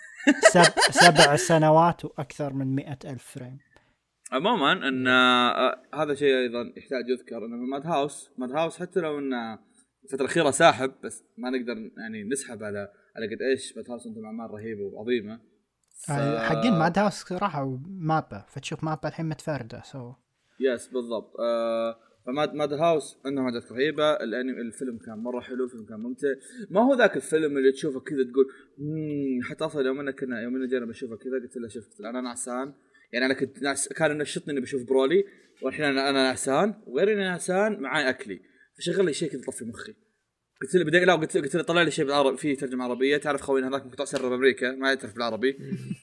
7 سنوات واكثر من 100,000 فريم. عموما ان هذا شيء ايضا يحتاج يذكر انه ماد هاوس حتى لو ان الفتره الاخيره ساحب بس ما نقدر يعني نسحب على قد ايش ماد هاوس انتم اعمال رهيبه وعظيمه. حقين ماد هاوس راحوا مابا فتشوف مابا الحين متفرده يس بالضبط. فماد هاوس عنده حاجات رهيبه. الفيلم كان مره حلو، الفيلم كان ممتع. ما هو ذاك الفيلم اللي تشوفه كذا تقول حتى اصلا يومنا جينا بشوفه كذا قلت له شفت انا نعسان يعني. انا كنت كان نشطني اني بشوف برولي والحين انا نعسان وغير اني نعسان معي اكلي فشغل لي شيء كذا طفي مخي. قلت له بدي قلت له طلع لي شيء بالعربي فيه ترجمه عربيه. تعرف خوينا هذاك مقطع سر بامريكا ما يعرف بالعربي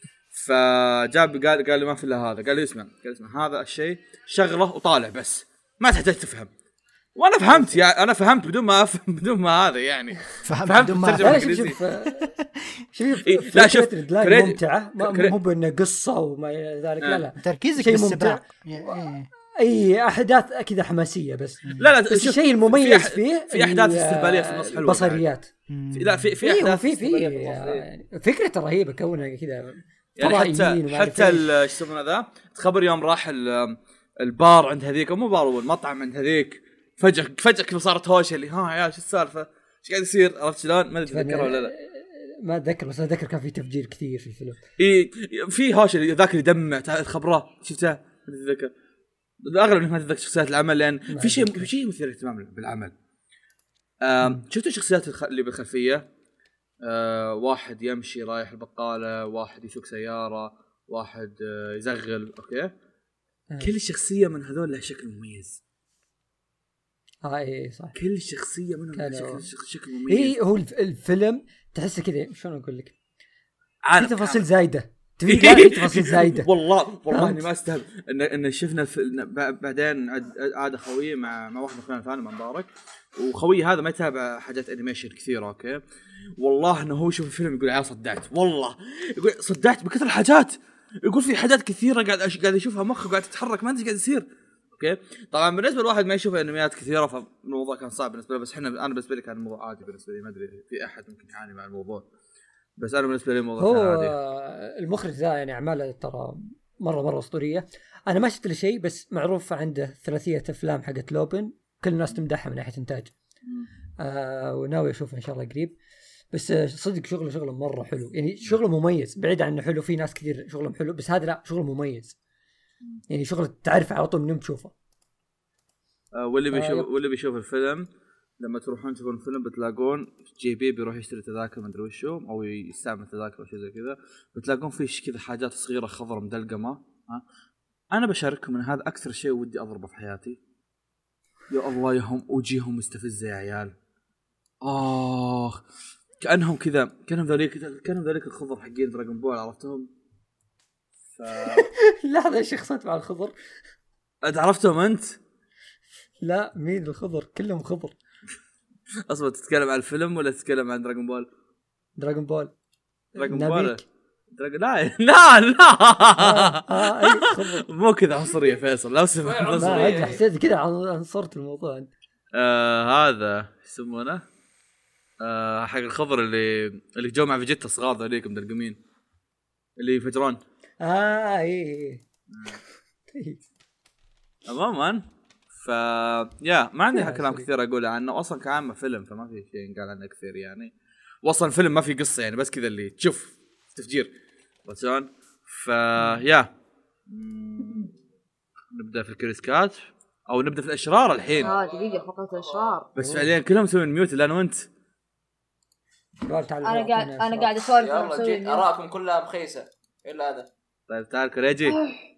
فجاب قال لي ما في الا هذا. قال لي اسمع هذا الشيء شغله وطالع بس ما تحتاج تفهم. وانا فهمت يعني انا فهمت بدون ما افهم بدون ما هذا يعني فهمت الترجمه الانجليزيه. شوف لا شوف ممتعه مو بانه قصه وما ذلك لا تركيزك بالسباق اي احداث كذا حماسيه بس لا الشيء المميز فيه في احداث استهباليه في النص حلوه بصريات لا في احداث في فكره رهيبه كونها كذا يعني حتى ايش يسمونه ذا تخبر يوم راح البار عند هذيك مو بار والمطعم عند هذيك فجأة كيف صارت هوشه اللي ها يا شو السالفه ايش قاعد يصير عرفت شلون ما اتذكر ولا لا ما اتذكر بس اتذكر كان في تفجير كثير في الفيلم في هوشه ذاك اللي دمع الخبره شفتها اتذكر الاغلب ما تتذكر شخصيات العمل لان في شيء مثير اهتمام بالعمل. شفتوا الشخصيات اللي بالخلفيه واحد يمشي رايح البقاله واحد يسوق سياره واحد يزغل اوكي كل شخصيه من هذول لها شكل مميز. اي صح كل شخصيه منهم شكل مميز. اي هو الفيلم تحسه كذا شلون اقول لك في تفاصيل زايده في تفاصيل زايده والله اني ما استهبل ان شفنا بعدين عاد خويه مع واحد من اخواننا ثاني مبارك وخوي هذا ما يتابع حاجات انيميشن كثيره اوكي والله انه هو يشوف الفيلم يقول يا صدعت والله يقول صدعت بكثر الحاجات يقول في حاجات كثيره قاعد يشوفها مخه قاعد تتحرك ما ادري قاعد يصير اوكي. طبعا بالنسبه لواحد ما يشوف انميات كثيره فالموضوع كان صعب بالنسبه له بس انا بالنسبه لي كان الموضوع عادي بالنسبه لي ما ادري في احد ممكن يعاني مع الموضوع بس انا بالنسبه لي الموضوع كان عادي. المخرج ذا يعني اعماله ترى مره اسطوريه. انا ما شفت له شيء بس معروف عنده 3 أفلام حقت لوبن كل الناس تمدحها من ناحيه انتاج وناوي اشوفه ان شاء الله قريب بس صدق شغله مره حلو يعني شغله مميز بعيد عن انه حلو في ناس كثير شغلهم حلو بس هذا لا شغله مميز يعني شغل تعرف على طول منين تشوفه. واللي بيشوف الفيلم لما تروحون تشوفون الفيلم بتلاقون جي بي بيروح يشتري تذاكر ما ادري وشو او يستعمل تذاكر او شيء زي كذا بتلاقون فيه كذا حاجات صغيره خضر مدلقمه. انا بشارككم من هذا اكثر شيء ودي اضربه في حياتي. يا الله يهم وجيههم مستفزه يا عيال. كانهم كذا كانهم ذلك الخضر حقين دراغون بول عرفتهم. لحظه ايش شخصيات مع الخضر عرفتهم انت؟ لا مين الخضر كلهم خضر. اصلا تتكلم عن الفيلم ولا تتكلم عن دراغون بول؟ دراغون بول لا مو كذا عنصريه فيصل لو سمحت عنصريه حسيت كذا عنصرت الموضوع. هذا يسمونه حق الخضر اللي جو مع فيجيتا صغار ذليك مدلقمين اللي يفجرون اي عموما يا ما عندي كلام كثير اقوله عنه اصلا كعامه فيلم فما في شيء قال عنه كثير يعني وصل فيلم ما في قصه يعني بس كذا اللي تشوف تفجير وشلون يا نبدا في الكريسكات او نبدا في الاشرار الحين. دقيقه فقط الاشرار بس فعليا كلهم مسوين ميوت الا انا وانت. انا قاعد اسولف يلا جيت اراكم كلها مخيسه الا هذا. طيب تعال كريجي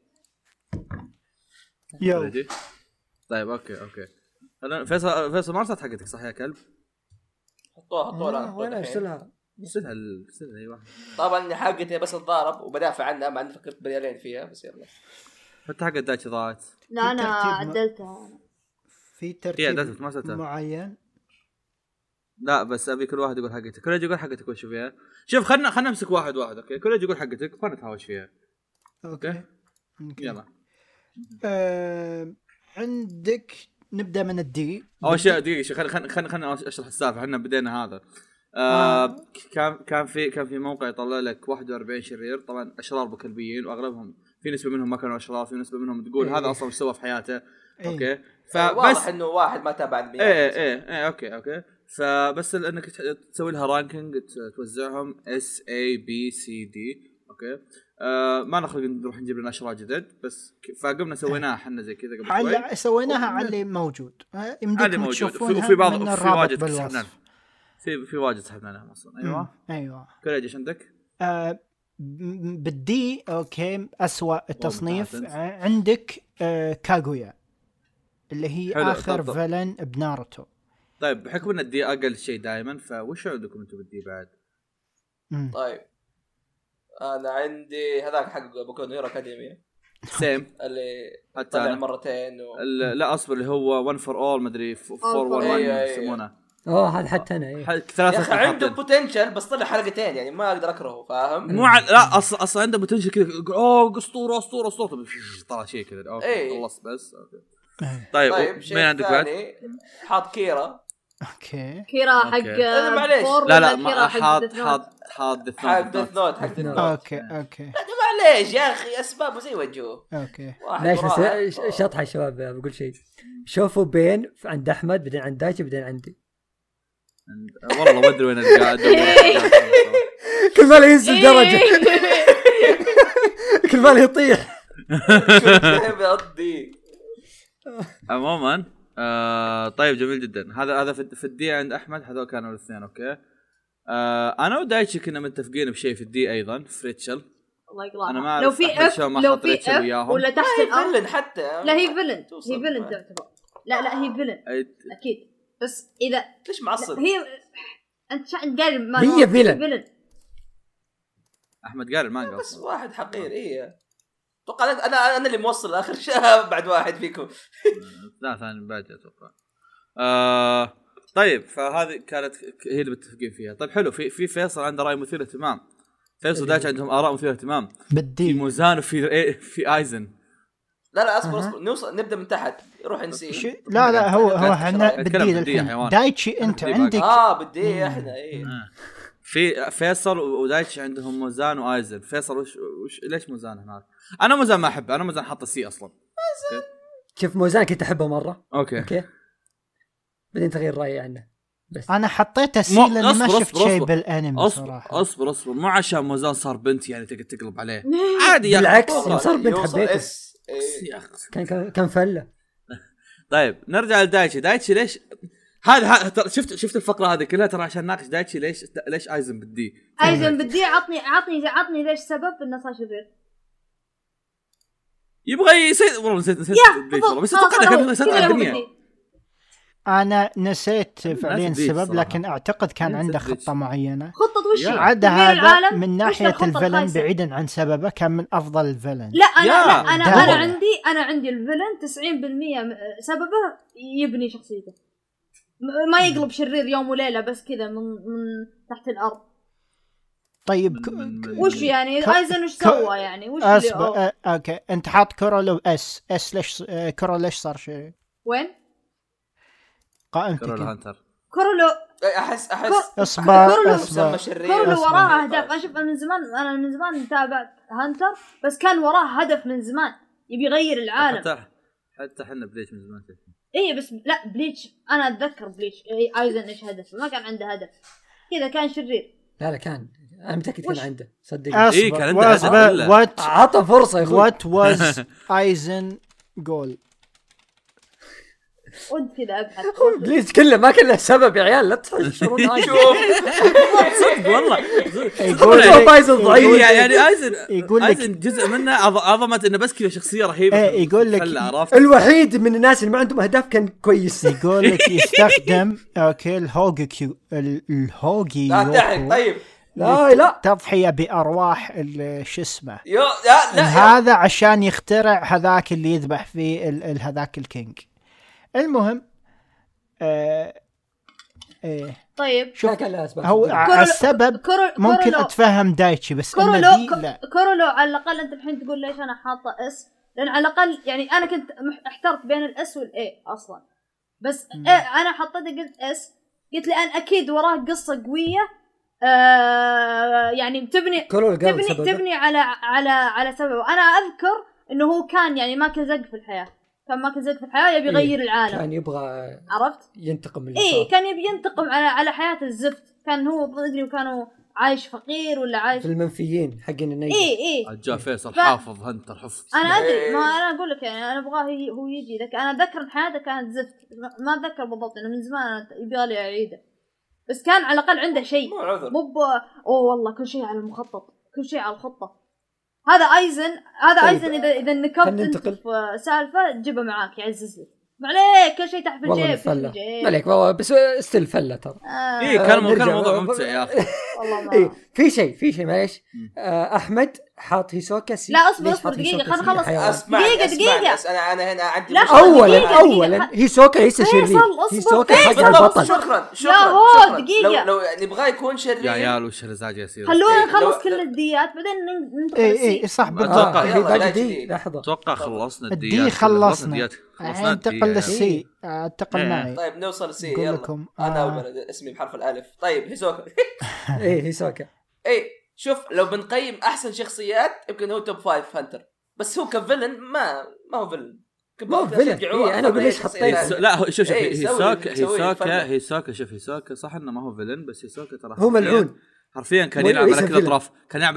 يلا طيب اوكي فيصل ما رسلت حقتك صح يا كلب؟ حطوها وين ارسلها ايوه طبعا حقتي بس اتضارب وبدافع عنها ما عندي فكرت بريالين فيها بس يلا حتى حق دايتش ضاعت. لا انا عدلتها في ترتيب معين لا بس ابي كل واحد يقول حقته، كل واحد يقول حقتك وش فيها. شوف خلنا نمسك واحد اوكي، كل واحد يقول حقتك ونتهاوش فيها. اوكي يلا. عندك نبدا من الدي. اول شيء دقيقه خلنا اشرح السالفه. احنا بدينا هذا كان في موقع يطلع لك 41 شرير، طبعا اشرار بكلبيين واغلبهم في نسبه منهم ما كانوا اشرار، في نسبه منهم تقول هذا اصلا وش سوى في حياته. اوكي فبس انه واحد ما تابع البيانات. ايه اوكي فبس انك تسوي لها رانكينج، توزعهم S A B C D. اوكي ما نخرج نروح نجيب لنا اشرار جدد، بس فقمنا سويناها احنا زي كذا قبل شوي، سويناها على اللي موجود. يمديكم تشوفونها في بعض من في واجد بالوصف. في واجد سحبنا لها اصلا. ايوه كل ايش عندك؟ بالدي اوكي اسوأ التصنيف عندك كاغويا اللي هي اخر فيلن بناروتو. طيب بحكم ان الدي اقل شيء دائما، فوش عندكم انتم بالدي بعد؟ طيب انا عندي هذاك حق بوكو نو هيرو اكاديميا سيم اللي طلع مرتين لا اصبر اللي هو 1 فور اول مدري 411 يسمونه. هذا حتى انا ثلاثه عنده بوتنشل بس طلع حلقتين يعني ما اقدر اكرهه فاهم. لا اصلا عنده بوتنشل كذا اسطوره طلع شيء كذا. اوكي خلص بس اوكي. طيب مين عندك بعد؟ حاط كيرا. اوكي كيرا حق معليش لا ما حاط ديث نوت حق ديث نوت. اوكي معليش يا اخي اسبابه زي وجهه. اوكي ليش شطحه شباب بقول شيء. شوفوا بين عند احمد بعدين عند دايتشي بعدين عندي. والله ما ادري وين القاعد كل ما ينزل درجه كل ما يطيح. عموما طيب جميل جدا. هذا في الدي عند احمد. هذول كانوا الاثنين اوكي. انا ودايتشي كنا متفقين بشيء في الدي ايضا في ريتشل. الله يقلعها. انا ما لو في اف ولا تحت فيلن حتى لا هي فيلن تعتبر. لا هي فيلن اكيد. بس اذا ليش معصب هي انت قال ما هي فيلن. احمد قال المانجا بس واحد حقير. اتوقع انا اللي موصل اخر شيء بعد واحد فيكم. لا ثاني بعد اتوقع. طيب فهذه كانت هي اللي متفقين فيها. طيب حلو. في فيصل عنده راي مثير اهتمام. فيصل دايتش عندهم اراء مثير اهتمام في موزان وفي ايزن. لا اصبر نوصل نبدا من تحت نروح نسي. لا هو احنا بالدي الحين. دايتشي انت عندك بالدي احنا في فيصل ودايتشي عندهم موزان وايزن. فيصل وش ليش موزان هناك؟ انا موزان ما احبه. انا موزان حاطه سي اصلا. شوف موزان كنت احبه مره. اوكي بعدين تغير رايي عنه. بس انا حطيته سي لاني ما شفت شيء بالانمي صراحه. اصبر مو عشان موزان صار بنت يعني تقدر تقلب عليه عادي. بالعكس صار بنت حبيته. كان فله. طيب نرجع لدايتشي. ليش هذا شفت الفقره هذه كلها ترى عشان ناقش دايتشي ليش ايزن بالدي. عطني ليش سبب انه صار شرير. يبغى يسيد والله نسيت بس اتوقع كان يسيطر على الدنيا. انا نسيت فعليا السبب لكن اعتقد كان عنده خطه معينه. خطه وش عاد هذا من ناحيه الفيلن بعيدا عن سببه كان من افضل الفيلن. لا انا عندي الفيلن 90% سببه يبني شخصيته ما يقلب شرير يوم وليله بس كذا من تحت الارض. طيب وش يعني ايزن وش سوى يعني وش اوكي انت حاط كورولو اس ليش كورولو ليش صار شيء وين قائمتك كورولو احس اصبر كورولو وراه اهداف. اشوف انا من زمان متابع هانتر بس كان وراه هدف من زمان يبي يغير العالم. حتى احنا بليتش من زمان بس لا بليتش انا اتذكر بليتش ايزن ايش هدف ما كان عنده هدف كذا كان شرير. لا كان انا متاكد كان عنده صدق. كان عنده هدف. عطى فرصه يا اخوي. وات واز ايزن جول وانت كذا ابحث بليز كله ما كان له سبب يا عيال لا تحشرون هاي. صدق والله يقول ايزن ضعيف يعني ايزن جزء منه عظمه انه بس كذا شخصيه رهيبه. يقول لك الوحيد من الناس اللي ما عندهم اهداف كان كويس. يقول لك يستخدم اوكي الهوجي طيب لا تضحيه بارواح شو اسمه لا هذا عشان يخترع هذاك اللي يذبح فيه هذاك الكينج. المهم طيب شوف كان لها أسباب. هو السبب ممكن اتفهم دايتشي بس انه دي لا كورولو على الاقل انت الحين تقول ليش انا حاطه اس، لان على الاقل يعني انا كنت احترت بين الاس والاي اصلا، بس انا حطيته قلت اس، قلت لان اكيد وراه قصه قويه يعني تبني على سببه. انا اذكر انه هو كان يعني ما كان زق في الحياه، يبي يغير العالم، كان يبغى عرفت ينتقم من كان يبي ينتقم على حياة الزفت. كان هو مدري وكانوا عايش فقير ولا عايش في المنفيين حقين النيجا. جاء فيصل حافظ هنتر حفظ. انا ادري، ما انا اقول لك يعني انا ابغاه هو يجي لك. انا اتذكر ان حياته كانت زفت، ما اتذكر بالضبط انه من زمان يبغى لي اعيده، بس كان على الاقل عنده شيء مو والله كل شيء على المخطط، كل شيء على الخطه. هذا ايزن اذا نكبت انت في سالفه تجيبه معاك يعزز لك، ما عليك كل شيء تحت في الجيب ما عليك والله، بس استل فله ترى. كان موضوع ممتع يا اخي. والله في شيء معليش. احمد حاط هيسوكا سي. لا اصبر دقيقه خلينا نخلص. دقيقه انا هنا عندي اولا هيسوكا ليس شرير، هيسوكا حق البطل. شكرا يا هو دقيقه لو نبغى يكون شرير يا عيال وش الازعاج يصير. خلونا نخلص كل الديات بعدين ننتقل. اي صح بالضبط. لحظه اتوقع خلصنا الدي خلصنا انتقل للسي. انتقل معي. طيب نوصل سي يلا. انا اسمي بحرف الالف. طيب هيسوكا. هيسوكا شوف لو بنقيم احسن شخصيات يمكن هو توب 5 هانتر، بس هو كفيلن ما هو فيلن. انا اقول ليش حطيت. لا شوف هيسوكا شوف هيسوكا صح انه ما هو فيلن، بس هيسوكا ترى هو ملعون حرفيا، كان يلعب على كل اطراف،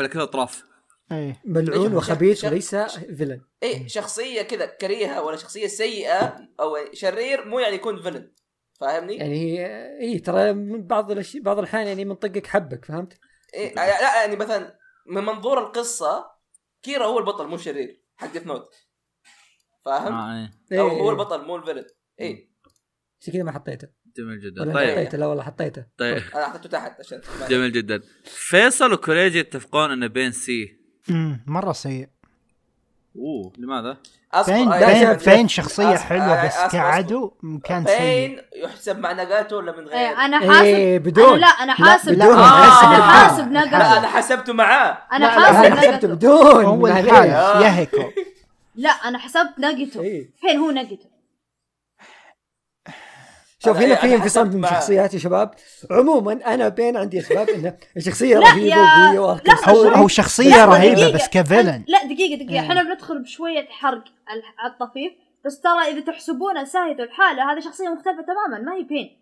ملعون وخبيث وليس فيلن. شخصيه كذا كريهه ولا شخصيه سيئه او شرير مو يعني يكون فيلن، فاهمني؟ يعني ترى بعض الأحيان يعني منطقك حبك، فهمت؟ لا يعني مثلا من منظور القصة كيرا هو البطل مو شرير حق ديث نوت، فاهم؟ أو هو البطل مو الفيلن. شي كذا ما حطيته. جميل جدا. طيب حطيته. لا والله حطيته. طيب أنا حطيته تحت عشان جميل جدا. فيصل وكوريجي يتفقون إنه بين سي مرة سيء. لماذا؟ بين شخصية حلوة بس كعدو كان سيء. بين يحسب مع ناغاتو ولا من غير؟ أنا حاسب بدون. أنا حاسب ناغاتو. أنا حسبته معاه. أنا حاسب بدون. هو الحالة يهيكو. لا أنا حسبت ناغاتو. فين هو ناغاتو؟ شوف هنا في انفصام من شخصيات يا شباب. عموما انا بين عندي اسباب ان الشخصيه رهيبه وقويه واركب. هو شخصيه رهيبه بس كفيلن. لا دقيقه احنا بندخل بشويه حرق على الطفيف، بس ترى اذا تحسبونه ساهيته الحاله هذه شخصيه مختلفه تماما، ما هي بين.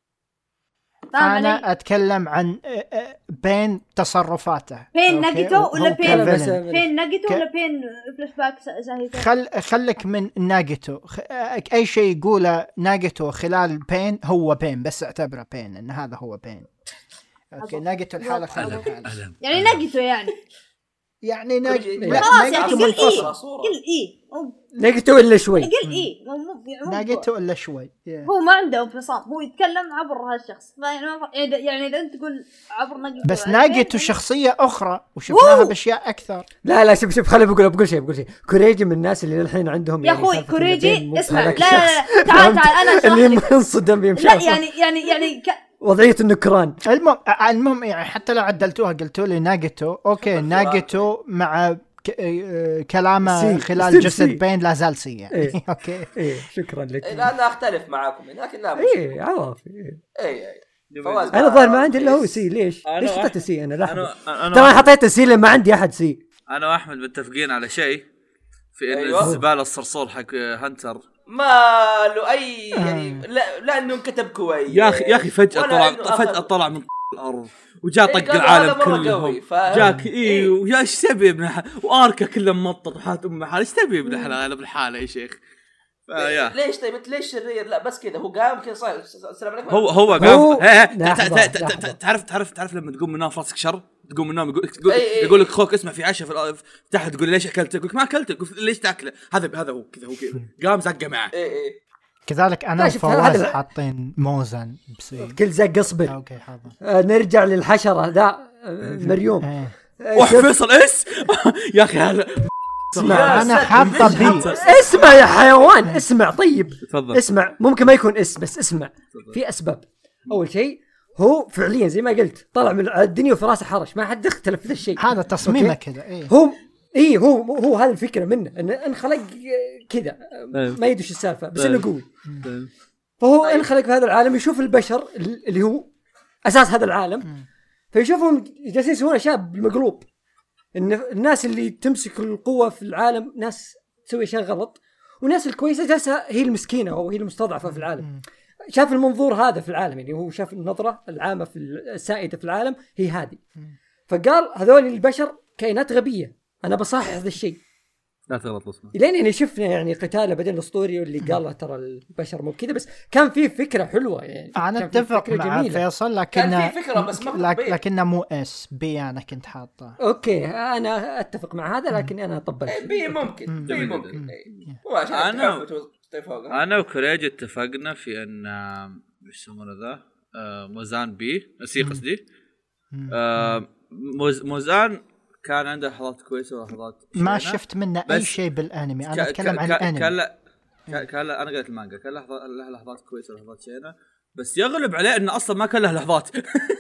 انا اتكلم عن بين تصرفاته. بين ناغيتو ولا بين ناغيتو ولا بين فلاش باك ساهيته؟ خلك من ناغيتو. اي شيء يقوله ناغيتو خلال بين هو بين، بس اعتبره بين ان هذا هو بين. اوكي ناغيتو الحاله خلها يعني ناغيتو يعني ناغيتو منفصل. ناغيتو الا شوي. ناغيتو الا شوي. هو ما عنده انفصام، هو يتكلم عبر هالشخص. يعني اذا انت تقول عبر ناغيتو، بس ناغيتو شخصية اخرى وشفناها باشياء اكثر. لا شوف خليني بقول شيء. كوريجي من الناس اللي الحين عندهم يا اخوي كوريجي اسمع. لا تعال انا اشرح اللي منصدم بيمشي. لا يعني وضعية النكران. المهم يعني حتى لو عدلتوها قلتوا لي ناغيتو اوكي ناغيتو مع كلامه خلال جسد بين لا زال سي يعني. اوكي شكرا لك. لا انا اختلف معاكم لكن لا عوافي. فواز انا ظاهر ما عندي الا هو سي. ليش حطيت سي؟ انا ترى حطيت سي لما عندي احد سي. انا واحمد متفقين على شيء في ان الزباله الصرصور حق هانتر ما له اي يعني لا انه كتب كويس يا اخي فجأة طلع من الارض وجاء طق العالم كله جاك ويا ايش تبي ابن واركه كله ممطط وحات ام حال. ايش تبي ابن حلال بالحاله يا شيخ؟ ليش طيب انت ليش شرير؟ لا بس كذا هو قام كذا صار السلام عليكم. هو قام تعرف لما تقوم من النوم راسك شر، تقوم من النوم يقول لك خوك اسمع في عشاء في تحت، تقول ليش اكلت؟ يقول لك ما اكلت. يقول ليش تاكله؟ هذا هو كذا قام زقه معه. كذلك انا وفواز حاطين موزن كل زق اصبر. اوكي حاضر. نرجع للحشره ذا مريوم. فيصل يا اخي هذا اسمع انا حاطه بي. اسمع يا حيوان اسمع. طيب تفضل. اسمع ممكن ما يكون بس اسمع. في اسباب. اول شيء هو فعليا زي ما قلت طلع من الدنيا وفي راسه حرش، ما حد اختلف في ذا الشيء. هذا تصميمه كذا. هو هذا الفكره منه انخلق كذا ما يدري ايش السالفه بس انه قوي. فهو انخلق في هذا العالم يشوف البشر اللي هو اساس هذا العالم، فيشوفهم جالسين يسوون اشياء بالمقلوب. ان الناس اللي تمسك القوه في العالم ناس تسوي اشياء غلط، والناس الكويسه جالسه هي المسكينه او هي المستضعفه في العالم. شاف المنظور هذا في العالم، يعني هو شاف النظره العامه في السائده في العالم هي هذه. فقال هذول البشر كائنات غبيه، انا بصحح هذا الشيء، لا تغلط اسمه. لين يعني شفنا يعني قتاله بعدين الاسطوري واللي قال ترى البشر مو كذا، بس كان فيه فكره حلوه يعني. انا اتفق مع فيصل لكن كان في فكره بس ما لكنه مو اس بي. انا كنت حاطه اوكي انا اتفق مع هذا، لكن انا طبلت بي ممكن انا وكريج اتفقنا في ان ايش يسمونه ذا موزان بي سي قصدي موزان كان عنده لحظات كويسه ولحظات ما شفت منه اي شيء بالانمي. انا اتكلم عن الانمي. كان انا قلت المانجا كان له لحظات كويسه ولحظات شينه، بس يغلب عليه انه اصلا ما كان له لحظات.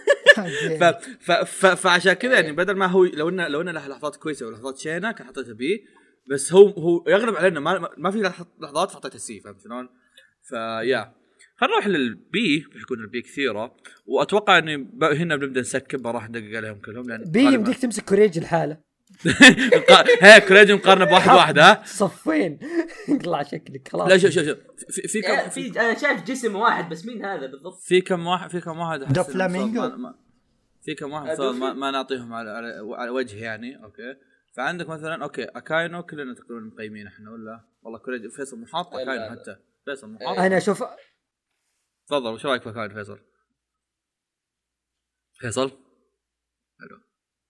فعشان كذا يعني بدل ما هو لو انه له لحظات كويسه ولحظات شينه كان حطيته بي، بس هو يغلب علينا ما في لحظات فحطيته سي. فهمت شلون؟ فيا خلينا نروح للبي، بيكون البي كثيره، واتوقع اني هنا بنبدا نسكب راح ندقق عليهم كلهم لان بي يمديك تمسك كوريج الحاله. هي كوريج مقارنه بواحد واحد ها صفين يطلع شكلك خلاص. لا شوف في كم في انا شايف جسم واحد بس مين هذا بالضبط؟ في كم واحد دفلامينجو. في كم واحد ما نعطيهم على وجه يعني. اوكي فعندك مثلا اوكي اكاينو كلنا تقريبا مقيمين احنا ولا والله كوريج فيصل محاط اكاينو حتى فيصل محاط. انا اشوف تفضل وش رايك في اكاينو فيصل حلو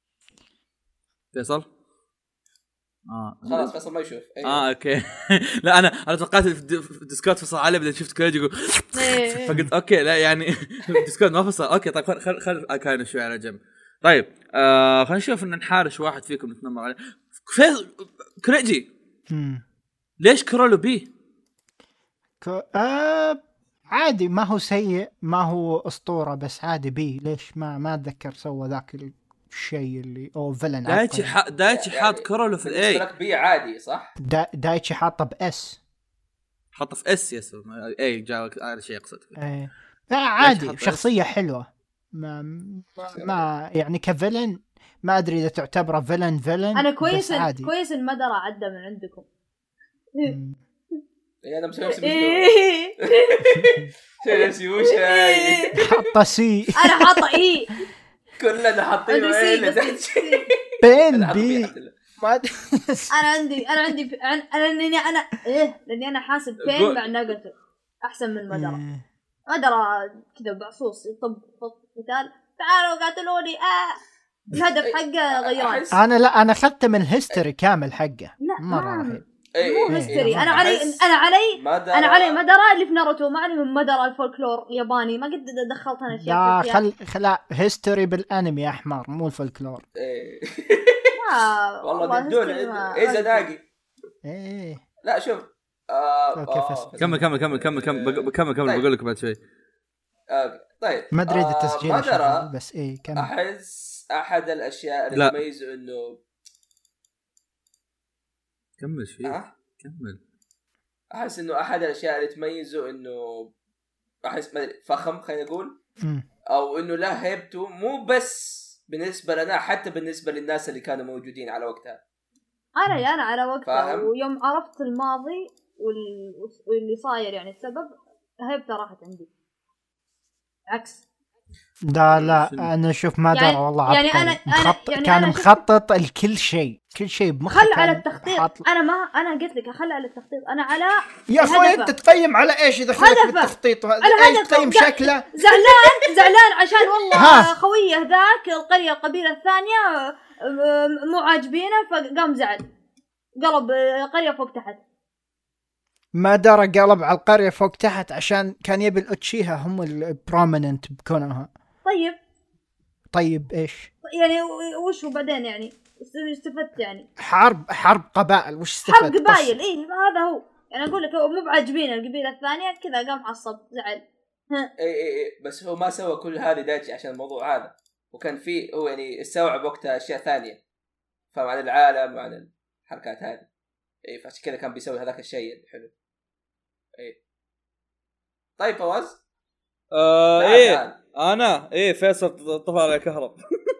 فيصل خلاص فيصل ما يشوف. اوكي. لا انا توقعت في ديسكورد فصل عليه بعدين شفت كوريج يقول فقلت اوكي لا يعني ديسكورد ما فصل. اوكي طيب خل اكاينو شوي على جنب. طيب خلينا نشوف ان نحارش واحد فيكم نتنمر عليه. كوريجي ليش كرولو بي؟ عادي ما هو سيء ما هو أسطورة بس عادي بي. ليش ما أتذكر سوى ذاك الشيء اللي أو فيلن. دايتشي حاط كرولو في الاي بي عادي صح؟ دايتشي حاطه باس. حطه في اس يس اي جاء هذا شيء يقصد. لا عادي شخصية حلوة ما يعني كفيلن ما أدري إذا تعتبره فيلن أنا كويس المدرة عدى من عندكم. انا مسوي نفسي وش حاطه سي. انا حاطه اي كلنا حاطين بين بي. انا عندي لاني انا حاسب بين مع ناقته احسن من مدرة كذا بعصوص يطب قتال تعالوا قاتلوني الهدف حقه غيران. انا اخذته من الهيستوري كامل حقه مره رهيب. مو هيستوري. انا علي مدرة اللي في ناروتو، ما علي من مدرة الفولكلور الياباني، ما قد دخلت انا اشياء. لا هيستوري بالانمي يا حمار مو الفولكلور. والله دول اذا ناقي لا شوف كمل بقول لك بعد شوي. طيب ما ادري اذا تسجيل بس كمل. احس احد الاشياء اللي تميزه انه كمل شيء كمل. احس انه احد الاشياء اللي تميزه انه احس ما ادري فخم خلينا نقول او انه له هيبته مو بس بالنسبه لنا حتى بالنسبه للناس اللي كانوا موجودين على وقتها. انا على وقتها ويوم عرفت الماضي واللي صاير يعني السبب هيبته راحت عندي عكس. لا انا اشوف ما دار والله يعني أنا كان مخطط لكل شيء بمخه. خل على التخطيط. انا قلت لك خل على التخطيط. انا على يا اخوي انت تقيم على ايش اذا خليت بالتخطيط وهذا ايش تقيم شكله زعلان عشان والله خويه ذاك القبيله الثانيه مو عاجبينه فقام زعل قلب القريه فوق تحت. ما درى قلب على القريه فوق تحت عشان كان يبي الأوتشيها هم البروميننت بكونها. طيب ايش يعني وش هو بعدين يعني استفدت يعني حرب قبائل وش استفدت؟ حرب قبائل هذا هو يعني اقول لك مو بعاجبين القبيله الثانيه كذا قام عصب زعل اي بس هو ما سوى كل هذه دايتشي عشان الموضوع هذا، وكان في هو يعني استوعب وقتها اشياء ثانيه، فاهم، عن العالم وعن الحركات هذه. اي فعشان كذا كان بيسوي هذاك الشيء الحلو. اي طيب فواز. ايه انا فيصل طفى على الكهرب.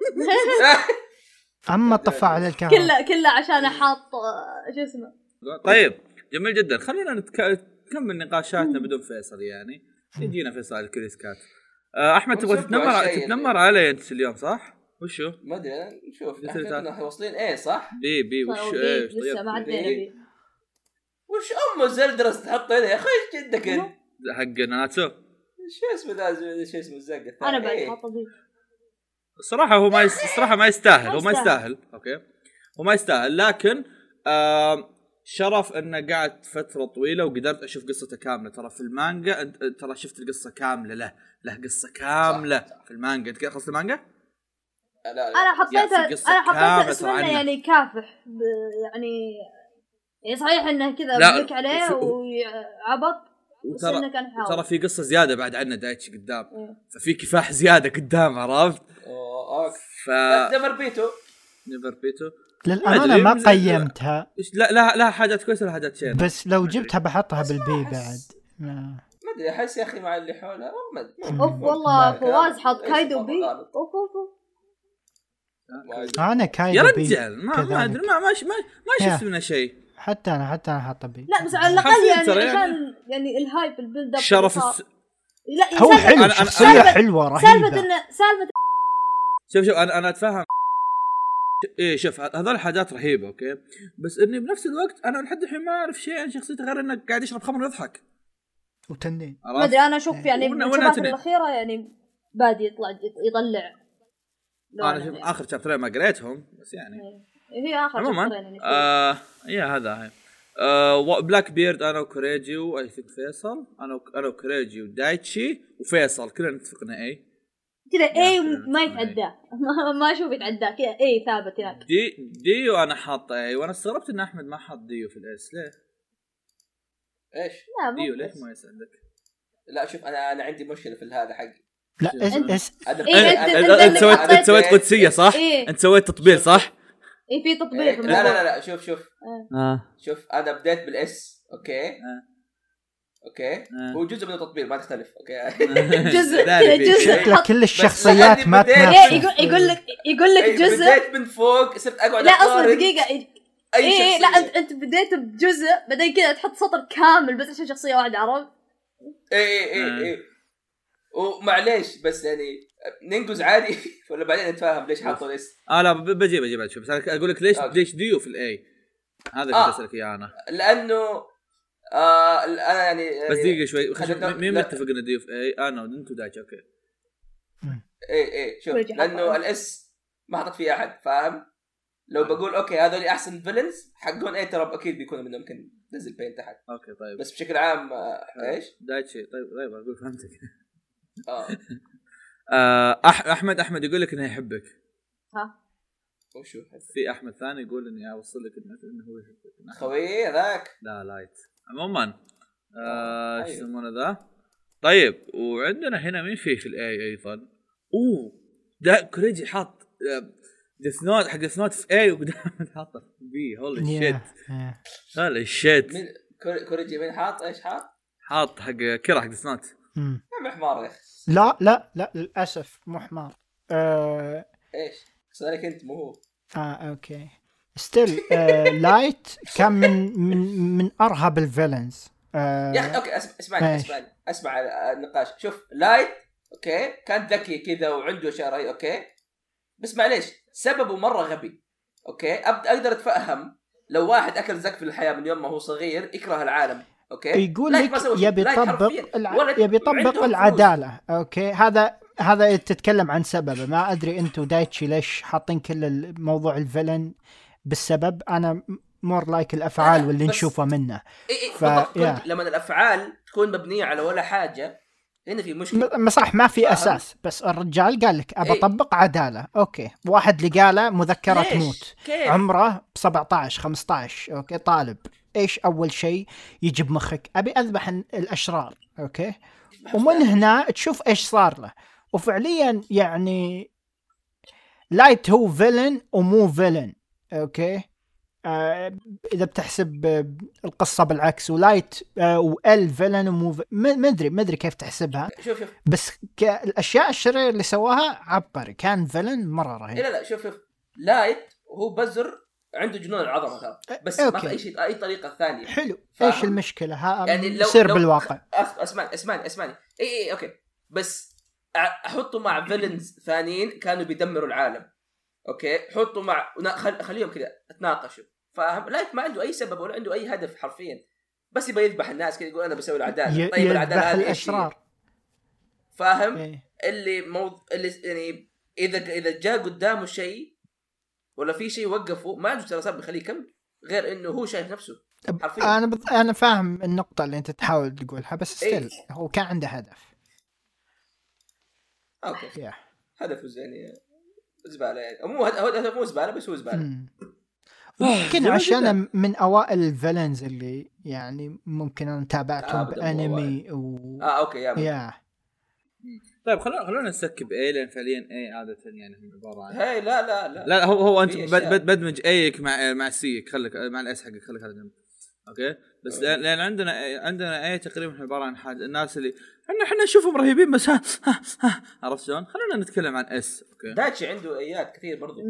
اما طفى على الكهرباء كله عشان احط شو اسمه. طيب جميل جدا، خلينا نكمل نقاشاتنا بدون فيصل. يعني يجينا فيصل على الكريس كات. احمد تبغى تتنمر علي انت اليوم صح؟ وشو ما ادري نشوف احنا واصلين ايه صح بي وش ايه لسه ما عدينا بي وش زلدرس تحط هنا يا اخي جدك انت حق ناتسو شو اسمه ذا شو اسمه الزق الثاني. انا بعد حاطه بي الصراحه هو ما يستاهل اوكي وما يستاهل، لكن شرف انه قعدت فتره طويله وقدرت اشوف قصته كامله. ترى في المانجا ترى شفت القصه كامله، له قصه كامله صح. في المانجا انت خلصت المانجا؟ لا. انا حطيت اسمه يعني كافح يعني صحيح انه كذا بلك عليه وعبط، بس انه كان حاول. ترى في قصه زياده بعد عنه دايتشي قدام ففي كفاح زياده قدام، عرفت؟ نيفر بيتو للأمانة ما قيمتها. لا حاجات كويسه ولا حاجات شين، بس لو جبتها بحطها بالبي بعد ما ادري احس يا اخي مع اللي حولها اوف والله فواز حط كايدو بي اوف انا كايدو يا بي رجال ما ادري ما شفت منه شيء. حتى انا حاطه بي. لا بس على الاقل يعني عشان يعني الهايب البيلد اب شرف لا هو حلو شخصيه حلوه رهيبه. سالفه شوف انا اتفهم ايه شوف هذول الحاجات رهيبه اوكي، بس اني بنفس الوقت انا لحد الحين ما اعرف شيء عن شخصيته غير انه قاعد يشرب خمر ويضحك وتنين. ما ادري انا اشوف يعني بالشباتر الاخيره يعني بادي يطلع انا شوف اخر شابترين ما قريتهم بس يعني هي اخر شابترين يعني هذا بلاك بيرد انا وكوريجي واي ثينك فيصل، انا وكوريجي ودايتشي وفيصل كلنا اتفقنا اي كذا اي ما يتعدى ما اشوف يتعدى كذا اي ثابت هناك. ديو انا حاطه اي، وانا استغربت ان احمد ما حط ديو في الاس. ليه ايش ديو ليش ما يسألك؟ لا شوف انا عندي مشكله في هذا حقي. لا انت سويت قدسيه صح؟ انت سويت تطبيل صح؟ اي في تطبيل. لا شوف انا بديت بالاس اوكي هو جزء من التطبيل ما تختلف اوكي جزء كل الشخصيات ما تنافس. يقول لك جزء بديت من فوق صرت اقعد لا اصلا دقيقه لا انت بديت بجزء بعدين كذا تحط سطر كامل بس عشان شخصيه واحده، عرفت؟ اي ومعليش بس يعني ننجز عادي ولا بعدين نتفاهم ليش حاطوا الاس. لا بجيب شوف بس اقول لك ليش ديو في الاي هذا اللي اسالك اياه انا، لانه انا يعني بس دقيقه شوي مين متفق ان ديو في اي؟ انا وانت ودايتشي اوكي اي شوف لانه الاس ما حطت فيه احد فاهم. لو بقول اوكي هذول احسن فيلنز حقون اي ترى اكيد بيكونوا منهم ممكن نزل بين تحت اوكي طيب بس بشكل عام ايش دايتشي طيب اقول فهمتك. احمد يقول لك انه يحبك. وشو في احمد ثاني يقول اني اوصل لك انه هو يحبك خوي ذاك لا لايت عموما ايش يسمونه ذا. طيب وعندنا هنا مين في الاي ايضا ده كوريجي حاط ديث نوت حق ديث نوت في اي وقدام حاطه بي هولي شيت كوريجي مين حاط ايش حاط حق كره حق ديث نوت مو حمار يا اخي. لا للاسف مو حمار. ايش سألك انت مو هو اوكي ستيل لايت كان من ارهب الفيلنز يا اخي. اوكي اسمع النقاش. شوف لايت اوكي كان ذكي كذا وعنده اشياء اوكي بس معليش سببه مره غبي اوكي. اقدر اتفهم لو واحد اكل زك في الحياه من يوم ما هو صغير يكره العالم اوكي يقول لك يبي يطبق العداله اوكي. هذا تتكلم عن سببه. ما ادري انتو دايتشي ليش حاطين كل الموضوع الفيلن بالسبب. انا مور لايك الافعال واللي نشوفه منه. لما الافعال تكون مبنيه على ولا حاجه هنا في مشكله صح ما في اساس، بس الرجال قال لك ابى اطبق عداله. اوكي واحد لقاله مذكره تموت عمره 17 15 اوكي طالب، ايش اول شيء يجي بمخك؟ ابي اذبح الاشرار. اوكي ومن هنا تشوف ايش صار له. وفعليا يعني لايت هو فيلن ومو فيلن. اوكي اذا بتحسب القصه بالعكس، ولايت وال فيلن ومو ما ادري كيف تحسبها. شوف بس الاشياء الشريره اللي سواها عبقري، كان فيلن مره رهيب. لا شوف لايت هو بزر عنده جنون العظمه ترى، بس أوكي. ما في اي شيء اي طريقه ثانيه. حلو فاهم؟ ايش المشكله؟ ها يعني يصير بالواقع. اسمعني اي اوكي، بس احطه مع فيلنز ثانيين كانوا بيدمروا العالم. اوكي حطوا مع خليهم كذا اتناقشوا. فاهم؟ لايت ما عنده اي سبب ولا عنده اي هدف حرفيا، بس يبغى يذبح الناس كذا، يقول انا بسوي العداله. طيب العداله هذه الاشرار فاهم؟ إيه. اللي يعني اذا جاء قدامه شيء ولا في شيء وقفه، ما عنده ترى سبب يخليه يكمل غير انه هو شايف نفسه حرفيا. انا فاهم النقطه اللي انت تحاول تقولها، بس ستيل هو كان عنده هدف. اوكي هدفه يعني زباله، يعني مو هدف مو زباله، بس هو زباله. ممكن عشان من اوائل الفيلنز اللي يعني ممكن انا تابعتهم بانمي اوكي يا طيب خلونا نسكب اي، لان فعليا اي عاده يعني هم عباره عن هي لا هو انت بدمج ايك مع السيك، خليك مع الاس حقك، خليك على جنب. اوكي بس لان عندنا اي تقريبا عباره عن حاجه الناس اللي احنا نشوفهم رهيبين بس عرفت شلون؟ خلونا نتكلم عن اس. اوكي دايتشي عنده ايات كثير برضو.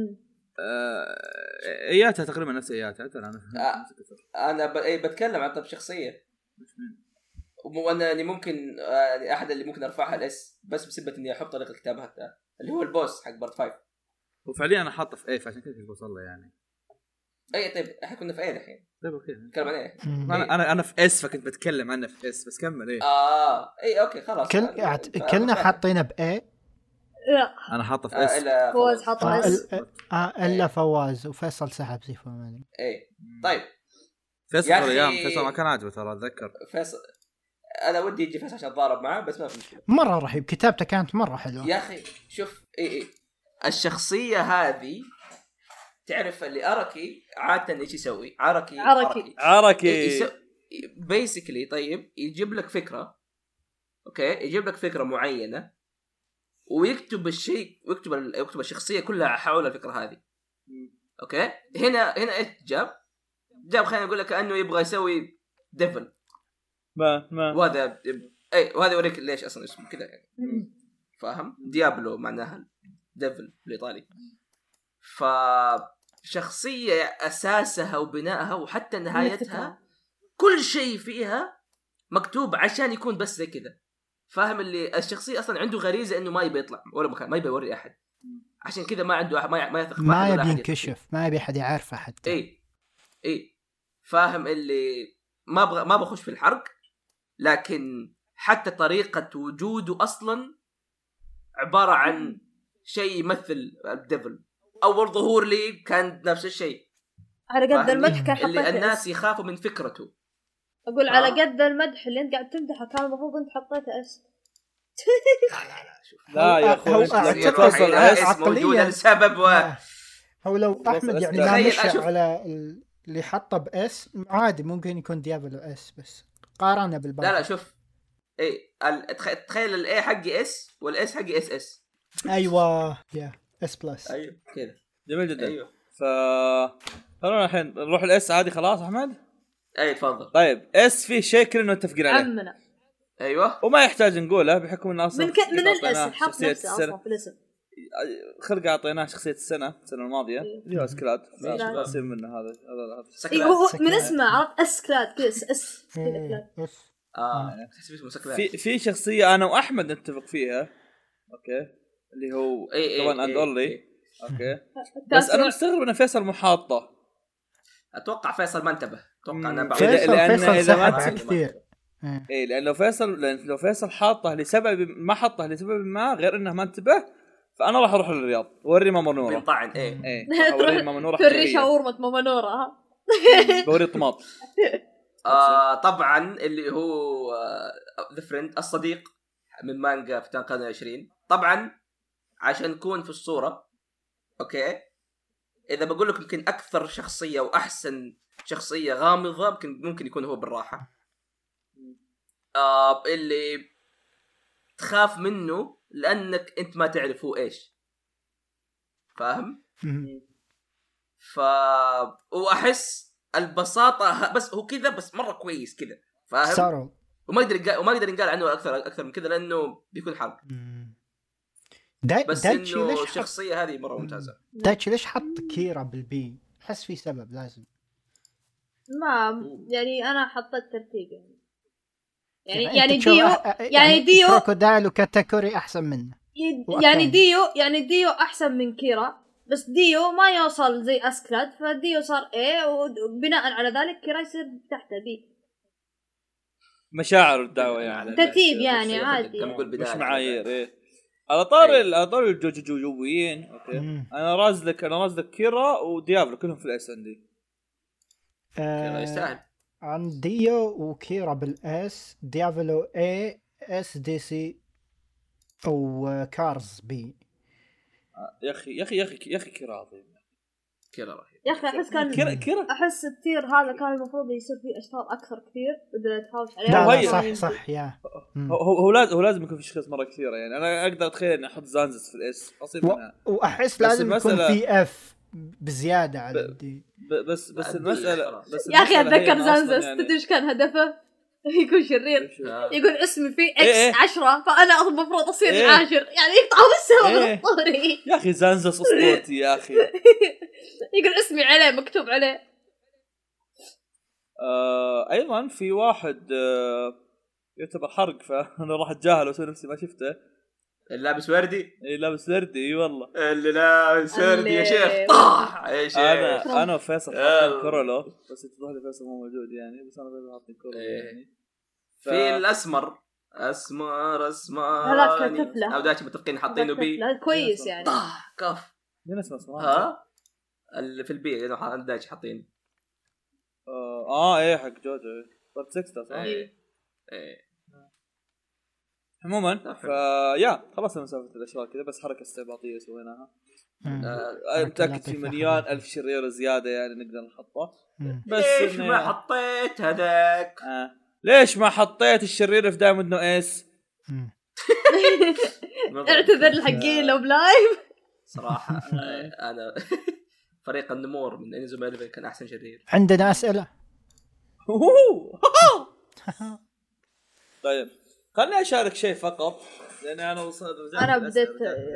اياتها تقريبا نفس اياتها. انا بتكلم عن طب شخصيه، وانا اللي ممكن احد اللي ممكن ارفعها الاس بس بسبب اني احط طريقه كتابها اللي هو البوس حق بارت 5. وفعليا انا حاطه في اي، فعشان كذا بوصل له يعني. اي طيب احنا كنا في اي الحين. طيب اوكي نتكلم عن ايه؟ انا في اس، فكنت بتكلم عنه في اس، بس كمل. ايه اي اوكي خلاص. كلنا حاطينه باي. لا انا حاطه في اس. فواز حاطه اس. الا فواز وفيصل سحب زي ما ادري. اي طيب فيصل ما كان عاجبه ترى، اتذكر فيصل انا ودي يجي فيصل عشان اتضارب معه، بس ما في مشكله. مره رهيب، كتابته كانت مره حلوه يا اخي. شوف اي الشخصيه هذه تعرف اللي أراكي عادة إيش يسوي؟ عركي بيسكلي. طيب يجيب لك فكرة، أوكي يجيب لك فكرة معينة ويكتب الشيء ويكتب الشخصية كلها حول الفكرة هذه. أوكي هنا إيش جاب خلينا نقول لك أنه يبغى يسوي ديفل ما وهذا وهذا يوريك ليش أصلا اسمه كذا يعني. فاهم؟ ديابلو معناها ديفل بالإيطالي. فشخصية أساسها وبنائها وحتى نهايتها كل شيء فيها مكتوب عشان يكون بس زي كذا. فاهم؟ اللي الشخصية أصلا عنده غريزة إنه ما يبي يطلع ولا مكان، ما يبي يوري أحد، عشان كذا ما عنده ما يثق، ما يبي ينكشف، ما يبي أحد يعرفه حتى. إيه فاهم؟ اللي ما بخش في الحرق، لكن حتى طريقة وجوده أصلا عبارة عن شيء يمثل الديفل. أول ظهور لي كان نفس الشيء، على قد المدح كان اللي الناس يخافوا من فكرته. أقول على قد المدح اللي أنت قاعد تمدحه كان المفروض أنت حطيته اس. لا شوف لا يا أخوي توصل اس موجود السبب هو لو أحمد يعني ما مشى على اللي حطه بأس عادي، ممكن يكون ديابلو اس، بس قارنه بالباقي. لا شوف تخيل الاي حقي اس والاس حقي اس اس. ايوه يا اس بلس. ايوه كذا جميل جدا. ايوه خلونا الحين نروح الاس عادي. خلاص احمد اي تفضل. طيب اس في شيء كلنا متفقين عليه عمنا. ايوه وما يحتاج نقوله بحكم انه اصلا من الاسم حط نفسه اصلا في الاسم. خلق اعطيناه شخصيه السنه الماضيه اللي هو اسكلاد. اسم منه هذا من اسمه عرفت اسكلاد كذا اس في شخصيه انا واحمد نتفق فيها. اوكي اللي هو طبعا اند اونلي. اوكي بس انا مستغرب ان فيصل محاطه. اتوقع فيصل ما انتبه. اتوقع انا بعد اذا ما كثير اي لان لو فيصل حاطه لسبب ما حطه لسبب ما غير انه ما انتبه، فانا راح اروح للرياض ووري ماما منوره بنطعن. اوري ماما منوره توري شاورمه ماما منوره بوري طماط. طبعا اللي هو ذا فريند الصديق من مانجا في القرن 20. طبعا عشان نكون في الصورة اوكي، اذا بقول لكم يمكن اكثر شخصية واحسن شخصية غامضة ممكن يكون هو بالراحة اللي تخاف منه لانك انت ما تعرف هو ايش، فاهم؟ واحس البساطة بس هو كذا، بس مرة كويس كذا، فاهم؟ وما يقدر ينقال عنه اكثر من كذا لانه بيكون حرق. بس انه الشخصيه هذه مره ممتازه. دايتشي ليش حط كيرا بالبي؟ احس في سبب لازم. ما يعني انا حطيت ترتيب يعني ديو يعني ديو كروكودايل وكاتاكوري احسن منه. يعني ديو احسن من كيرا، بس ديو ما يوصل زي اسكلاد، فديو صار ايه وبناء على ذلك كيرا يصير تحته بي. مشاعر الدعوه يعني ترتيب يعني عادي مش معايير. ايه على طار الجوجويين اوكي. انا رازلك كيرا وديابلو كلهم في الاس عندي. كيرا يستاهل. عن ديو وكيرا بالاس، ديابلو اي، اس دي سي او كارز بي. يا اخي كيرا عظيم. كيرا رهيب يا اخي. احس كان كيرا احس التير هذا كان المفروض يصير فيه اشخاص اكثر كثير بدنا نتهاوش عليه. لا صح يا هو لازم يكون في اشخاص مره كثيره. يعني انا اقدر اتخيل اني احط زانزس في الاس واحس لازم يكون في اف بزياده على دي. بس المساله يا اخي اتذكر زانزس تدري ايش كان هدفه؟ يكون شرير، يقول اسمي فيه اكس 10 فانا المفروض اصير العاشر، يعني يقطعوا السبب الاسطوري. يا اخي زانزس اسطورتي يا اخي. يقول اسمي عليه مكتوب عليه. ايضا في واحد يعتبر حرق فانا راح اتجاهل واسوي نفسي ما شفته. اللابس وردي. لابس وردي اي والله. اللي لابس وردي يا شيخ طاح يا شيخ. انا وفيصل حاطين كورولو، بس يتظهر لي فيصل مو موجود يعني، بس انا فيصل حاطين كورولو يعني. في الاسمر هذاك طفله او دايتشي متفقين حاطينه بي كويس يعني. كف مين اسمه اللي في البي لانه دايتشي حاطين ايه حق جوجو بارت 6 صح. ايه عموما فيا خلصنا مسافه الاشواط كذا، بس حركه استعباطيه سويناها. متاكد في مليون الف شرير زياده يعني نقدر نحطه. بس ليش ما حطيت هذاك؟ ليش ما حطيت الشرير في دايموند نو اس؟ اعتذر الحقين لو بلايف صراحه. انا فريق النمور من انزوما 11 كان احسن شرير. عندنا اسئله. طيب خلني اشارك شيء فقط لان انا وصلت انا بديت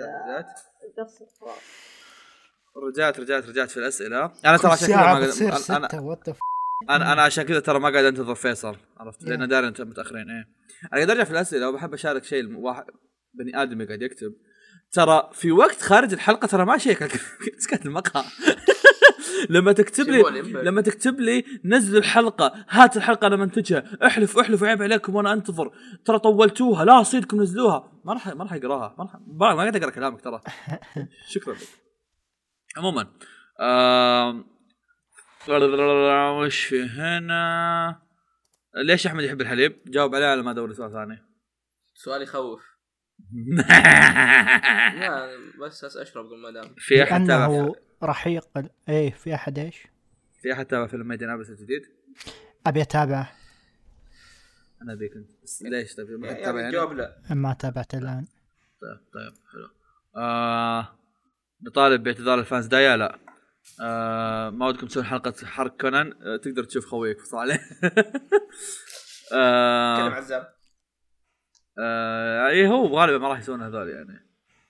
رجعت في الاسئله. انا ترى عشان كذا انا عشان كذا ترى ما قاعد انتظر فيصل، عرفت؟ لان داري انت متاخرين. ايه انا قاعد ارجع في الاسئله وبحب اشارك شيء. واحد بني ادم قاعد يكتب ترى في وقت خارج الحلقه ترى ما شيك سكت المقهى. لما تكتب لي نزل الحلقه، هات الحلقه انا منتجها، احلف عيب عليكم وانا انتظر، ترى طولتوها، لا صيدكم نزلوها، ما راح اقراها، ما قاعد اقرا كلامك ترى. شكرا لك. عموما وش في هنا؟ ليش احمد يحب الحليب؟ جاوب عليه على ما ادور سؤال ثاني. سؤال يخوف. لا بس اشرب قبل ما انام. في احد تابع رحيق ايه؟ في احد ايش؟ في احد تابع فيلم ميدين ابس الجديد؟ ابي اتابع. انا ذيك انت ليش تبي ما تتابع يعني؟ جاوب لا ما تابعت الان. طيب حلو. نطالب باعتذار الفانز دايا. لا ما ودكم تسوون حلقه حرق كونان؟ تقدر تشوف خويك فصل عليه. كلام عزام. ايه هو غالبا ما راح يسوون هذول يعني.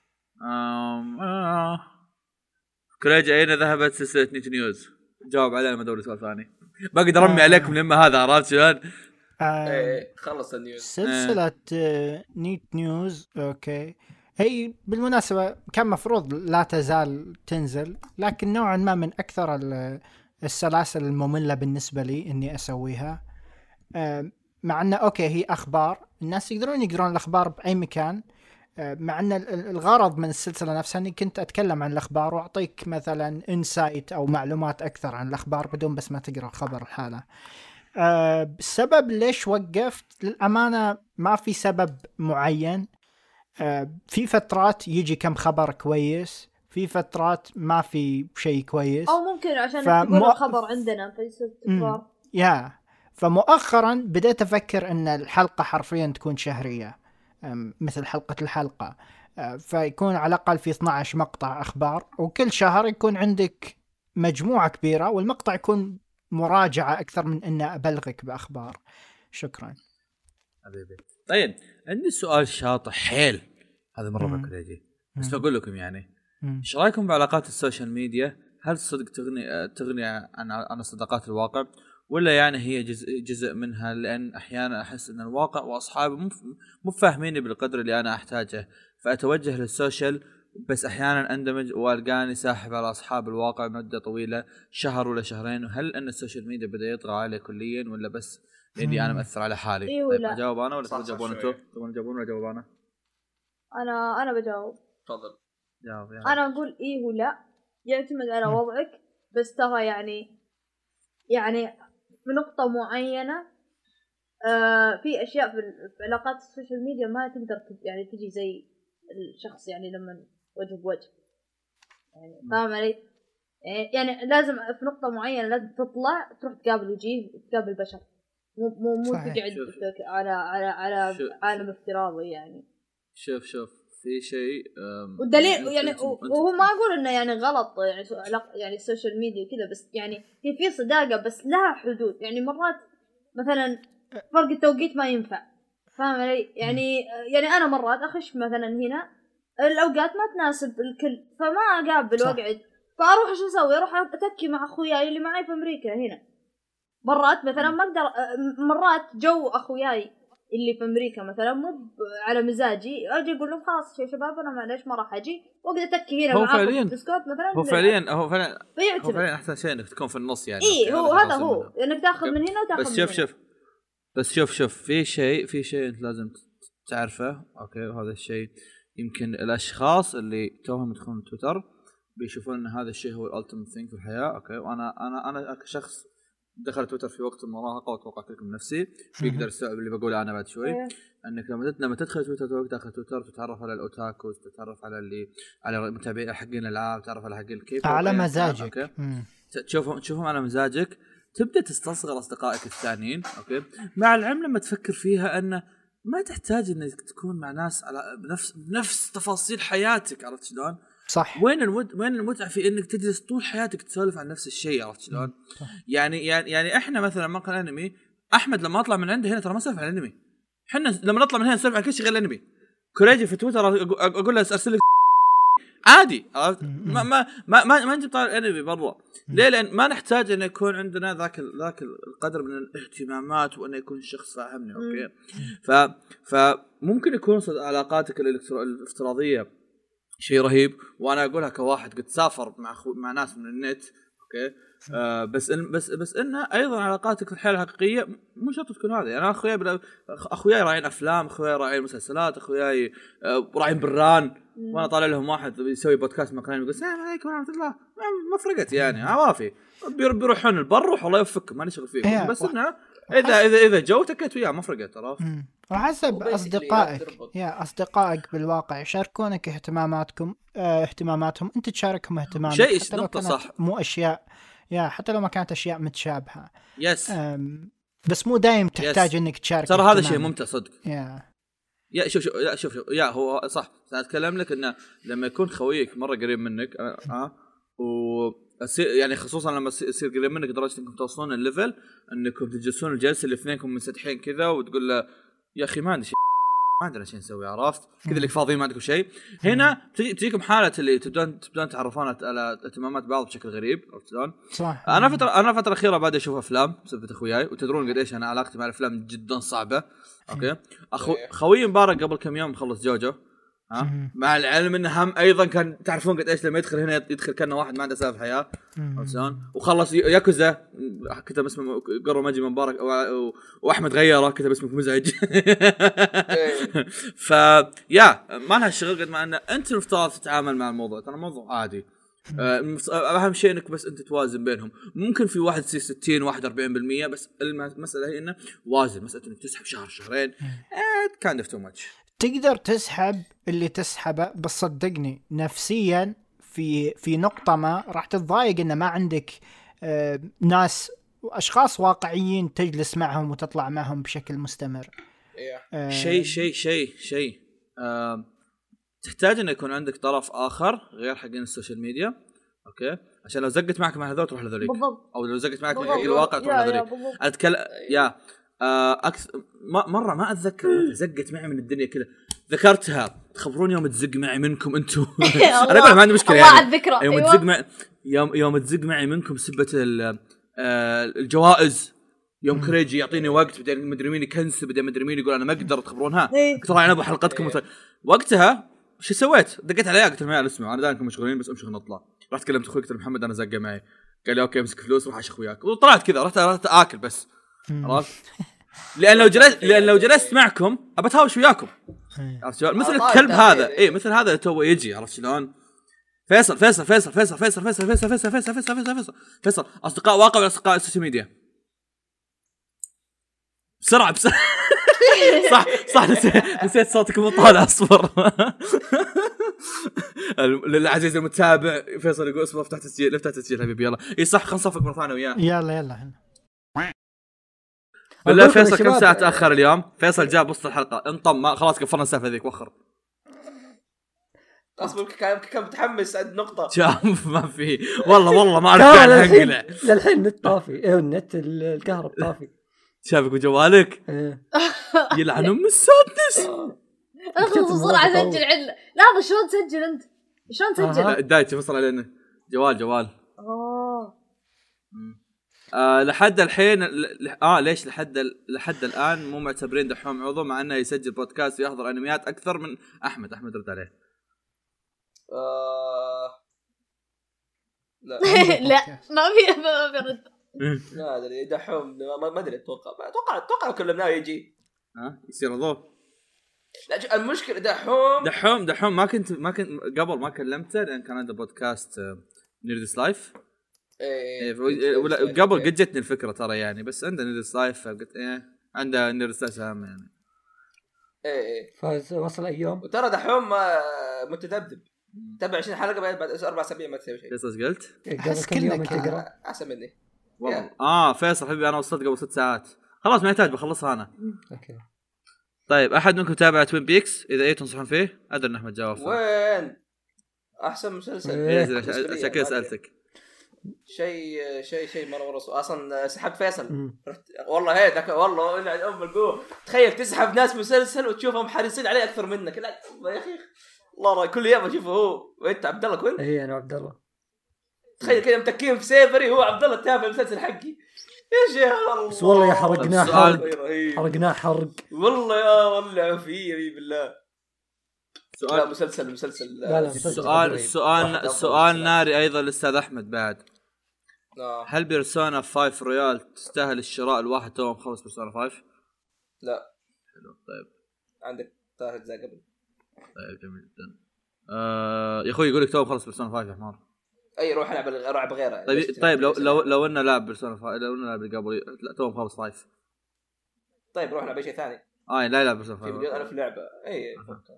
كوليجي اين ذهبت سلسله نيت نيوز؟ جاوب عليه لما دوري سؤال ثاني. بقدر ارمي عليكم لما هذا عرفت شلون؟ خلص النيوز. سلسله نيت نيوز اوكي. هي بالمناسبه كان مفروض لا تزال تنزل، لكن نوعا ما من اكثر السلاسل الممله بالنسبه لي اني اسويها. مع انه اوكي هي اخبار، الناس يقدرون الاخبار باي مكان، مع ان الغرض من السلسله نفسها اني كنت اتكلم عن الاخبار واعطيك مثلا انسايت او معلومات اكثر عن الاخبار بدون بس ما تقرا الخبر الحالة. السبب ليش وقفت للأمانة ما في سبب معين. في فترات يجي كم خبر كويس، في فترات ما في شيء كويس، او ممكن عشان تقول الخبر عندنا فيصير تكبر. فمؤخرا بديت افكر ان الحلقه حرفيا تكون شهريه، مثل حلقه الحلقه، فيكون على الاقل في 12 مقطع اخبار، وكل شهر يكون عندك مجموعه كبيره، والمقطع يكون مراجعه اكثر من ان ابلغك باخبار. شكرا حبيبي. طيب عندي سؤال شاطح حيل هذا مره بكريجي، بس بقول لكم يعني ايش رايكم بعلاقات السوشيال ميديا؟ هل صدق تغني عن صداقات الواقع، ولا يعني هي جزء منها؟ لان احيانا احس ان الواقع واصحابي مو فاهميني بالقدر اللي انا احتاجه، فاتوجه للسوشيال، بس احيانا اندمج والقاني ساحب على اصحاب الواقع مده طويله، شهر ولا شهرين. وهل ان السوشيال ميديا بدا يطغى علي كليا، ولا بس لاني انا مأثر على حالي؟ طيب اجاوب انا ولا تجاوبون انتم؟ تبون تجاوبون ولا اجاوب انا؟ انا بجاوب. تفضل. انا اقول ايه ولا، يعتمد على وضعك، بس ترى يعني في نقطة معينة في اشياء في علاقات السوشيال ميديا ما تقدر يعني تجي زي الشخص يعني لما وجه بوجه، يعني فاهم علي؟ يعني لازم في نقطة معينة لازم تطلع تروح تقابل وجيه وتقابل بشر، مو تقعد على عالم افتراضي يعني. شوف في شيء والدليل يعني وهو ما اقول انه يعني غلط يعني السوشيال ميديا كذا، بس يعني هي في صداقه بس لها حدود. يعني مرات مثلا فرق التوقيت ما ينفع، فاهم علي؟ يعني انا مرات اخش مثلا هنا الاوقات ما تناسب الكل، فما اقابل واقعد، فاروح ايش اسوي؟ اروح اتكي مع اخوياي اللي معي في امريكا هنا. مرات مثلا ما اقدر، مرات جو اخوياي اللي في امريكا مثلا مو على مزاجي، اجي اقول لهم خلاص يا شباب انا معليش ما راح اجي، واقعد اتكي هنا معاكم في الديسكورد مثلا. هو فعليا احسن شيء انك تكون في النص يعني. هو هذا هو انك تاخذ من هنا وتاخذ من هنا. بس شوف في شيء انت لازم تعرفه، اوكي؟ وهذا الشيء يمكن الاشخاص اللي توهم يدخلون تويتر بيشوفون ان هذا الشيء هو الالتيميت ثينج في الحياه، اوكي؟ وانا كشخص دخل تويتر في وقت المراهقه، واتوقع كلكم نفسي بيقدر يستوعب اللي بقوله انا بعد شوي. انك لما تدخل تويتر تتعرف على الاوتاكوز، تتعرف على على المتابعين حقين الالعاب، تتعرف على حقين الكيف على مزاجك، اوكي؟ تشوفهم على مزاجك، تبدا تستصغر اصدقائك الثانيين، اوكي؟ مع العلم لما تفكر فيها انه ما تحتاج انك تكون مع ناس على بنفس تفاصيل حياتك، عرفت شلون؟ صح. وين المتعه في انك تجلس طول حياتك تسولف عن نفس الشيء، عرفت شلون؟ يعني احنا مثلا مقهى الانمي، احمد لما اطلع من عنده هنا ترى ما اسولف عن الانمي، احنا لما نطلع من هنا نسولف عن كل شيء غير الانمي. كوريجي في تويتر اقول له ارسل لي عادي، ما نجيب طال الانمي برا. ليه؟ لان ما نحتاج ان يكون عندنا ذاك القدر من الاهتمامات، وانه يكون الشخص فاهمني، اوكي؟ فممكن يكون علاقاتك الافتراضيه شيء رهيب، وانا اقولها كواحد قد سافر مع ناس من النت، اوكي؟ بس انه ايضا علاقاتك في الحياه الحقيقيه مو شرط تكون هذه. يعني اخوياي راعين افلام، اخوياي راعين مسلسلات، اخوياي راعين بران، وانا طالع لهم واحد يسوي بودكاست مقالين يقول السلام عليكم ورحمه الله، ما فرقت يعني، عوافي بيروحون البر، روح الله يوفقكم ماني شغل فيكم، بس انه اذا جو تكيت وياه ما فرقت، ترى وحسب اصدقائك بالواقع يشاركونك اهتماماتهم، انت تشاركهم اهتمامك، شيء حتى لو كانت صح. مو اشياء حتى لو ما كانت اشياء متشابهه، بس مو دايم تحتاج انك تشارك، ترى هذا شيء ممتع صدق. يا شوف يا هو صح. انا اتكلم لك انه لما يكون خويك مره قريب منك يعني خصوصا لما يصير قريب منك لدرجه انكم توصلون الليفل انكم تجلسون الجلسه اللي اثنينكم منسدحين كذا، وتقول له يا اخي ما عندنا شيء نسوي، عرفت كذا اللي فاضيين ما عندكم شيء. هنا تجيكم حاله اللي تبدون تعرفون على اهتمامات بعض بشكل غريب، عرفت شلون؟ صح. انا فتره اخيره بعد اشوف افلام بسبب اخوياي، وتدرون قد ايش انا علاقتي مع الافلام جدا صعبه، اوكي؟ خوي مبارك قبل كم يوم مخلص جوجو، مع العلم انه هم ايضا كان تعرفون قد ايش لما يدخل هنا يدخل كأنه واحد ما عنده سالفه حياه، عرفت؟ وخلص ياكوزا كتب اسمه قرر ماجي مبارك، واحمد غيره كتب اسمك مزعج. فيا ما لها شغل قد ما ان انت المفترض تتعامل مع الموضوع، ترى الموضوع عادي. اهم شيء انك بس انت توازن بينهم. ممكن في واحد يصير 60 واحد 40%، بس المساله هي انه وازن. مساله انك تسحب شهر شهرين كان اوف تو ماتش. تقدر تسحب اللي تسحبه، بس صدقني نفسيا في نقطه ما راح تتضايق ان ما عندك ناس واشخاص واقعيين تجلس معهم وتطلع معهم بشكل مستمر. شيء تحتاج ان يكون عندك طرف اخر غير حقين السوشيال ميديا، اوكي، عشان لو زقت معك مع هذول تروح لذوليك، او لو زقت معك مع الواقع تروح لذوليك. اتكلم يا اكثر مره ما اتذكر زقت معي من الدنيا كذا، ذكرتها تخبروني يوم تزق معي منكم انتم. انا اقول ما عندي مشكله يعني يوم تزق معي يوم تزق معي منكم سبه الجوائز، يوم كريجي يعطيني وقت بعدين مدري مين يكنسل، بعدين مدري مين يقول انا ما اقدر تخبرونها، ترى انا ابغى حلقتكم. وقتها شو سويت؟ دقيت عليه قلت له اسمعوا انا دانكم مشغولين بس امشي نطلع. رحت كلمت اخوي قلت له محمد انا زقه معي، قال لي اوكي امسك فلوس روح اشخ وياك، وطلعت كذا رحت اكل بس. عرفت؟ لان لو جلست معكم ابى اتهاوش وياكم، عرفت مثل الكلب هذا مثل هذا اللي تو يجي، عرفت شلون؟ فيصل اصدقاء واقع ولا اصدقاء السوشيال ميديا؟ بسرعه صح نسيت صوتك مو طالع اصبر. للعزيز المتابع فيصل يقول اصبر افتح تسجيل حبيبي يلا. اي صح خلينا نصفق مره ثانيه وياه. يلا بالله فيصل كم ساعه تاخر اليوم؟ فيصل جاء بوسط الحلقه انطم خلاص قفلنا السالفه ذيك وخر اصبر كان متحمس عند نقطه شاف ما في والله ما اعرف انقلع للحين النت طافي النت الكهرب طافي شافك بجوالك يلعن ام السادس. اخذ بسرعه سجل عندنا. لحظه شلون تسجل انت؟ شلون تسجل؟ دايتش فصل علينا جوال لحد الحين ليش لحد الان مو معتبرين دحوم عضو مع انه يسجل بودكاست ويحضر انميات اكثر من احمد رد عليه. لا ما في رد. لا ادري دحوم ما ادري اتوقع كلمناه يجي يصير ضوء. لا المشكله دحوم ما كنت قبل ما كلمته لان كان عنده بودكاست نيردس لايف. ولا قبل قد جتني الفكره ترى يعني، بس عنده نيردس لايف قلت عنده نيردس لايف اهم يعني. فوصل ايام وترى دحوم متذبذب تبع 20 حلقه بعد 4 اسابيع ما تسوي شيء. فيصل قلت قبل كم يوم تقرا احسن مني والله. فيصل حبيبي انا وصلت قبل 6 ساعات خلاص ما يحتاج بخلصها انا. اوكي طيب احد منكم تابع توين بيكس؟ اذا تنصحون فيه؟ ادري ان احمد جاوب. وين احسن مسلسل؟ عشان كذا سالتك. شيء مره اصلا سحبت فيصل والله ذاك والله الا ام القوه. تخيل تسحب ناس مسلسل وتشوفهم حريصين عليه اكثر منك. لا يا اخي والله كل يوم اشوفه هو وانت عبد الله كنت انا عبد الله. تخيل كذا متكين في سيفري هو عبد الله تابع المسلسل حقي يا شيخ والله. بس والله يا حرقناه حرق والله يا والله في بالله. سؤال مسلسل سؤال ناري ايضا للاستاذ احمد بعد. هل بيرسونا 5 ريال تستاهل الشراء الواحد توم خلص بيرسونا 5؟ لا. حلو طيب عندك 3 أجزاء قبل. طيب جميل جدا. يا اخوي يقول لك توم خلص بيرسونا 5 يا حمار. اي روح العب غيره. طيب لو انه لاعب بيرسونا 5 لو انه لاعب قبل لا توم خلص 5. طيب روح نلعب شيء ثاني. لا لا بيرسونا 5 مليون الف لعبه. اي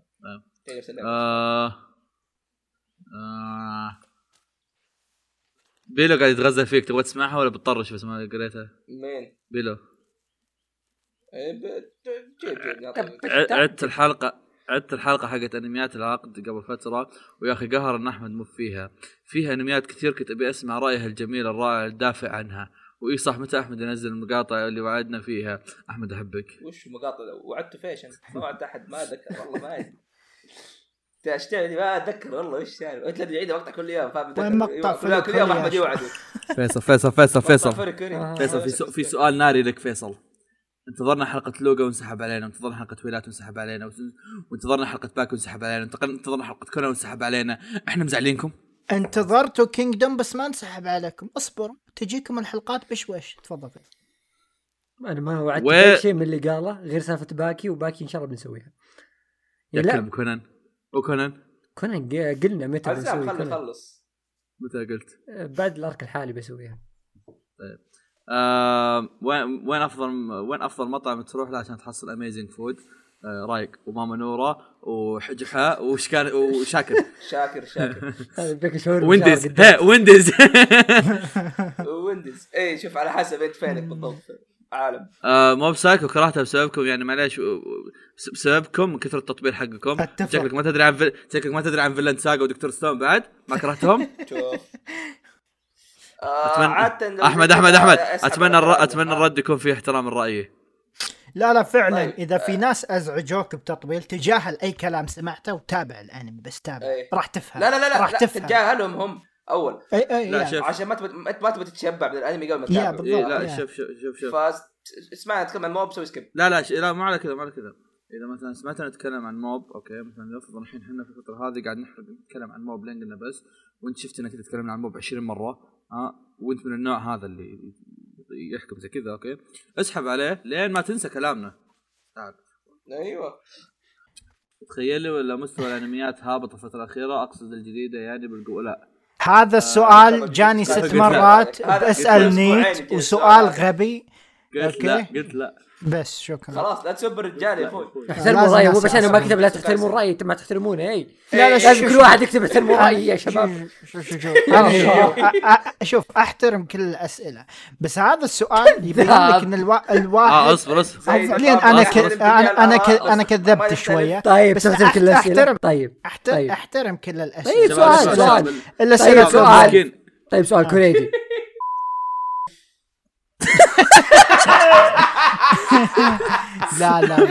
بيلو قاعد يتغزل فيك تبغى تسمعها ولا بتطرش بس ما قريتها؟ مين؟ بيلو. عدت الحلقة حقت انميات العقد قبل فترة ويا اخي قهر ان احمد مو فيها انميات كثير كنت ابي اسمع رايها الجميل الرائع الدافع عنها. واي صح متى احمد ينزل المقاطع اللي وعدنا فيها؟ احمد احبك. وش مقاطع وعدت فيش ما وعدت احد ما اتذكر والله ما ادري. تشتغل ما اتذكر والله وش يعني انت اللي تعيد مقطع كل يوم فاهم كل يوم احمد يوعدك. فيصل في سؤال ناري لك فيصل. انتظرنا حلقة لوغا ونسحب علينا، انتظرنا حلقة ويلات ونسحب علينا، وانتظرنا حلقة باك ونسحب علينا، انتظرنا حلقة كونا ونسحب علينا. احنا مزعلينكم؟ انتظرتوا كينجدوم بس ما نسحب عليكم. اصبروا تجيكم الحلقات بشويش. تفضل. انا ما وعدت اي شيء من اللي قاله غير سالفة باكي، وباكي ان شاء الله بنسويها. يتكلم كونان قلنا متى بنسوي كونان. خلص متى قلت؟ بعد الارك الحالي بسويها. طيب وين افضل مطعم تروح له عشان تحصل اميزنج فود؟ رايق وماما نورة وحجحة وشاكر وينديز وينديز اي شوف على حسب انت فينك بالضبط عالم. مو بسايكو كرهتها بسببكم يعني معليش بسببكم من كثر التطبيل حقكم. شكلك ما تدري عن فيلاند ساغا ودكتور ستون بعد ما كرهتهم. شوف احمد اتمنى الرد يكون فيه احترام الرأي. لا فعلا طيب. اذا في ناس ازعجوك بتطبيل تجاهل اي كلام سمعته وتابع الانمي بس تابع راح تفهم. لا راح تجاهلهم هم اول. لا عشان ما تبي تتشبع من الانمي قبل ما تتابع. لا شوف اسمعنا نتكلم عن موب سوي سكيب. لا ما على كذا اذا مثلا سمعتنا نتكلم عن موب اوكي مثلا نفرض الحين احنا في الفتره هذه قاعد نتكلم عن موب لين قلنا بس وانت شفتنا كذا تكلمنا عن موب 20 مره وانت من النوع هذا اللي يحكم زي كذا اوكي اسحب عليه لين ما تنسى كلامنا. ايوه تخيلي ولا مستوى الانميات هابط الفتره الاخيره اقصد الجديده يعني بالقوه. لا هذا السؤال جاني 6 مرات بسأل نيت وسؤال غبي. قلت لا بس شكرا خلاص لا تسب الرجال يا اخوي. احترموا الراي مو بس انا ما كتب لا تحترموا الراي انتم ما تحترمونه. اي لا لازم كل واحد يكتب احترموا الراي يا شباب. شوف احترم كل الاسئله بس هذا السؤال يبين لك ان الواحد اصبر فعليا انا كذبت شويه. طيب تحترم كل الاسئله. طيب احترم كل الاسئله. طيب سؤال طيب سؤال كوريجي. لا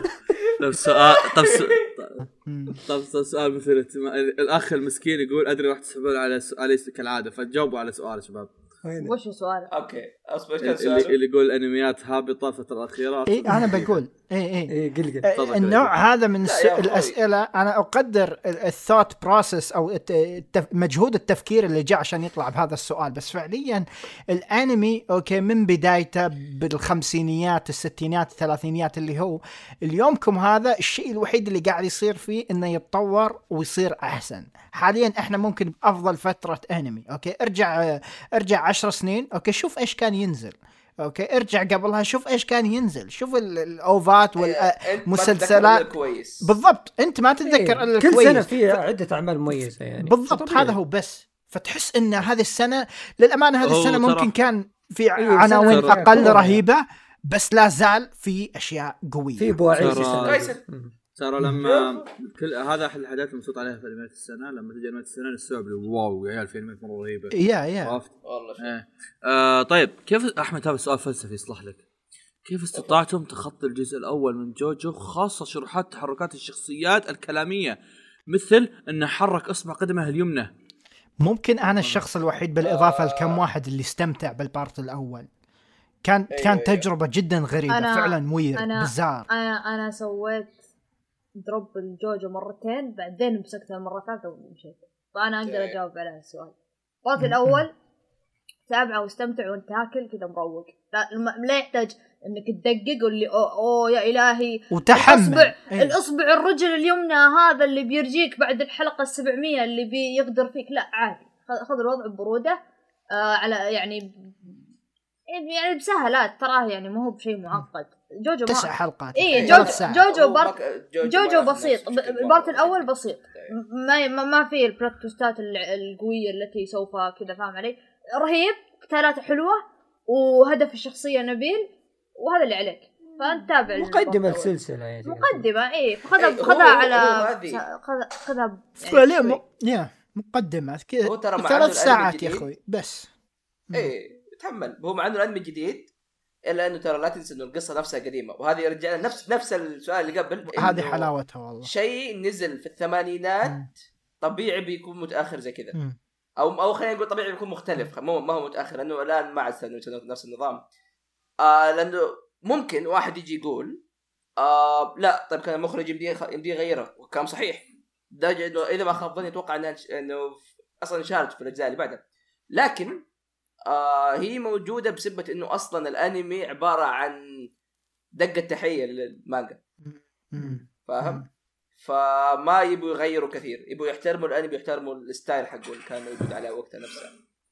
طب سؤال مثل الاخ المسكين يقول ادري راح تسحبون على كالعاده فتجاوبوا على سؤال يا شباب. وش سؤالك؟ اوكي اصبر كان سؤال اللي يقول انميات هابطه الفتره الاخيره. انا بقول قل النوع هذا من الاسئله انا اقدر الثوت بروسس او مجهود التفكير اللي جاء عشان يطلع بهذا السؤال بس فعليا الانمي اوكي من بدايته بالخمسينيات الستينيات الثلاثينيات اللي هو اليومكم هذا الشيء الوحيد اللي قاعد يصير فيه انه يتطور ويصير احسن. حاليا احنا ممكن بافضل فتره انمي اوكي ارجع 10 سنين اوكي شوف ايش كان ينزل اوكي ارجع قبلها شوف ايش كان ينزل شوف الاوفات والمسلسلات بالضبط انت ما تتذكر الا كل سنه فيها عده اعمال مميزه يعني بالضبط هذا هو بس فتحس ان هذه السنه للامانه هذه السنه ممكن كان في عناوين اقل رهيبه بس لا زال في اشياء قويه في بواعيد ترى لما كل هذا احد الحاجات المبسوط عليها في انميات السنه لما تجي انميات السنه نستوعب واو يا عيال في انميات مره رهيبه والله طيب كيف احمد هذا السؤال فلسفي يصلح لك كيف استطعتم تخطي الجزء الاول من جوجو خاصه شروحات تحركات الشخصيات الكلاميه مثل انه حرك اصبع قدمه اليمنى. ممكن انا الشخص الوحيد بالاضافه لكم واحد اللي استمتع بالبارت الاول كان تجربه جدا غريبه فعلا بزار. انا سويت دروب الجوجو مرتين بعدين مسكتها مرة ثالثة ومشيت فأنا أقدر أجاوب على السؤال. الوقت الأول تابعه واستمتع وانت تاكل كذا مروق لا يحتاج انك تدقق واللي أوه يا إلهي وتحمل الأصبع الرجل اليمنى هذا اللي بيرجيك بعد الحلقة 700 اللي بيقدر فيك. لا عادي خذ الوضع ببرودة على يعني بسهلات تراه يعني ما هو بشيء معقد. جوجو 9 حلقات جوجو بسيط. البارت الأول بسيط ما فيه البلوت تويستات القوية التي سوف كذا فاهم علي. رهيب قتالاته حلوة وهدف الشخصية نبيل وهذا اللي عليك فأنت تابع مقدمة السلسلة يعني مقدمة خذها على خذها فعليا مقدمة كذا 3 ساعات يا أخوي بس تحمل. هو مع انه الانمي جديد الا انه ترى لا تنسى انه القصه نفسها قديمه وهذه يرجع نفس السؤال اللي قبل. هذه حلاوتها والله. شيء نزل في الثمانينات طبيعي بيكون متاخر زي كذا او خلينا نقول طبيعي بيكون مختلف ما هو متاخر لانه الان ما عاد نفس النظام. لانه ممكن واحد يجي يقول لا طيب كان المخرج يمدي يغيره وكلام صحيح ده انه اذا ما خاب ظني اتوقع انه اصلا شارك في الاجزاء اللي بعدها لكن هي موجودة بسبب إنه أصلاً الأنمي عبارة عن دقة تحية للمانجا فاهم؟ فما يبوا يغيروا كثير، يبوا يحترموا الانمي، يحترموا الستايل حقه اللي كان موجود على وقتها نفسه.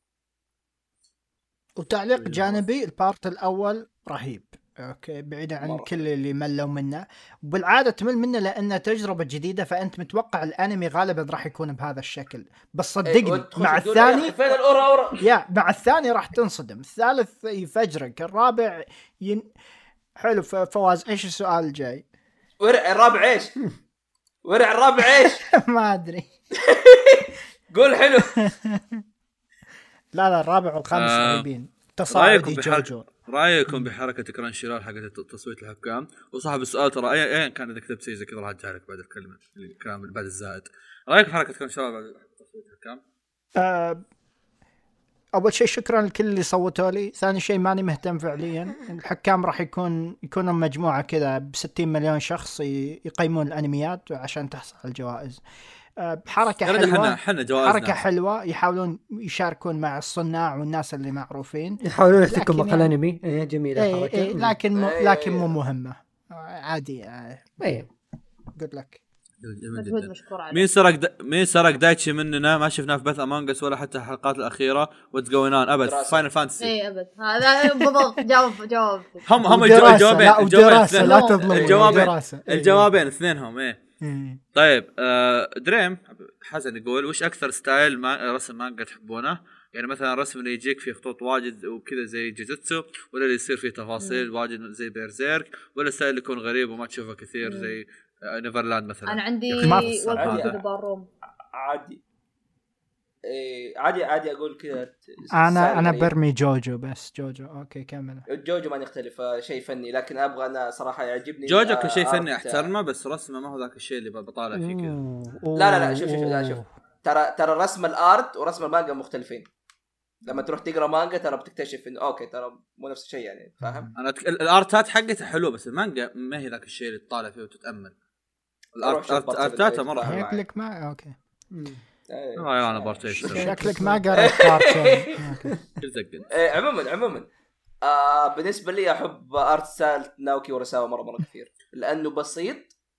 وتعليق جانبي، البارت الاول رهيب اوكي، بعيدا عن كل اللي ملوا منه، وبالعاده تمل منه لانه تجربه جديده، فانت متوقع الانمي غالبا راح يكون بهذا الشكل، بس صدقني مع الثاني فين الاورا يا مع الثاني راح تنصدم، الثالث يفجرك، الرابع حلو. فواز ايش السؤال الجاي؟ ورع الرابع ايش؟ ورع الرابع ايش؟ ما ادري. قول حلو. لا الرابع والخامس رهيبين. تصاعدي جوجو. رايكم بحركه كرانشيرال حقت تصويت الحكام؟ وصاحب السؤال ترى ايا كان اذا كتبت شيء زي كذا راح اجيلك بعد الكلمه الكلام اللي بعد الزائد. رايك بحركه كرانشيرال بعد تصويت الحكام؟ اول شيء شكرا لكل اللي صوتوا لي، ثاني شيء ماني مهتم فعليا. الحكام راح يكونوا مجموعه كذا ب60 مليون شخص يقيمون الانميات عشان تحصل على الجوائز. حركه حلوه، حركه حلوه، يحاولون يشاركون مع الصناع والناس اللي معروفين، يحاولون يحتكون مقال انمي. جميله حركه. لكن مو مهمه، عادي. good luck. مجهود مشكور عليه. مين سرق دايتشي مننا؟ ما شفناه في بث امونج اس ولا حتى الحلقات الاخيره. واتس جوين اون ابد فاينل فانتسي. اي ابد هذا بالضبط. جاوب هم الجوابين اثنينهم. ايه طيب دريم حسن يقول وش اكثر ستايل رسم مانجا تحبونه؟ يعني مثلا رسم اللي يجيك فيه خطوط واجد وكذا زي جوجوتسو، ولا اللي يصير فيه تفاصيل واجد زي بيرزيرك، ولا ستايل اللي يكون غريب وما تشوفه كثير زي نيفرلاند مثلا؟ انا عندي عادي عادي اقول كذا. انا برمي جوجو، بس جوجو اوكي كمل. جوجو ما نختلف شيء فني، لكن ابغى انا صراحه يعجبني جوجو كشيء فني احترمه، بس رسمه ما هو ذاك الشيء اللي بطالع فيه كذا. لا شوف ترى رسم الارت ورسم المانجا مختلفين. لما تروح تقرا مانجا ترى بتكتشف انه اوكي ترى مو نفس الشيء، يعني فاهم؟ انا الارتات حقتها حلوه، بس المانجا ما هي ذاك الشيء اللي تطالع فيه وتتامل. الارتاتها مره حلوه. شكلك ما اوكي. انا بارتيش شكلك ما قرأت بارتين. عموما بالنسبه لي احب ارت ستايل ناوكي ورساوي مره كثير، لانه بسيط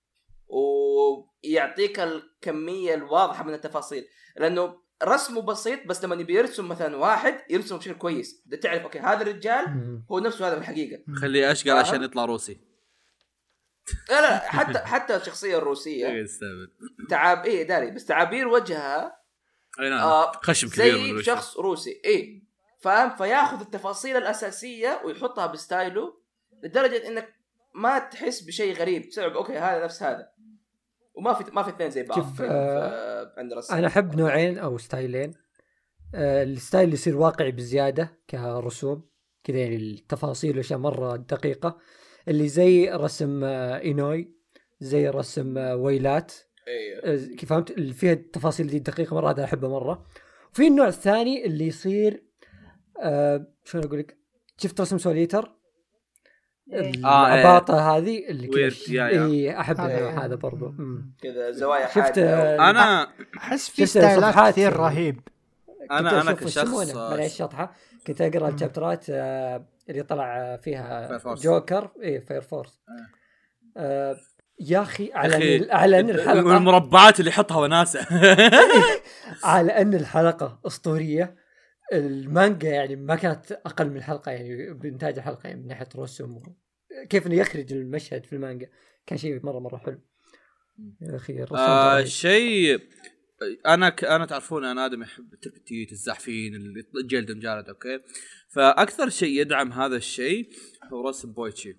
ويعطيك الكميه الواضحه من التفاصيل. لانه رسمه بسيط، بس لما يبي يرسم مثلا واحد يرسم بشكل كويس، ده تعرف اوكي هذا الرجال هو نفسه هذا في الحقيقه. خليه اشقر عشان يطلع روسي. لا حتى الشخصيه الروسيه داري، بس تعابير وجهها خشم كبير زي شخص روسي. فاهم؟ فياخذ التفاصيل الاساسيه ويحطها بستايله لدرجه انك ما تحس بشيء غريب، تستوعب اوكي هذا نفس هذا، وما في اثنين زي بعض. عند رسم انا احب نوعين او ستايلين. الستايل اللي يصير واقعي بزياده كرسوم كذا، يعني التفاصيل والاشياء مره دقيقه، اللي زي رسم إينوي، زي رسم ويلات. كيف فهمت؟ اللي فيها التفاصيل دي دقيقة مرة، هذا أحبه مرة. وفي النوع الثاني اللي يصير شو أقول لك، شفت رسم سوليتر الأباطة هذه اللي كذا. أحب هذا برضو كذا زوايا حادة. أنا أحس في ستايلات كثير رهيب. أنا كشخص معليش شطحة كنت أقرأ الشابترات اللي طلع فيها جوكر فاير فورس. يا أخي أعلن الحلقة والمربعات اللي يحطها وناسة. على أن الحلقة أسطورية. المانجا يعني ما كانت أقل من الحلقة، يعني بإنتاج الحلقة يعني من ناحية رسم كيف إنه يخرج المشهد في المانجا، كان شيء مرة حلو يا أخي. شيء أنا تعرفون أنا آدم يحب التكتيت الزحفين اللي جلد مجارد أوكي. فأكثر شيء يدعم هذا الشيء هو رسم بويتشي.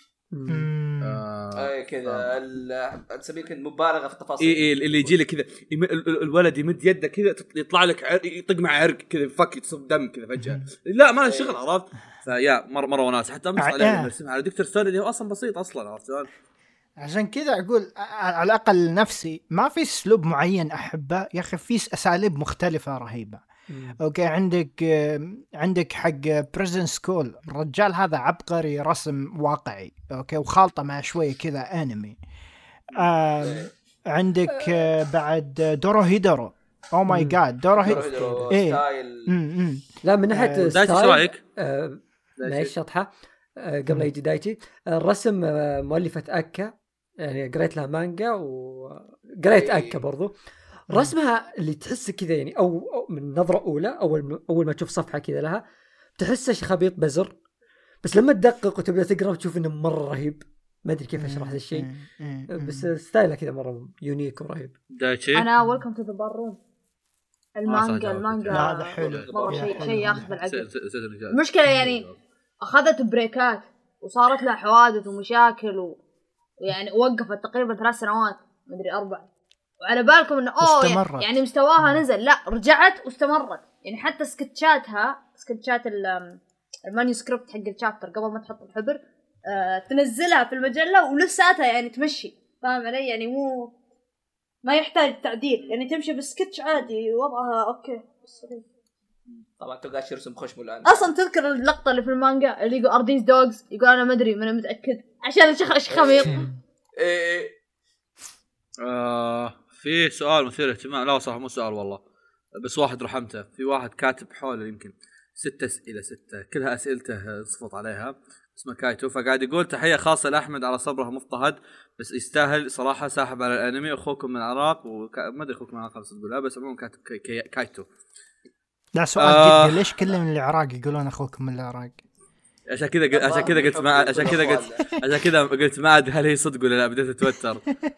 كذا السبيل كان مبالغه في التفاصيل. اللي يجي لك كذا الولد يمد يده كذا يطلع لك يطق مع عرق كذا فك يتصب دم كذا فجاه. لا ما له شغل، عرفت؟ فيا مره وناس حتى مش عليه نرسمها على دكتور ستون اللي هو اصلا بسيط اصلا، عرفت؟ عشان كذا اقول على الاقل نفسي ما في اسلوب معين احبه يا اخي، في اساليب مختلفه رهيبه. اوكي عندك حق بريزن سكول، الرجال هذا عبقري، رسم واقعي اوكي وخالطه مع شويه كذا انمي. عندك بعد دورو هيدرو، او ماي جاد دورو هيدرو لا من ناحيه ستايل ايش رايك؟ ليش شطحه قبل يجي دايتشي الرسم مؤلفه اكا يعني قريت لها مانجا وقريت أكا برضو. رسمها اللي تحس كذا يعني أو من نظرة أولى أول ما تشوف صفحة كذا لها تحسه شيء خبيط بزر، بس لما تدقق وتبدأ تقرأ تشوف إنه مرة رهيب. ما أدري كيف أشرح هذا الشيء، بس ستايله كده مرة يونيك ورهيب. أنا ويلكم تو ذا بارون. المانجا هذا حلو مرة شيء ياخذ بالعقل. المشكلة يعني أخذت بريكات وصارت لها حوادث ومشاكل ويعني وقفت تقريبا 3 سنوات ما أدري 4، وعلى بالكم إنه يعني مستواها نزل، لا رجعت واستمرت. يعني حتى سكتشات المانيوسكريبت حق الشابتر قبل ما تحط الحبر تنزلها في المجلة ولساتها يعني تمشي، فاهم علي؟ يعني ما يحتاج تعديل، يعني تمشي بالسكتش عادي وضعها أوكي. طبعا تلقى يرسم خشم الآن. أصلا تذكر اللقطة اللي في المانجا اللي يقول أرديز دوغز، يقول أنا ما أدري ما أنا متأكد عشان الشخص خميط. في سؤال مثير اهتمام، لا صراحة مو سؤال والله، بس واحد رحمته. في واحد كاتب حوله يمكن 6 أسئلة، 6 كلها أسئلته صفت عليها، اسمه كايتو. فقاعد يقول تحية خاصة لأحمد على صبره مضطهد، بس يستاهل صراحة، ساحب على الأنمي. أخوكم من العراق ما أدري أخوكم من العراق تقولها، بس عموما كاتب كايتو. لا سؤال جدا، ليش كلهم من العراق يقولون أخوكم من العراق؟ عشان كذا قلت ما أدري هل هي صدق ولا لا، بديت أتوتر.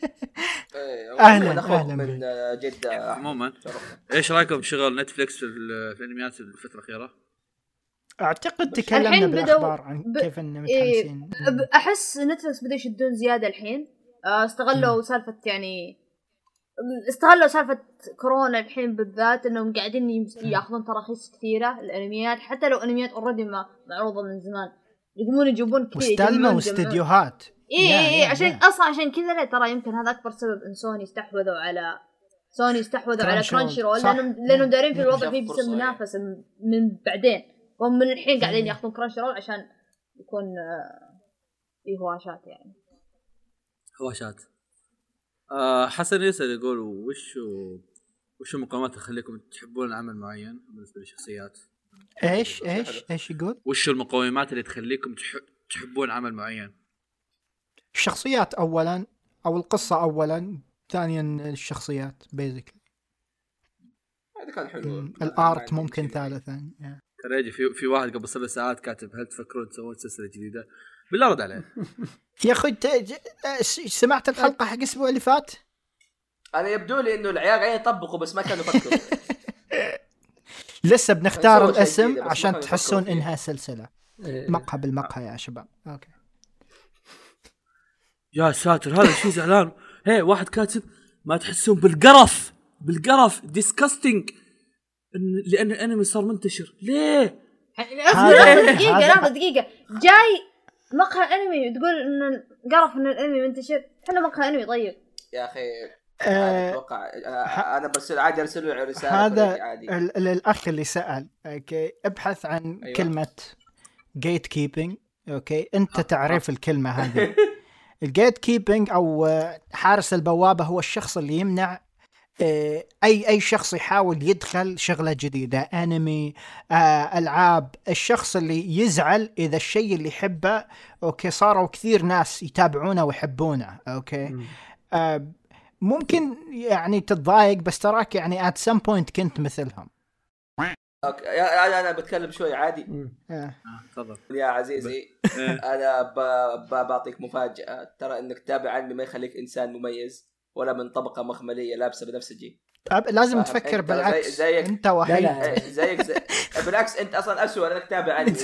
أهلا من جدة. عموما إيش رأيكم بشغل نتفليكس في الأنميات الفترة الأخيرة؟ أعتقد تكلمنا بالأخبار عن كيف إنهم متحمسين. أحس نتفليكس بدأوا يشدون زيادة الحين. استغلوا سالفة كورونا الحين بالذات، إنهم قاعدين يأخذون تراخيص كثيرة الأنميات، حتى لو أنميات أوريدي ما معروضة من زمان يجيبون كثير واستلموا واستديوهات. إيه عشان كذا ترى يمكن هذا أكبر سبب إن سوني استحوذوا على كرانشي رول، لأنهم دارين في الوضع فيه بسبب منافسة من بعدين، وهم من الحين قاعدين يأخذون كرانشي رول عشان يكون فيه هواشات. يعني هواشات. حسن يسأل يقول وش المقومات اللي تخليكم تحبون عمل معين بالنسبة للشخصيات؟ ايش يقول؟ وش المقومات اللي تخليكم تحبون عمل معين؟ الشخصيات اولا، او القصة اولا، ثانيا الشخصيات بيزك. هذا كان حلو. الارت ممكن ثالثا. كريجي في واحد قبل 7 ساعات كاتب هل تفكرون تسوون سلسلة جديدة؟ بالله رد عليه. يا اخوي سمعت الحلقة حق الاسبوع اللي فات؟ انا يبدو لي انه العيال قاعدين يطبقوا بس ما كانوا يفكروا. لسه بنختار الاسم عشان تحسون انها سلسلة. مقهى بالمقهى يا شباب. اوكي يا ساتر هذا شيء زعلان. هي واحد كاتب ما تحسون بالقرف ديسكاستنج لان الانمي صار منتشر. ليه؟ لحظة دقيقة جاي مقهى انمي تقول انه قرف ان الانمي منتشر؟ احنا مقهى انمي. طيب يا اخي اتوقع انا برسل عادي، ارسل له رساله هذا عادي. الاخ اللي سأل اوكي ابحث عن كلمة جيت كيبينج. اوكي انت تعرف الكلمة هذه. الجيت كيبينج او حارس البوابة هو الشخص اللي يمنع اي شخص يحاول يدخل شغلة جديدة، انمي، العاب. الشخص اللي يزعل اذا الشيء اللي يحبه اوكي صاروا كثير ناس يتابعونه ويحبونه. اوكي ممكن يعني تتضايق، بس تراك يعني at some point كنت مثلهم. اوكي انا بتكلم شوي عادي. تفضل يا عزيزي. انا بعطيك مفاجأة، ترى انك تتابع انمي ما يخليك انسان مميز ولا من طبقة مخملية لابسة بنفسجي. لازم تفكر بالعكس. زيك انت وحيد. زيك بالعكس انت اصلا اسوء لانك تتابع انمي.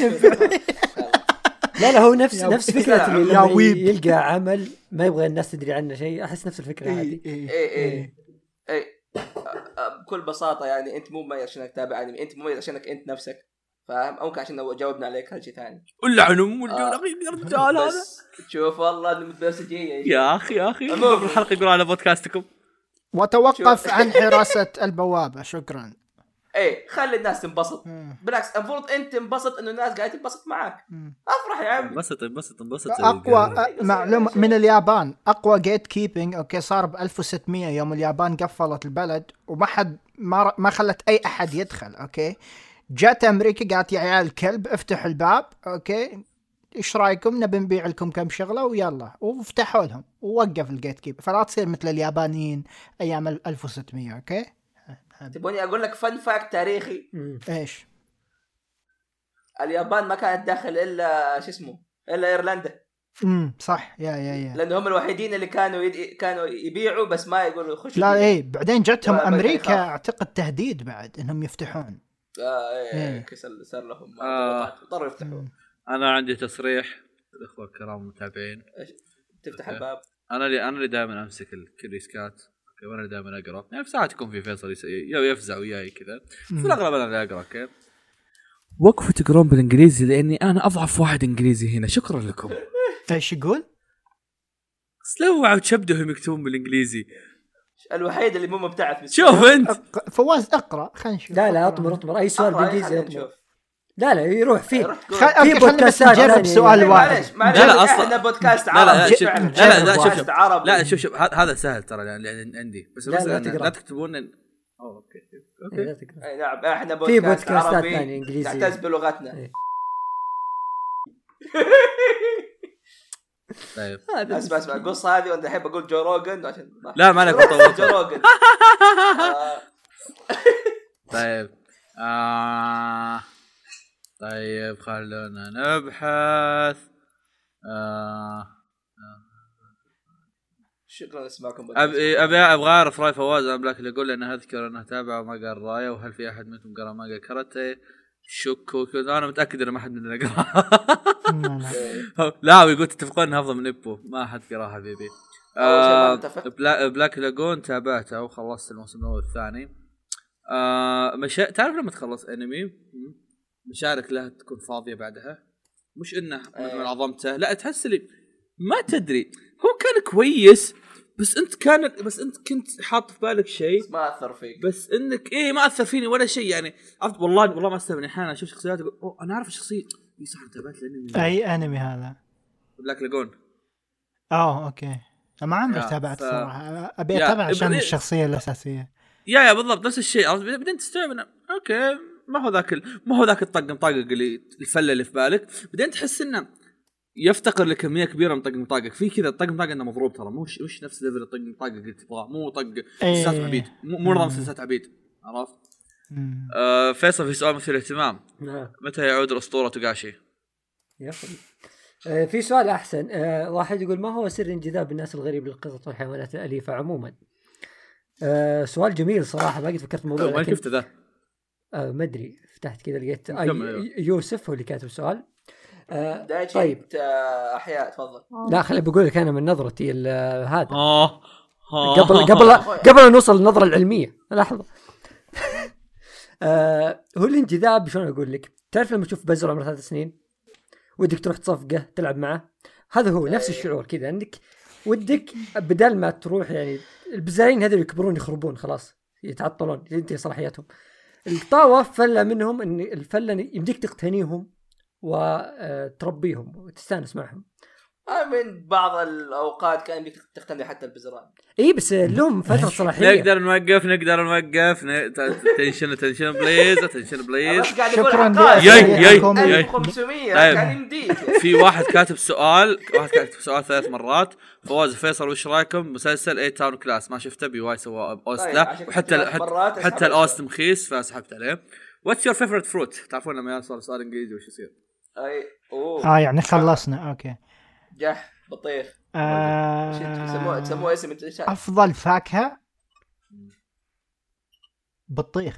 لا هو نفس فكرة اللي لما يلقى عمل ما يبغى الناس تدري عنه شيء. احس نفس الفكرة عادي. اي بكل بساطة يعني انت مو مميز عشانك تتابع انمي، انت مميز عشانك انت نفسك، فاهم؟ او عشان جاوبنا عليك هالشيء ثاني. ولا عنهم الرجال هذا. شوف والله المتبسجية يا اخي الحلقة يقول على بودكاستكم. وتوقف عن حراسة البوابة. شكرا. ايه خلي الناس تنبسط. بالعكس المفروض انت تنبسط انه الناس قاعده تنبسط معك. افرح يا عم. انبسط. اقوى معلومه من اليابان، اقوى جيت كيبينج اوكي صار ب 1600 يوم اليابان قفلت البلد وما حد ما خلت اي احد يدخل. اوكي جات امريكا قالت يا عيال الكلب افتحوا الباب. اوكي ايش رايكم نبي نبيع لكم كم شغله ويلا، وفتحوا لهم ووقف الجيت كيبر. فلا تصير مثل اليابانيين ايام 1600. اوكي تبوني اقول لك فن فاكت تاريخي؟ ايش؟ اليابان ما كانت داخل الا شو اسمه الا ايرلندا. صح يا لأن هم الوحيدين اللي كانوا يبيعوا بس ما يقولوا يخشوا. لا ايه بعدين جتهم امريكا اعتقد تهديد بعد انهم يفتحون. ايه صار لهم اضطروا يفتحوا. انا عندي تصريح الاخوه الكرام المتابعين. تفتح الباب. انا اللي دائما امسك الكريسكات، وانا اللي دائما اقرا، يعني في ساعات يكون في فيصل يفزع وياي كذا، في الاغلب انا اللي اقرا. كيف وقفوا تقرون بالانجليزي لاني انا اضعف واحد انجليزي هنا. شكرا لكم. ايش يقول؟ سلوعوا وتشبدهم يكتبون بالانجليزي. الوحيد اللي مو مبتعث. شوف انت فواز اقرا خلينا نشوف. لا اطمر اي سؤال بالانجليزي اطمر. لا يروح فيه في بودكاست نجرب سؤال واحد. لا اصلا بودكاست عربي. لا شوف هذا سهل ترى يعني عندي بس لا تكتبون. اوكي اي نعم احنا في بودكاستات ثانيه انجليزيه نعتز بلغتنا. طيب اسمع القصه هذه وانا احب اقول جو روجن عشان لا ما لك طول جو روجن. طيب طيب خلونا نبحث. شكرا اسمعكم. ابغى اعرف راي فواز عن بلاك اللي يقول لي انه اذكر انه تابع وما قرا رايه، وهل في احد منكم قرا مانجا كاراتيه شوكو كذا؟ انا متاكد ان ما حد مننا قرا. لا ويقول تتفقون انها افضل من ايبو. ما حد قراها حبيبي. بلاك لاجون تابعته وخلصت الموسم الاول والثاني. تعرف لما تخلص انمي مشارك لها تكون فاضيه بعدها، مش انه من عظمته، لا تحس لي ما تدري هو كان كويس بس انت كنت حاط في بالك شيء ما اثر فيك، بس انك ما اثر فيني ولا شيء. يعني والله ما استوعب احيانا اشوف شخصيات اقول انا عارف الشخصيه دي صح. تابعت الانمي. اي انمي هذا بلاك لاجون. اوكي ما عمري تابعت صراحه. ابي اتابع عشان الشخصيه الاساسيه. يا بالضبط نفس الشيء. بعدين تستوعب انه اوكي ما هو ذاك الطقم طاقق اللي الفله اللي في بالك. بعدين تحس انه يفتقر لكميه كبيره من طقم طاقق. في كذا الطقم طاقق انه مضروب ترى، مش نفس ليفل الطقم طاقق اللي تبغاه، مو طق سلسلات عبيد، مو نظام سلسلات عبيد. عرفت؟ فيصل في سؤال مثير اهتمام. متى يعود الاسطوره توغاشي؟ يا اخي في سؤال احسن. واحد يقول ما هو سر انجذاب الناس الغريب للقطط والحيوانات الاليفه عموما؟ سؤال جميل صراحه. ما قد فكرت الموضوع ما شفت ذا. ما ادري فتحت كذا لقيت يوسف هو اللي كاتب السؤال. طيب احياء تفضل. لا خليني بقول لك انا من نظرتي هذا قبل نوصل للنظره العلميه. لحظه. هو الانجذاب شلون اقول لك؟ تعرف لما تشوف بزر عمره 3 سنين ودك تروح تصفقه تلعب معه، هذا هو نفس الشعور كذا، انك ودك بدل ما تروح يعني البزارين هذول يكبرون يخربون خلاص يتعطلون ينتهي صلاحياتهم. القطاوة فلة منهم ان الفلة يمديك تقتنيهم وتربيهم وتستانس معهم. من بعض الاوقات كان يمديك تقتني حتى البزران. اي بس لهم فترة صلاحية. نقدر نوقف تنشن بليز. شكرا ياي 500 كان يمديك. في واحد كاتب سؤال 3 مرات. فواز فيصل وش رايكم مسلسل اي تاون كلاس؟ ما شفته بيواي سوا اوست لا حتى الاوست مخيس فسحبت عليه. واتس يور فيفورت فروت؟ تعرفون لما يصير سؤال انجليزي وش يصير؟ يعني خلصنا. اوكي جح بطيخ. تسموه اسم افضل فاكهه بطيخ.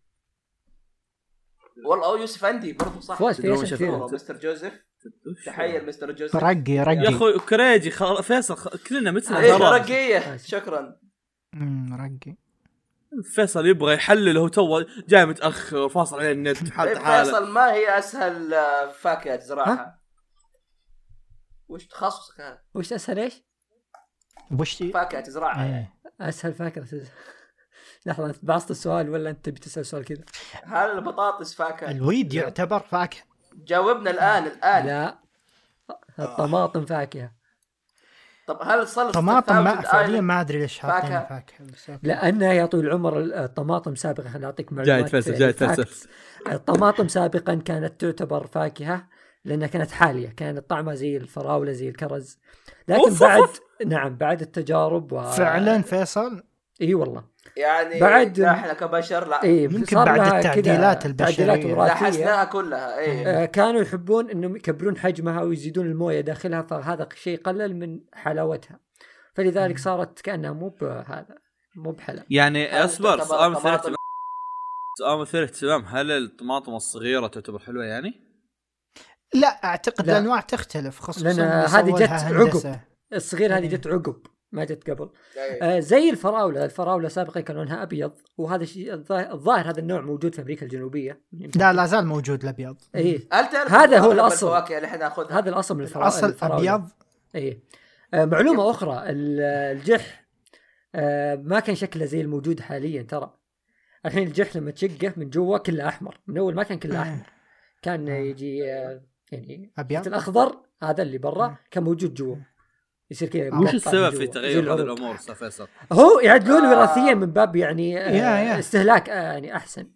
والله يوسف عندي برضو صح. مستر جوزيف. تحيه مستر جوزيف. رقي يا اخوي كريجي فيصل كلنا مثل رقيه. شكرا. رقي. فيصل يبغى يحلل هو تو جاي متاخر فاصل عليه النت حالته. فيصل ما هي اسهل فاكهه تزرعها؟ وش تخصصك هذا؟ وش اسهل ايش؟ وش فاكهه تزرعها؟ اسهل فاكهه لحظه انت بعصت السؤال ولا انت بتسال سؤال كذا؟ هل البطاطس فاكهه؟ الويد يعتبر فاكهه؟ جاوبنا الان. لا الطماطم فاكهه. طب هل صلصه طماطم فعليا ما ادري ليش حاطين فاكهه لانها يا طويل العمر الطماطم سابقا خليني اعطيك معلومات. جاي تفلسف. الطماطم سابقا كانت تعتبر فاكهه لأنها كانت حالية، كانت طعمها زي الفراولة زي الكرز. لكن بعد نعم بعد التجارب فعلا فيصل اي والله يعني بعد احنا كبشر لا يمكن بعد التعديلات البشرية لاحظناها كلها كانوا يحبون انهم يكبرون حجمها ويزيدون المويه داخلها، فهذا شيء قلل من حلاوتها، فلذلك صارت كانها مو بحلا. يعني اصبر سؤال مثير اهتمام، هل الطماطم الصغيره تعتبر حلوه يعني؟ لا اعتقد الانواع تختلف، خصوصا لان هذه جت عقب، الصغير هذه جت عقب ما جت قبل. زي الفراولة سابقا كان لونها أبيض، وهذا الشيء الظاهر هذا النوع موجود في أمريكا الجنوبية. لا زال موجود الأبيض. إيه هذا هو الأصل، هذا الأصل من الأصل أبيض. إيه معلومة أخرى، الجح ما كان شكله زي الموجود حاليا، ترى الحين الجح لما تشقه من جوا كله أحمر، من أول ما كان كله أحمر، كان يجي يعني أبيض. الأخضر هذا اللي برا كان موجود جوا، يصير كذا. وش السبب في تغير هذه الامور استاذ فيصل؟ هو يعدلون وراثيا من باب يعني استهلاك يعني احسن.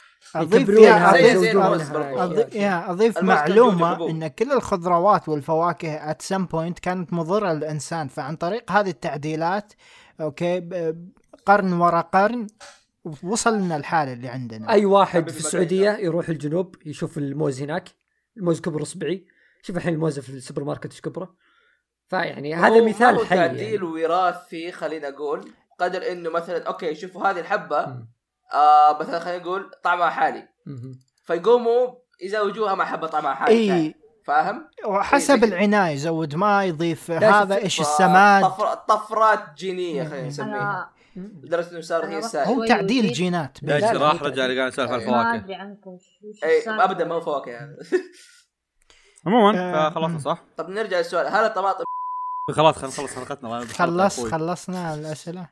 اضيف معلومه ان كل الخضروات والفواكه at some point كانت مضره للانسان، فعن طريق هذه التعديلات اوكي قرن ورا قرن وصلنا الحاله اللي عندنا. اي واحد في السعوديه يروح الجنوب يشوف الموز هناك، الموز كبر اصبعي، شوف الحين الموز في السوبر ماركت ايش كبره. فيعني هذا مثال حي، تعديل وراثي خلينا نقول، قدر انه مثلا اوكي شوفوا هذه الحبه مثلا خلينا نقول طعمها حالي، فيقوموا يزوجوها مع حبه طعمها حالي. فاهم؟ وحسب العنايه يزود ما يضيف هذا ايش السماد، طفرات جينيه خلينا نسميها، لدرجه انه صار هي السائل. هو تعديل جينات. راح رجع اللي قاعد يسولف عن الفواكه. ما ادري عنكم ابدا ما هو فواكه يعني. عموما خلصنا صح؟ طب نرجع للسؤال، هل الطماطم خلاص خلينا نخلص حلقتنا. خلصنا الأسئلة.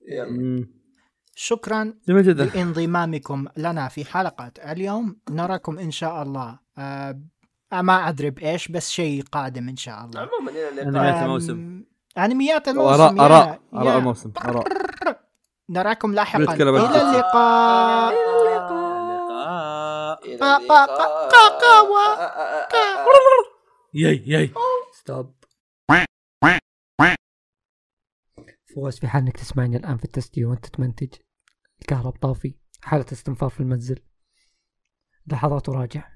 شكرا لانضمامكم لنا في حلقة اليوم، نراكم إن شاء الله ما أدري بإيش، بس شيء قادم إن شاء الله. أنميات الموسم. آراء الموسم. نراكم لاحقا. إلى اللقاء. ياي ستوب. فواز في حال انك تسمعني الان في التسجيل وانت تمنتج، الكهرباء طافي، حالة استنفار في المنزل، لحظات وراجع.